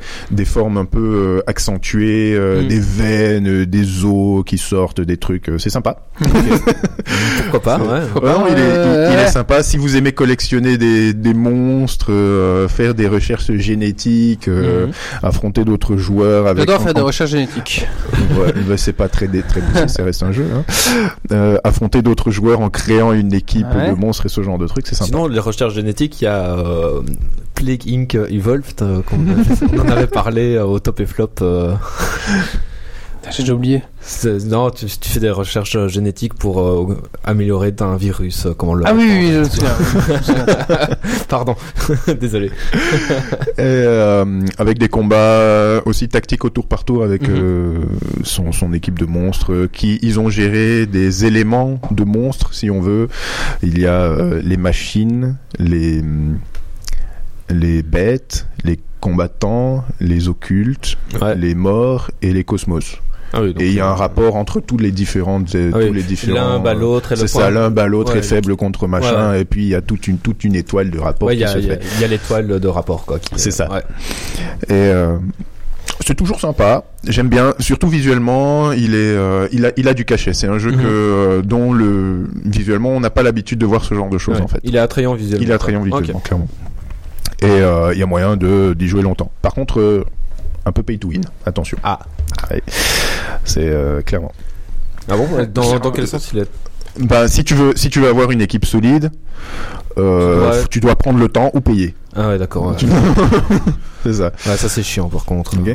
des formes un peu euh, accentuées, euh, Mm. des veines, euh, des os qui sortent, des trucs. euh, c'est sympa. Pourquoi pas, ouais. Ouais, non, il, est, il, il Ouais. est sympa. Si vous aimez collectionner des, des monstres, euh, faire des recherches génétiques, euh, Mhm. affronter d'autres joueurs avec. J'adore faire en- des en- recherches génétiques. Ouais, bah, c'est pas très dé- très poussé, ça reste un jeu. Hein. Euh, affronter d'autres joueurs en créant une équipe Ouais. de monstres et ce genre de trucs, c'est sympa. Sinon, les recherches génétiques, il y a euh, Plague Incorporated Evolved, euh, qu'on on en avait parlé euh, au top et flop. euh, J'ai déjà oublié. c'est- non, tu, tu fais des recherches euh, génétiques pour euh, améliorer un virus, euh, comment le. Ah oui, oui, oui, je me souviens. Je me souviens. Pardon, désolé. Et, euh, avec des combats aussi tactiques au tour par tour avec Mhm. euh, son, son équipe de monstres euh, qui ils ont géré des éléments de monstres si on veut. Il y a euh, les machines, les les bêtes, les combattants, les occultes, Ouais. les morts et les cosmos. Ah oui, donc, Et il y a un euh, rapport entre tous les différentes euh, ah oui, tous les différents l'un bat l'autre et le c'est point. ça, l'un bat l'autre Ouais, est faible contre machin ouais, et puis il y a toute une toute une étoile de rapport Ouais, il y qui a, se il y a- fait. il y a l'étoile de rapport, quoi. qui- C'est ça. Ouais. Et euh, c'est toujours sympa. J'aime bien, surtout visuellement. Il est, euh, il a, il a du cachet. C'est un jeu Mhm. que euh, dont le visuellement on n'a pas l'habitude de voir ce genre de choses Ouais. en fait. Il est attrayant visuellement. Il est attrayant quoi. visuellement, clairement. Et euh, il y a moyen de d'y jouer longtemps. Par contre, euh, un peu pay to win. Attention. Ah. Ouais. C'est euh, clairement. Ah bon, ouais, dans, dans quel sens il est? Bah, si tu veux, si tu veux avoir une équipe solide, euh, Ouais. tu dois prendre le temps ou payer. Ah ouais, d'accord. Ouais. C'est ça. Ouais, ça c'est chiant par contre. Ok.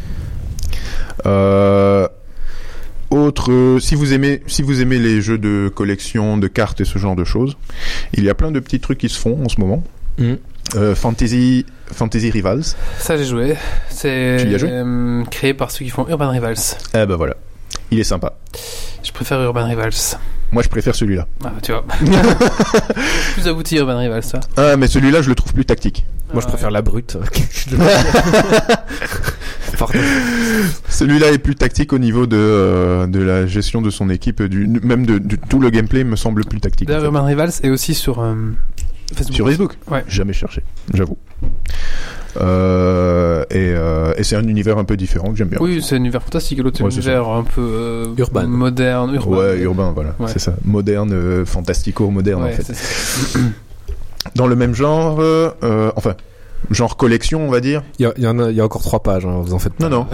Euh, autre, euh, si vous aimez, si vous aimez les jeux de collection de cartes et ce genre de choses, il y a plein de petits trucs qui se font en ce moment. Mhm. Euh, Fantasy, Fantasy Rivals. Ça, j'ai joué. C'est Tu y as joué euh, créé par ceux qui font Urban Rivals. Eh ben voilà, il est sympa. Je préfère Urban Rivals. Moi, je préfère celui-là. Ah, tu vois. Plus abouti Urban Rivals, ça. Ah, mais celui-là, je le trouve plus tactique. Moi je préfère la brute. Pardon. Celui-là est plus tactique au niveau de euh, de la gestion de son équipe, du même de, de tout le gameplay me semble plus tactique. en D'ailleurs, fait. Urban Rivals est aussi sur euh, Facebook. Sur Facebook. Ouais. Jamais cherché, j'avoue. Euh, et euh, et c'est un univers un peu différent que j'aime bien. Oui, c'est un univers fantastique. L'autre, c'est Ouais, un c'est univers un peu euh, Urban. moderne. Urbain. Ouais, urbain, voilà, Ouais. c'est ça. Moderne, euh, fantastico moderne Ouais, en fait. c'est ça. Dans le même genre, euh, euh, enfin, genre collection, on va dire. Il y, a- il y en a, il y a encore trois pages, hein, vous en faites pas. Non, non.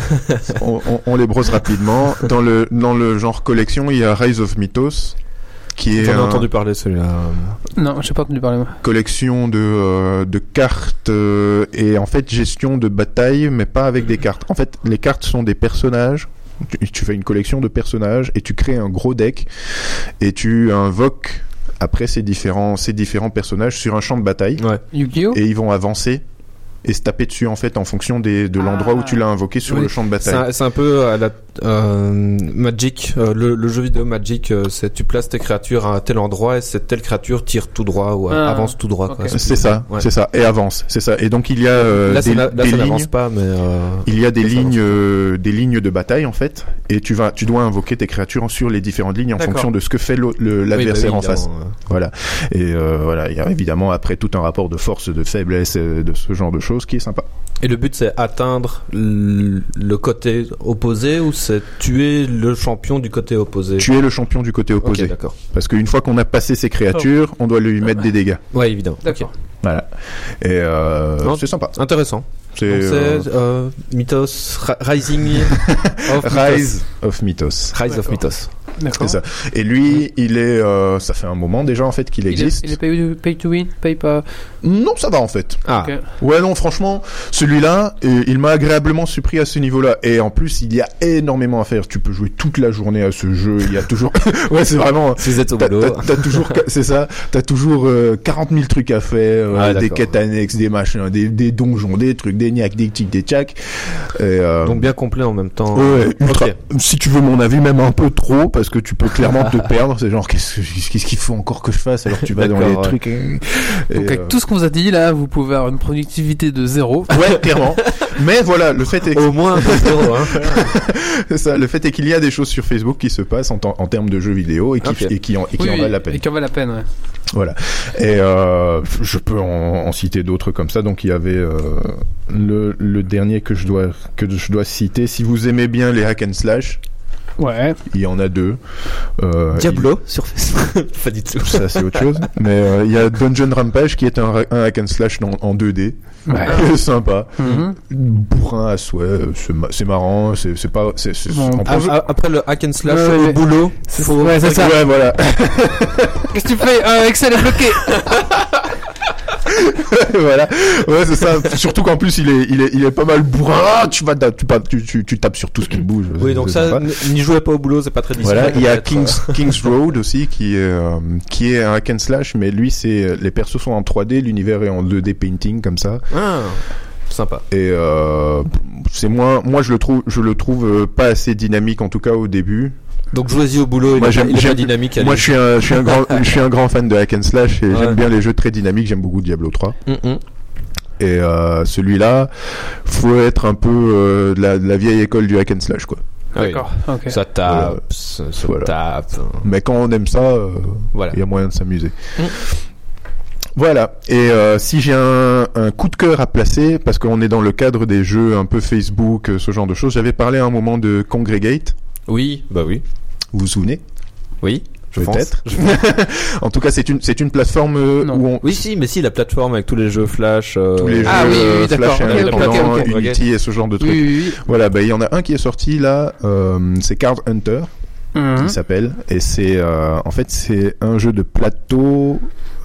on, on, on les brosse rapidement. Dans le dans le genre collection, il y a Rise of Mythos, qui est J'en ai une entendu parler celui-là. Non, j'ai pas entendu parler. moi. collection de euh, de cartes euh, et en fait gestion de bataille, mais pas avec des cartes. En fait, les cartes sont des personnages. Tu, tu fais une collection de personnages et tu crées un gros deck et tu invoques après ces différents ces différents personnages sur un champ de bataille Ouais. Yu-Gi-Oh! et ils vont avancer et se taper dessus en fait en fonction des, de l'endroit où tu l'as invoqué sur Oui. le champ de C'est bataille. un, c'est un peu à la euh, Magic, euh, le, le jeu vidéo Magic, euh, c'est tu places tes créatures à un tel endroit et cette telle créature tire tout droit ou Ah, avance tout droit. ok. Quoi. C'est ça, Ouais. c'est ça, et avance, c'est ça. Et donc il y a euh, Là, des, ça, n'a- là, des ça lignes, n'avance pas, mais euh, il y a des ça lignes, avance. euh, des lignes de bataille en fait, et tu vas, tu dois invoquer tes créatures sur les différentes lignes en D'accord. fonction de ce que fait l'au- le- oui, l'adversaire bah oui, en face. évidemment, euh. Voilà. Et euh, voilà, il y a évidemment après tout un rapport de force, de faiblesse, euh, de ce genre de choses qui est sympa. Et le but c'est atteindre l- le côté opposé ou c'est tuer le champion du côté opposé. Tu es le champion du côté opposé, Ok, d'accord. parce qu'une fois qu'on a passé ces créatures, on doit lui mettre des dégâts. Ouais, évidemment. D'accord. Ok. Voilà. Et euh, Non, c'est sympa. Intéressant. C'est Donc euh, c'est euh, Mythos, Ra- Rising of Rise of Mythos. Mythos. Rise of D'accord. Mythos. D'accord. C'est ça. Et lui, il est, euh, ça fait un moment déjà en fait qu'il Il est, existe. il est pay, pay to win, pay pas. Non, ça va en fait. Ah, Ok. Ouais, non, franchement, celui-là, euh, il m'a agréablement surpris à ce niveau-là. Et en plus, il y a énormément à faire. Tu peux jouer toute la journée à ce jeu. Il y a toujours, ouais, c'est vraiment. si vous êtes au T'as, boulot. t'as- t'as toujours, c'est ça. T'as toujours euh, quarante mille trucs à faire, euh, Ah, des d'accord. quêtes annexes, des machins, des, des donjons, des trucs, des niaques, des tics, des tchacs. Et, euh, Donc bien complet en même temps. ouais, ultra, Ok. si tu veux mon avis, même un peu trop, parce que tu peux clairement te perdre. C'est genre, qu'est-ce, qu'est-ce qu'il faut encore que je fasse alors que tu vas dans les D'accord, ouais. trucs. Et, Donc avec euh, tout ce qu'on vous a dit là, vous pouvez avoir une productivité de zéro. Ouais, clairement. Mais voilà, le fait est Au moins un peu zéro, hein. c'est ça, le fait est qu'il y a des choses sur Facebook qui se passent en, temps- en termes de jeux vidéo et qui, Ok. et qui en, et qui Oui, en oui, valent la peine. Et qui en valent la peine, ouais. Voilà. Et euh, je peux en, en citer d'autres comme ça. Donc il y avait euh, le, le dernier que je dois que je dois citer. Si vous aimez bien les hack and slash, Ouais. il y en a deux. Euh, Diablo sur Facebook. Pas du tout. il- ça c'est autre chose. Mais euh, il y a Dungeon Rampage qui est un, ra- un hack and slash en, en deux D. Ouais. Sympa. Mhm. Bourrin à souhait. euh, C'est, ma- c'est marrant. C'est, c'est pas. C'est, c'est, Bon, en Ah, plus- ah, après le hack and slash Ouais, au ouais. boulot, C'est- faut... ouais, c'est ça. Ouais, voilà. Qu'est-ce que tu fais euh, Excel est bloqué. Voilà, ouais, c'est ça. Surtout qu'en plus, il est, il est, il est pas mal bourrin. Ah, tu vas, tu, pas- tu, tu, tu tapes sur tout ce qui bouge. Oui, donc C'est ça, sympa. n- n'y jouez pas au boulot, c'est pas très discret. Voilà, il y a peut-être. Kings, Kings Road aussi, qui est, euh, qui est un hack and slash, mais lui, c'est, les persos sont en trois D, l'univers est en deux D painting, comme ça. Ah, sympa. Et, euh, c'est moins, moi, je le trouve, je le trouve euh, pas assez dynamique, en tout cas, au début. Donc jouez-y au boulot, il Moi, est pas- j'aime- il est pas j'aime- dynamique. Moi, allez. je suis un, je suis un grand, je suis un grand fan de hack and slash et Ouais. j'aime bien les jeux très dynamiques, j'aime beaucoup Diablo trois. Hum, hum. Et euh, celui-là, faut être un peu euh, de, la, de la vieille école du hack and slash, quoi. Ah oui. D'accord. Ok. Ça tape, Voilà. ça, ça Voilà. tape. Mais quand on aime ça, euh, Voilà. il y a moyen de s'amuser. Mm. Voilà. Et euh, si j'ai un, un coup de cœur à placer, parce qu'on est dans le cadre des jeux un peu Facebook, euh, ce genre de choses, j'avais parlé à un moment de Congregate. Oui, bah oui. Vous vous souvenez? Oui, je Peut-être. pense. En tout cas, c'est une, c'est une plateforme euh, Non. où on, Oui, si, mais si, la plateforme avec tous les jeux Flash. euh, tous les Ah jeux oui, oui, euh, d'accord. Flash et Ok, ok, indépendants, ok, ok. Unity et ce genre de Oui, trucs. oui, oui. Voilà, bah il y en a un qui est sorti là, euh, c'est Card Hunter. Mhm. Il s'appelle et c'est euh, en fait c'est un jeu de plateau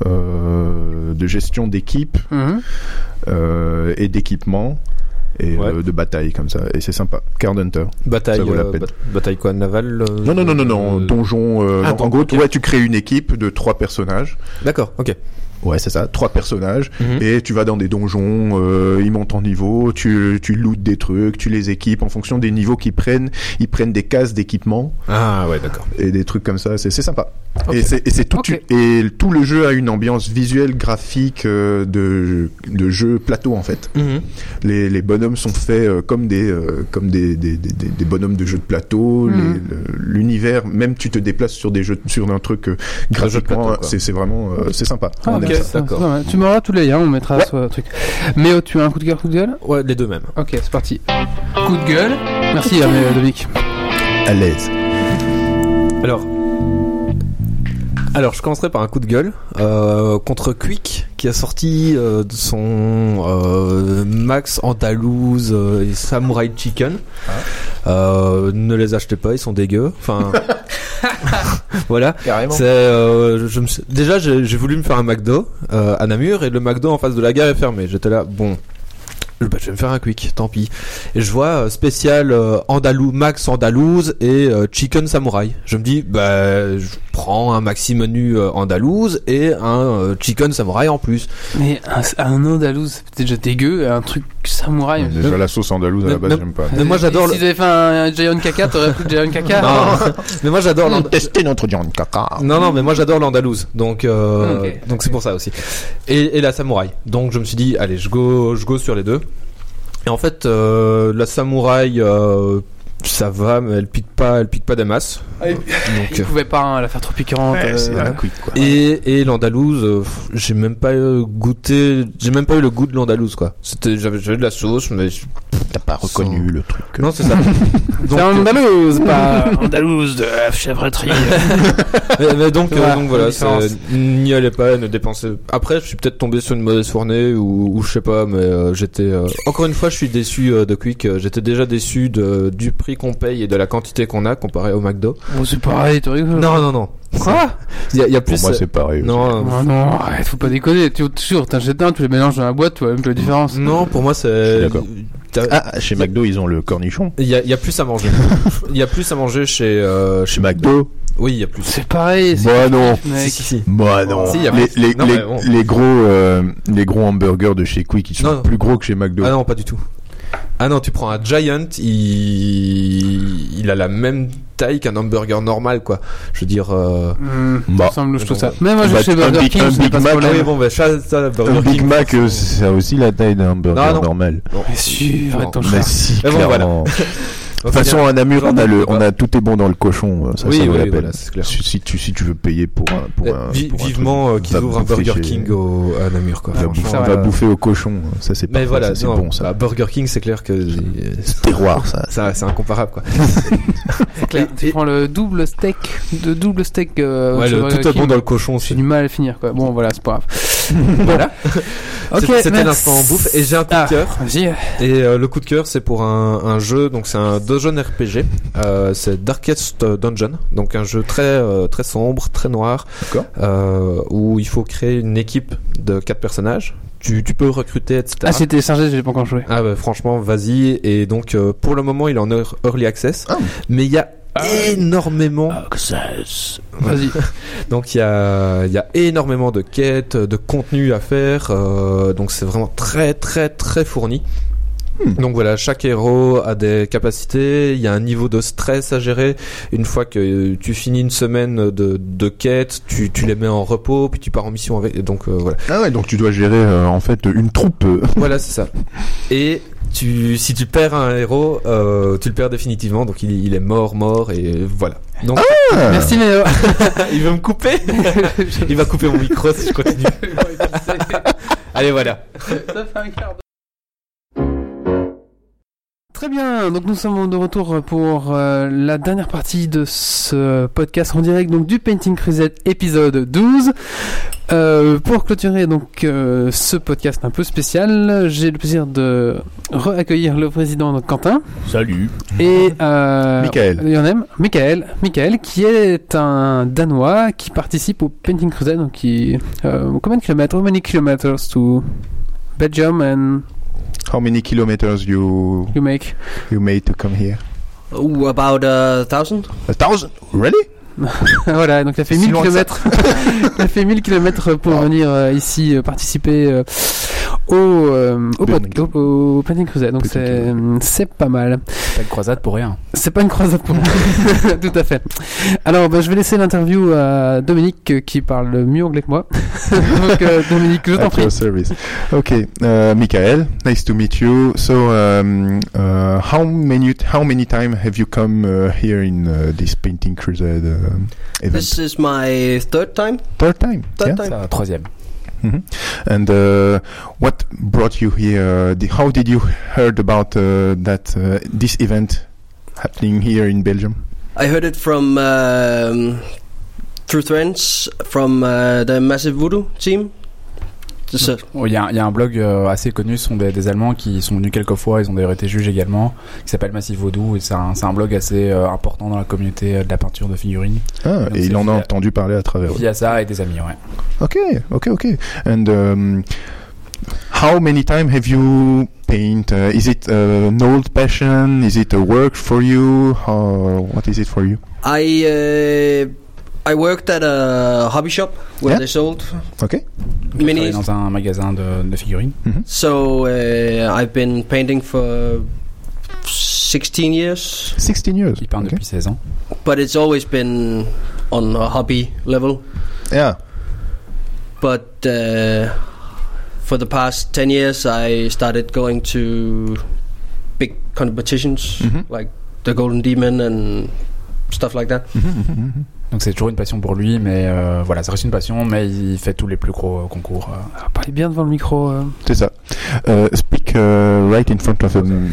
euh, de gestion d'équipe Mhm. euh, et d'équipement et Ouais. euh, de bataille comme ça et c'est sympa. Card Hunter. Bataille, Ça vaut la euh, peine. bat- bataille quoi, navale euh, Non non non non non euh, donjon. Euh, ah, non, en donc, gros ok. ouais tu crées une équipe de trois personnages. D'accord, ok. Ouais c'est ça trois personnages Mhm. et tu vas dans des donjons. Euh, ils montent en niveau. Tu tu lootes des trucs. Tu les équipes en fonction des niveaux qu'ils prennent. Ils prennent des cases d'équipement Ah ouais, d'accord. et des trucs comme ça. C'est c'est sympa. Ok. Et c'est et c'est tout Ok. et tout le jeu a une ambiance visuelle graphique euh, de de jeu plateau en fait. Mhm. Les les bonhommes sont faits euh, comme des euh, comme des des, des des des bonhommes de jeux de plateau. Mhm. Les- le- L'univers même tu te déplaces sur des jeux sur un truc euh, jeu de graphiquement plateau, quoi. c'est c'est vraiment euh, c'est sympa. Ah, On ok, aime ça. ça, d'accord. c'est pas mal. Tu m'auras tous les liens, on mettra Ouais. sur le truc. Mais oh, tu as un coup de cœur, coup de gueule Ouais, les deux mêmes. Ok, c'est parti. Coup de gueule. Merci, hein, mais, Dominique. À l'aise. Alors, alors je commencerai par un coup de gueule euh, contre Quick qui a sorti euh, de son euh, Max Andalouse euh, et Samurai Chicken. Euh, ne les achetez pas, ils sont dégueux. Enfin, voilà. Carrément. C'est, euh, je me suis- déjà j'ai j'ai voulu me faire un McDo euh, à Namur et le McDo en face de la gare est fermé. J'étais là, bon. Bah, je vais me faire un quick, tant pis. Et je vois euh, spécial euh, Andalou, Max Andalouse et euh, Chicken Samurai. Je me dis, bah, je prends un maxi menu euh, Andalouse et un euh, Chicken Samurai en plus. Mais un, un andalouse, c'est déjà dégueu, et un truc samouraï. Ouais, déjà la sauce andalouse à la base Mais- j'aime pas. Mais moi j'adore. Si Le... ils avaient fait un, un Giant Caca, t'aurais pris le Giant Caca. Non, mais moi j'adore. l'and- Tester notre John Caca. Non, non, mais moi j'adore l'andalouse, donc euh, Ok. donc c'est pour ça aussi. Et, et la samouraï. Donc je me suis dit, allez, je go, je go sur les deux. Et en fait, euh, la samouraï, euh, ça va, mais elle pique pas, elle pique pas des masses. Ils Donc, pouvaient pas hein, la faire trop piquante. Ouais, euh, c'est voilà. un quick quoi. et et l'andalouse, euh, j'ai même pas euh, goûté, j'ai même pas eu le goût de l'andalouse quoi. C'était, j'avais, j'avais de la sauce, mais je- T'as pas reconnu le truc. non c'est ça. C'est un andalouse, pas andalouse de chèvreterie. mais, mais donc, euh, Voilà, donc voilà, la différence. c'est- n'y allez pas, ne dépensez. Après, je suis peut-être tombé sur une mauvaise fournée ou, ou je sais pas, mais euh, j'étais. euh, Encore une fois, je suis déçu euh, de Quick. Euh, J'étais déjà déçu de, du prix qu'on paye et de la quantité qu'on a comparé au McDo. Bon, c'est pareil, tu rigoles. Non, non, non. Quoi Il y a, il y a Pour plus. moi euh, c'est pareil. aussi. non, Non, non, arrête, faut pas déconner. Tu toujours, t'achètes un, tu les mélanges dans la boîte, tu vois même plus la différence. non, pour moi Je c'est. suis d'accord. t'as- Ah, chez McDo ils ont le cornichon. Il y a, il y a plus à manger. Il y a plus à manger chez. euh, Chez McDo. Oui, il y a plus. C'est pareil. c'est- Bah non. Mec. Si, si, si. Bah non. Si, y a les, plus. les, Non, les, mais bon. les gros euh, les gros hamburgers de chez Quick ils sont Non, non. plus gros que chez McDo. Ah non, pas du tout. Ah non, tu prends un Giant, il, il a la même taille qu'un hamburger normal, quoi. Je veux dire. Euh... Mmh, Bah, ça me louche tout donc, ça. Mais moi, je bah, chez un Burger Big- King, un ce n'est Big pas de Mac, problème. Oui, bon, bah, ça, ça, Burger Un Big King, Mac, c'est- euh, ça a aussi la taille d'un burger Non, non. normal. Bon. Bien sûr, arrête ton Mais chat. si, Mais bon, clairement. De toute façon, à Namur, on a le, on a tout est bon dans le cochon. Ça, Oui, ça vaut oui, la oui, peine. voilà, c'est clair. Si, si tu, si tu veux payer pour un, pour un, Vi- pour un vivement truc, euh, qu'ils va ouvrent un bouffer Burger chez- King au, à Namur, quoi. Va Franchement, bouffer, euh, va bouffer au cochon. Ça, c'est Mais parfait, voilà, ça, c'est non, bon, ça. bah, Burger King, c'est clair que euh, Terroir, ça. ça, c'est incomparable, quoi. C'est clair. Tu prends le double steak, de double steak. Euh, Ouais, chez le, Burger tout est King. bon dans le cochon. J'ai C'est du mal à le finir, quoi. Bon, voilà, c'est pas grave. Voilà. Ok, C'était- c'était merci. l'instant en bouffe et j'ai un coup de Ah, cœur. Vas-y. Et euh, le coup de cœur, c'est pour un, un jeu, donc c'est un dungeon R P G. Euh, c'est Darkest Dungeon, donc un jeu très euh, très sombre, très noir, D'accord. euh, où il faut créer une équipe de quatre personnages. Tu, tu peux recruter, et cetera. Ah, j'ai téléchargé, j'ai pas encore joué. Ah bah, franchement, vas-y. Et donc euh, pour le moment, il est en ear- early access, Ah. mais il y a énormément. Vas-y. Donc il y a il y a énormément de quêtes, de contenu à faire. Euh, donc c'est vraiment très très très fourni. Hmm. Donc voilà, chaque héros a des capacités, il y a un niveau de stress à gérer. Une fois que tu finis une semaine de, de quêtes, tu, tu les mets en repos, puis tu pars en mission avec. Donc euh, voilà. Ah ouais, donc tu dois gérer euh, en fait une troupe. euh. Voilà, c'est ça. Et tu, si tu perds un héros, euh, tu le perds définitivement. Donc il, il est mort, mort, et voilà. Donc Ah. Merci, Méo. il veut me couper. Il va couper mon micro si je continue. Allez, voilà. Ça fait un quart d'heure. Très bien, donc nous sommes de retour pour euh, la dernière partie de ce podcast en direct donc du Painting Crusade épisode douze. Euh, pour clôturer donc euh, ce podcast un peu spécial, j'ai le plaisir de re-accueillir le président donc Quentin Salut. et euh, Michael. il y en aime, Michael, Michael qui est un Danois qui participe au Painting Crusade donc qui euh, combien de kilomètres, how many kilometers to Belgium and How many kilometers you you make? you made to come here? Ooh, about a thousand. A thousand? Really? Voilà, donc il a fait Si mille loin que ça. kilomètres. Il a fait mille kilomètres pour venir euh, ici euh, participer euh, au, euh, au, pod- Painting. au, au Painting Crusade. Donc Painting c'est, Crusade. c'est pas mal. Pas une croisade pour rien. C'est pas une croisade pour moi. Tout à fait. Alors, bah, je vais laisser l'interview à Dominique euh, qui parle mieux anglais que moi. Donc, euh, Dominique, je t'en At prie. your service. Okay, uh, Michael, nice to meet you. So, um, uh, how many how many time have you come uh, here in uh, this Painting Crusade uh, event? This is my third time. Third time. Third yeah? time. Ça, troisième. Mhm. And uh, what brought you here? The, how did you heard about uh, that uh, this event happening here in Belgium? I heard it from um, through friends from uh, the Massive Voodoo team. Just, uh, Oh, Il y, a un- il y a un blog euh, assez connu, ce sont des, des Allemands qui sont venus quelques fois, ils ont d'ailleurs été juges également, qui s'appelle Massive Vaudou, et c'est un, c'est un blog assez euh, important dans la communauté euh, de la peinture de figurines. Ah, Donc et c'est il en a via- entendu parler à travers. Via ça et des amis, ouais. Okay, okay, okay. And um, how many time have you paint? Uh, is it uh, an old passion? Is it a work for you? How, what is it for you? I uh, I worked at a hobby shop where Yeah. they sold Okay. Donc, j'ai minis. travaillé dans un magasin de, de figurines. So uh, I've been painting for sixteen years, sixteen years. Il peint Okay. depuis seize ans. but it's always been on a hobby level. Yeah. But uh, for the past ten years, I started going to big competitions Mhm. like the Golden Demon and stuff like that. Donc c'est toujours une passion pour lui, mais euh, voilà, ça reste une passion, mais il fait tous les plus gros euh, concours. euh. Ah, parlez bien devant le micro. euh. C'est ça. Uh, speak uh, right in front of him.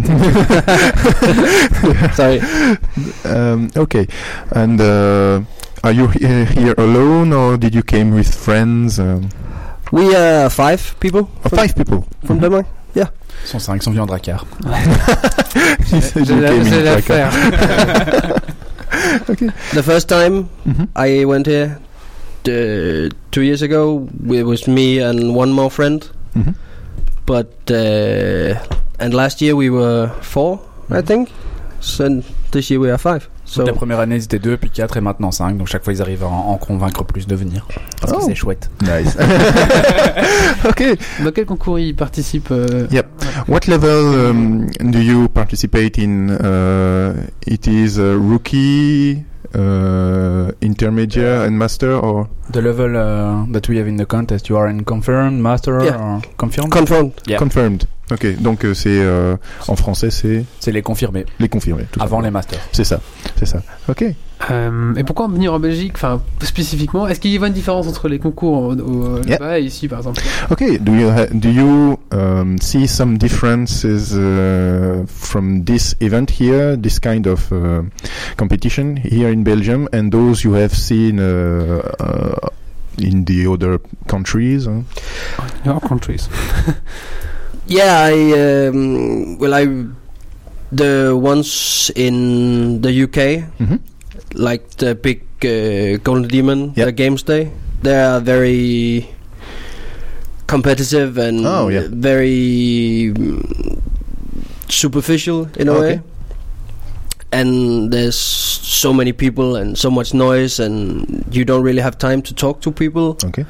Sorry. um, okay. And uh, are you he- here alone, or did you came with friends? Um, We are five people oh, from, five people. from Denmark. Ils sont cinq, ils sont venus en Drakkar. He said you J'ai la- came in j'ai la Drakkar. faire. Okay. The first time Mhm. I went here uh, two years ago, it was me and one more friend. Mhm. But uh, and last year we were four, I think. So and this year we are five. So Donc la première année ils étaient deux, puis quatre, et maintenant cinq. Donc chaque fois ils arrivent à en, en convaincre plus de venir. Parce Oh. que c'est chouette. Nice. Okay. Dans quel concours il participe euh, Yep. What level um, do you participate in? Uh, it is a rookie, uh, intermediate, and master, or The level uh, that we have in the contest, you are in confirmed, master, Yeah. or confirmed? Confirmed. Yeah. confirmed? Ok, donc euh, c'est euh, en français c'est C'est les confirmés, les confirmés. tout avant simplement. les masters. C'est ça, c'est ça. Ok. Euh, et pourquoi venir en Belgique, enfin spécifiquement? Est-ce qu'il y a une différence entre les concours au, au, Yeah. là-bas et ici, par exemple? Okay. Do you ha- do you um, see some differences uh, from this event here, this kind of uh, competition here in Belgium, and those you have seen uh, uh, in the other countries? Huh? In our countries. Yeah, I um, well, I the ones in the U K, Mhm. like the big uh, Golden Demon, Yeah. the Games Day. They are very competitive and Oh, yeah. very mm, superficial in a Okay. way. And there's so many people and so much noise, and you don't really have time to talk to people. Okay.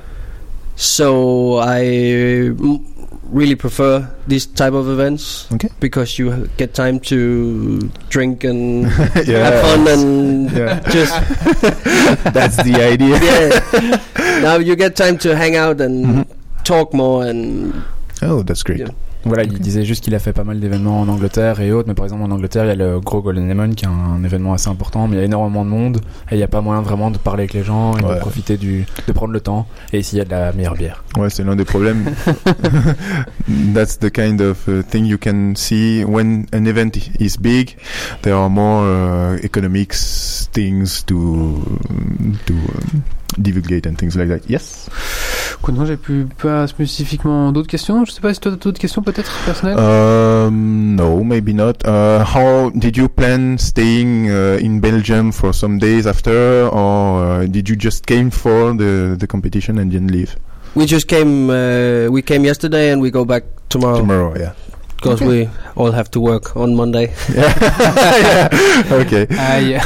So I mm, really prefer these type of events Okay. because you get time to drink and Yeah. have fun and Yeah. just That's the idea. yeah. Now you get time to hang out and Mhm. talk more and Oh, that's great. Yeah. Voilà, il disait juste qu'il a fait pas mal d'événements en Angleterre et autres, mais par exemple en Angleterre, il y a le gros Golden Demon qui est un événement assez important, mais il y a énormément de monde et il n'y a pas moyen vraiment de parler avec les gens et Ouais. de profiter du, de prendre le temps. Et ici, il y a de la meilleure bière. Ouais, c'est l'un des problèmes. That's the kind of uh, thing you can see when an event is big. There are more uh, economics things to to um, divulgate and things like that. Yes. Quoi, non, j'ai plus pas spécifiquement d'autres questions. Je sais pas si toi t'as d'autres questions peut-être personnelles. Um, no, maybe not. Uh, how did you plan staying uh, in Belgium for some days after, or uh, did you just came for the the competition and then leave we just came. Uh, we came yesterday and we go back tomorrow tomorrow? Yeah. because Okay. we all have to work on Monday. Yeah. Okay. Aïe.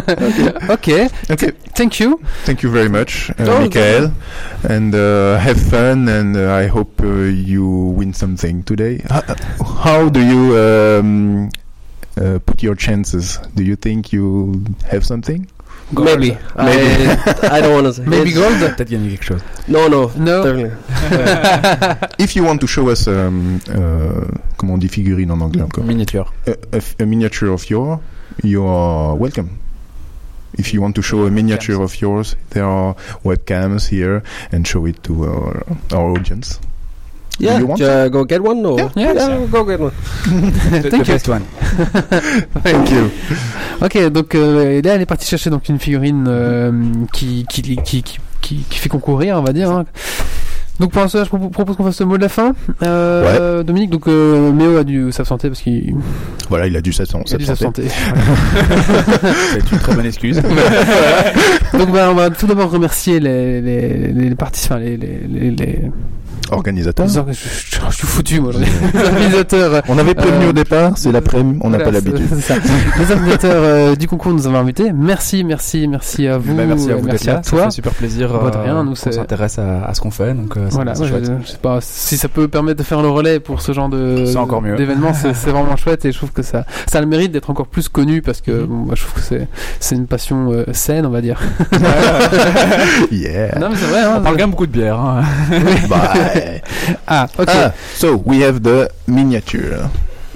Ok. Okay. Thank you. Thank you very much, uh, Oh, Michael, and uh, have fun. And uh, I hope uh, you win something today. How, how do you um, uh, put your chances? Do you think you have something? Maybe. Maybe. I, I don't want to say. Maybe It's- gold. Peut-être gagner quelque chose. No, no, No. definitely. If you want to show us, um, uh, comment on dit figurine en anglais encore? Miniature. A, a f- a miniature of yours, you are welcome. If you want to show a miniature of yours, there are webcams here, and show it to our, our audience. Yeah, You want uh, go get one or Yeah, yeah. go get one. The, Thank the you. best one. Thank you. Ok, donc euh, là elle est partie chercher donc une figurine euh, qui, qui, qui, qui, qui, qui fait concourir, on va dire. Hein. Donc pour l'instant, je propo- propose qu'on fasse le mot de la fin. Euh, Dominique, donc euh, Méo a dû s'absenter parce qu'il Voilà, il a dû s'absenter. il a dû s'absenter. C'est une très bonne excuse. Donc bah, on va tout d'abord remercier les, les, les participants, les, les, les, les... Organisateur. les orga- je, je- je suis foutu moi, les organisateurs. On avait prévenu Euh, au départ, c'est l'après-midi, on n'a Voilà, pas l'habitude. c'est- c'est ça. Les organisateurs euh, du concours nous avons invités. Merci, merci, merci à vous. Bah, merci à euh, vous merci d'être à là. Ça toi. fait super plaisir Bah, de euh, rien, nous, qu'on c'est- s'intéresse à, à ce qu'on fait. Donc, euh, c'est- Voilà, c'est moi, je, chouette. je sais pas si ça peut permettre de faire le relais pour ce genre de C'est encore mieux. d'événements, c'est, c'est vraiment chouette et je trouve que ça ça a le mérite d'être encore plus connu parce que bon, moi, je trouve que c'est c'est une passion euh, saine, on va dire. Yeah. Non mais c'est vrai. Hein, On parle quand même beaucoup de bière. Hein. Bah, Ah, ok. ah, so we have the miniature.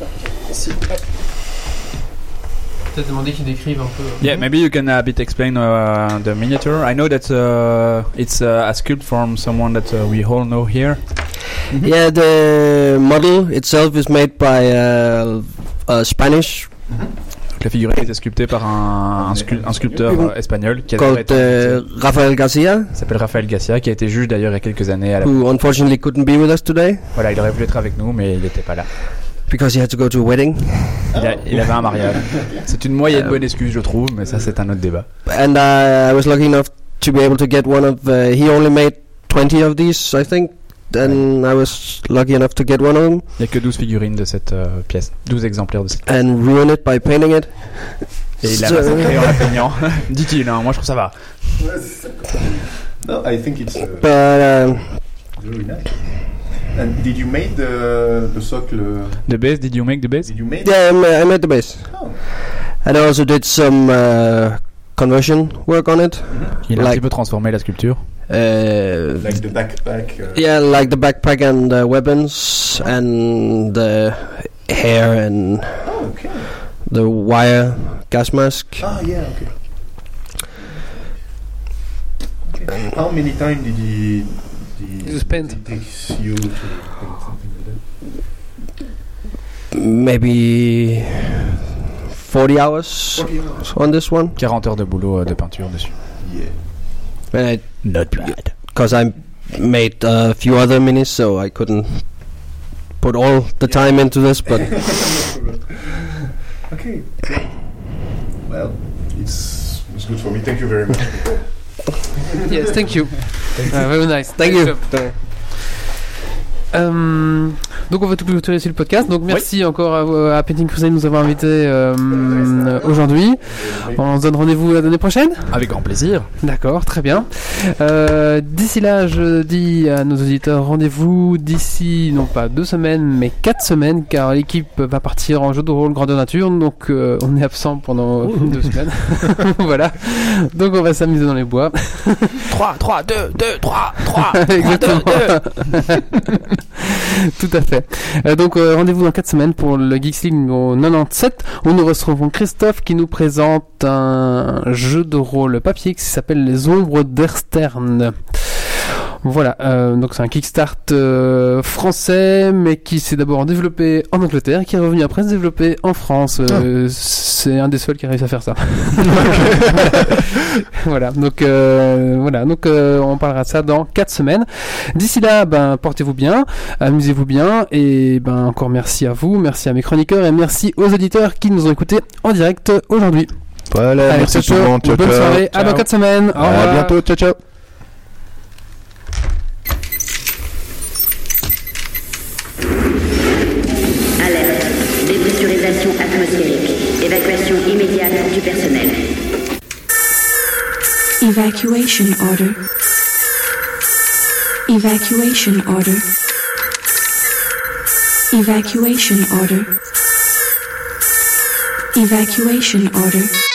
Peut-être demander qu'ils décrivent un peu. Yeah, maybe you can a bit explain uh, the miniature. I know that uh, it's uh, a sculpt from someone that uh, we all know here. Yeah, the model itself is made by uh, a Spanish La figurine a été sculptée par un, un, scu- un sculpteur euh, espagnol qui a called uh, Rafael Garcia, s'appelle Rafael Garcia, qui a été juge d'ailleurs il y a quelques années. À la... who unfortunately couldn't be with us today Voilà, il aurait voulu être avec nous, mais il n'était pas là. because he had to go to a wedding. Il, a- il avait un mariage. C'est une moyenne bonne excuse, je trouve, mais ça c'est un autre débat. And I was lucky enough to be able to get one of. Uh, he only made twenty of these, I think. And I was lucky enough to get one of them Il n'y a que douze figurines de cette euh, pièce, douze exemplaires de cette pièce. and ruin it by painting it. Et il l'a So- massacré en la peignant. Dit-il, hein, moi je trouve ça va. No, I think it's But um, And did you make the the socle? The base, did you make the base? Did you make? Yeah, I ma- I made the base. Oh. And I also did some uh, conversion work on it. Il a un Like- petit peu transformé la sculpture. Uh, Like the backpack. Uh, yeah, like the backpack and the weapons and the hair and Oh, okay. the wire gas mask. Ah, yeah, okay. Okay. How many time did he? Did You spent. It takes you to paint something like that? Maybe forty hours forty hours. on this one. quarante heures de boulot euh, de peinture dessus. Yeah. And I, Not bad. because I made a few other minis, so I couldn't put all the time into this. But Okay. Great. Well, it's it's good for me. Thank you very much. Yes, thank you. Uh, very nice. thank Nice you. job. Euh, donc on va tout clôturer ici le podcast. Donc merci encore à, à Painting Crusade de nous avoir invités euh, aujourd'hui. On se donne rendez-vous l'année prochaine. Avec grand plaisir. D'accord, très bien. Euh, d'ici là, je dis à nos auditeurs rendez-vous d'ici non pas deux semaines, mais quatre semaines, car l'équipe va partir en jeu de rôle grandeur nature. Donc euh, on est absent pendant deux semaines. Voilà. Donc on va s'amuser dans les bois. trois, trois, deux, deux, trois, trois, Exactement. Tout à fait. Euh, donc euh, rendez-vous dans quatre semaines pour le Geeks League numéro quatre-vingt-dix-sept où nous recevrons Christophe qui nous présente un jeu de rôle papier qui s'appelle Les Ombres d'Erstern. Voilà, euh, donc c'est un Kickstart euh, français, mais qui s'est d'abord développé en Angleterre, qui est revenu après se développer en France. Euh, c'est un des seuls qui a réussi à faire ça. Voilà, donc euh, voilà, donc euh, on parlera de ça dans quatre semaines. D'ici là, ben portez-vous bien, amusez-vous bien, et ben encore merci à vous, merci à mes chroniqueurs et merci aux auditeurs qui nous ont écoutés en direct aujourd'hui. Voilà, Allez, merci ciao, tout le monde. Ciao, bonne ciao. soirée, à dans quatre semaines. Au À revoir. bientôt. Ciao, ciao. Alerte. Dépressurisation atmosphérique. Évacuation immédiate du personnel. Evacuation order. Evacuation order. Evacuation order. Evacuation order.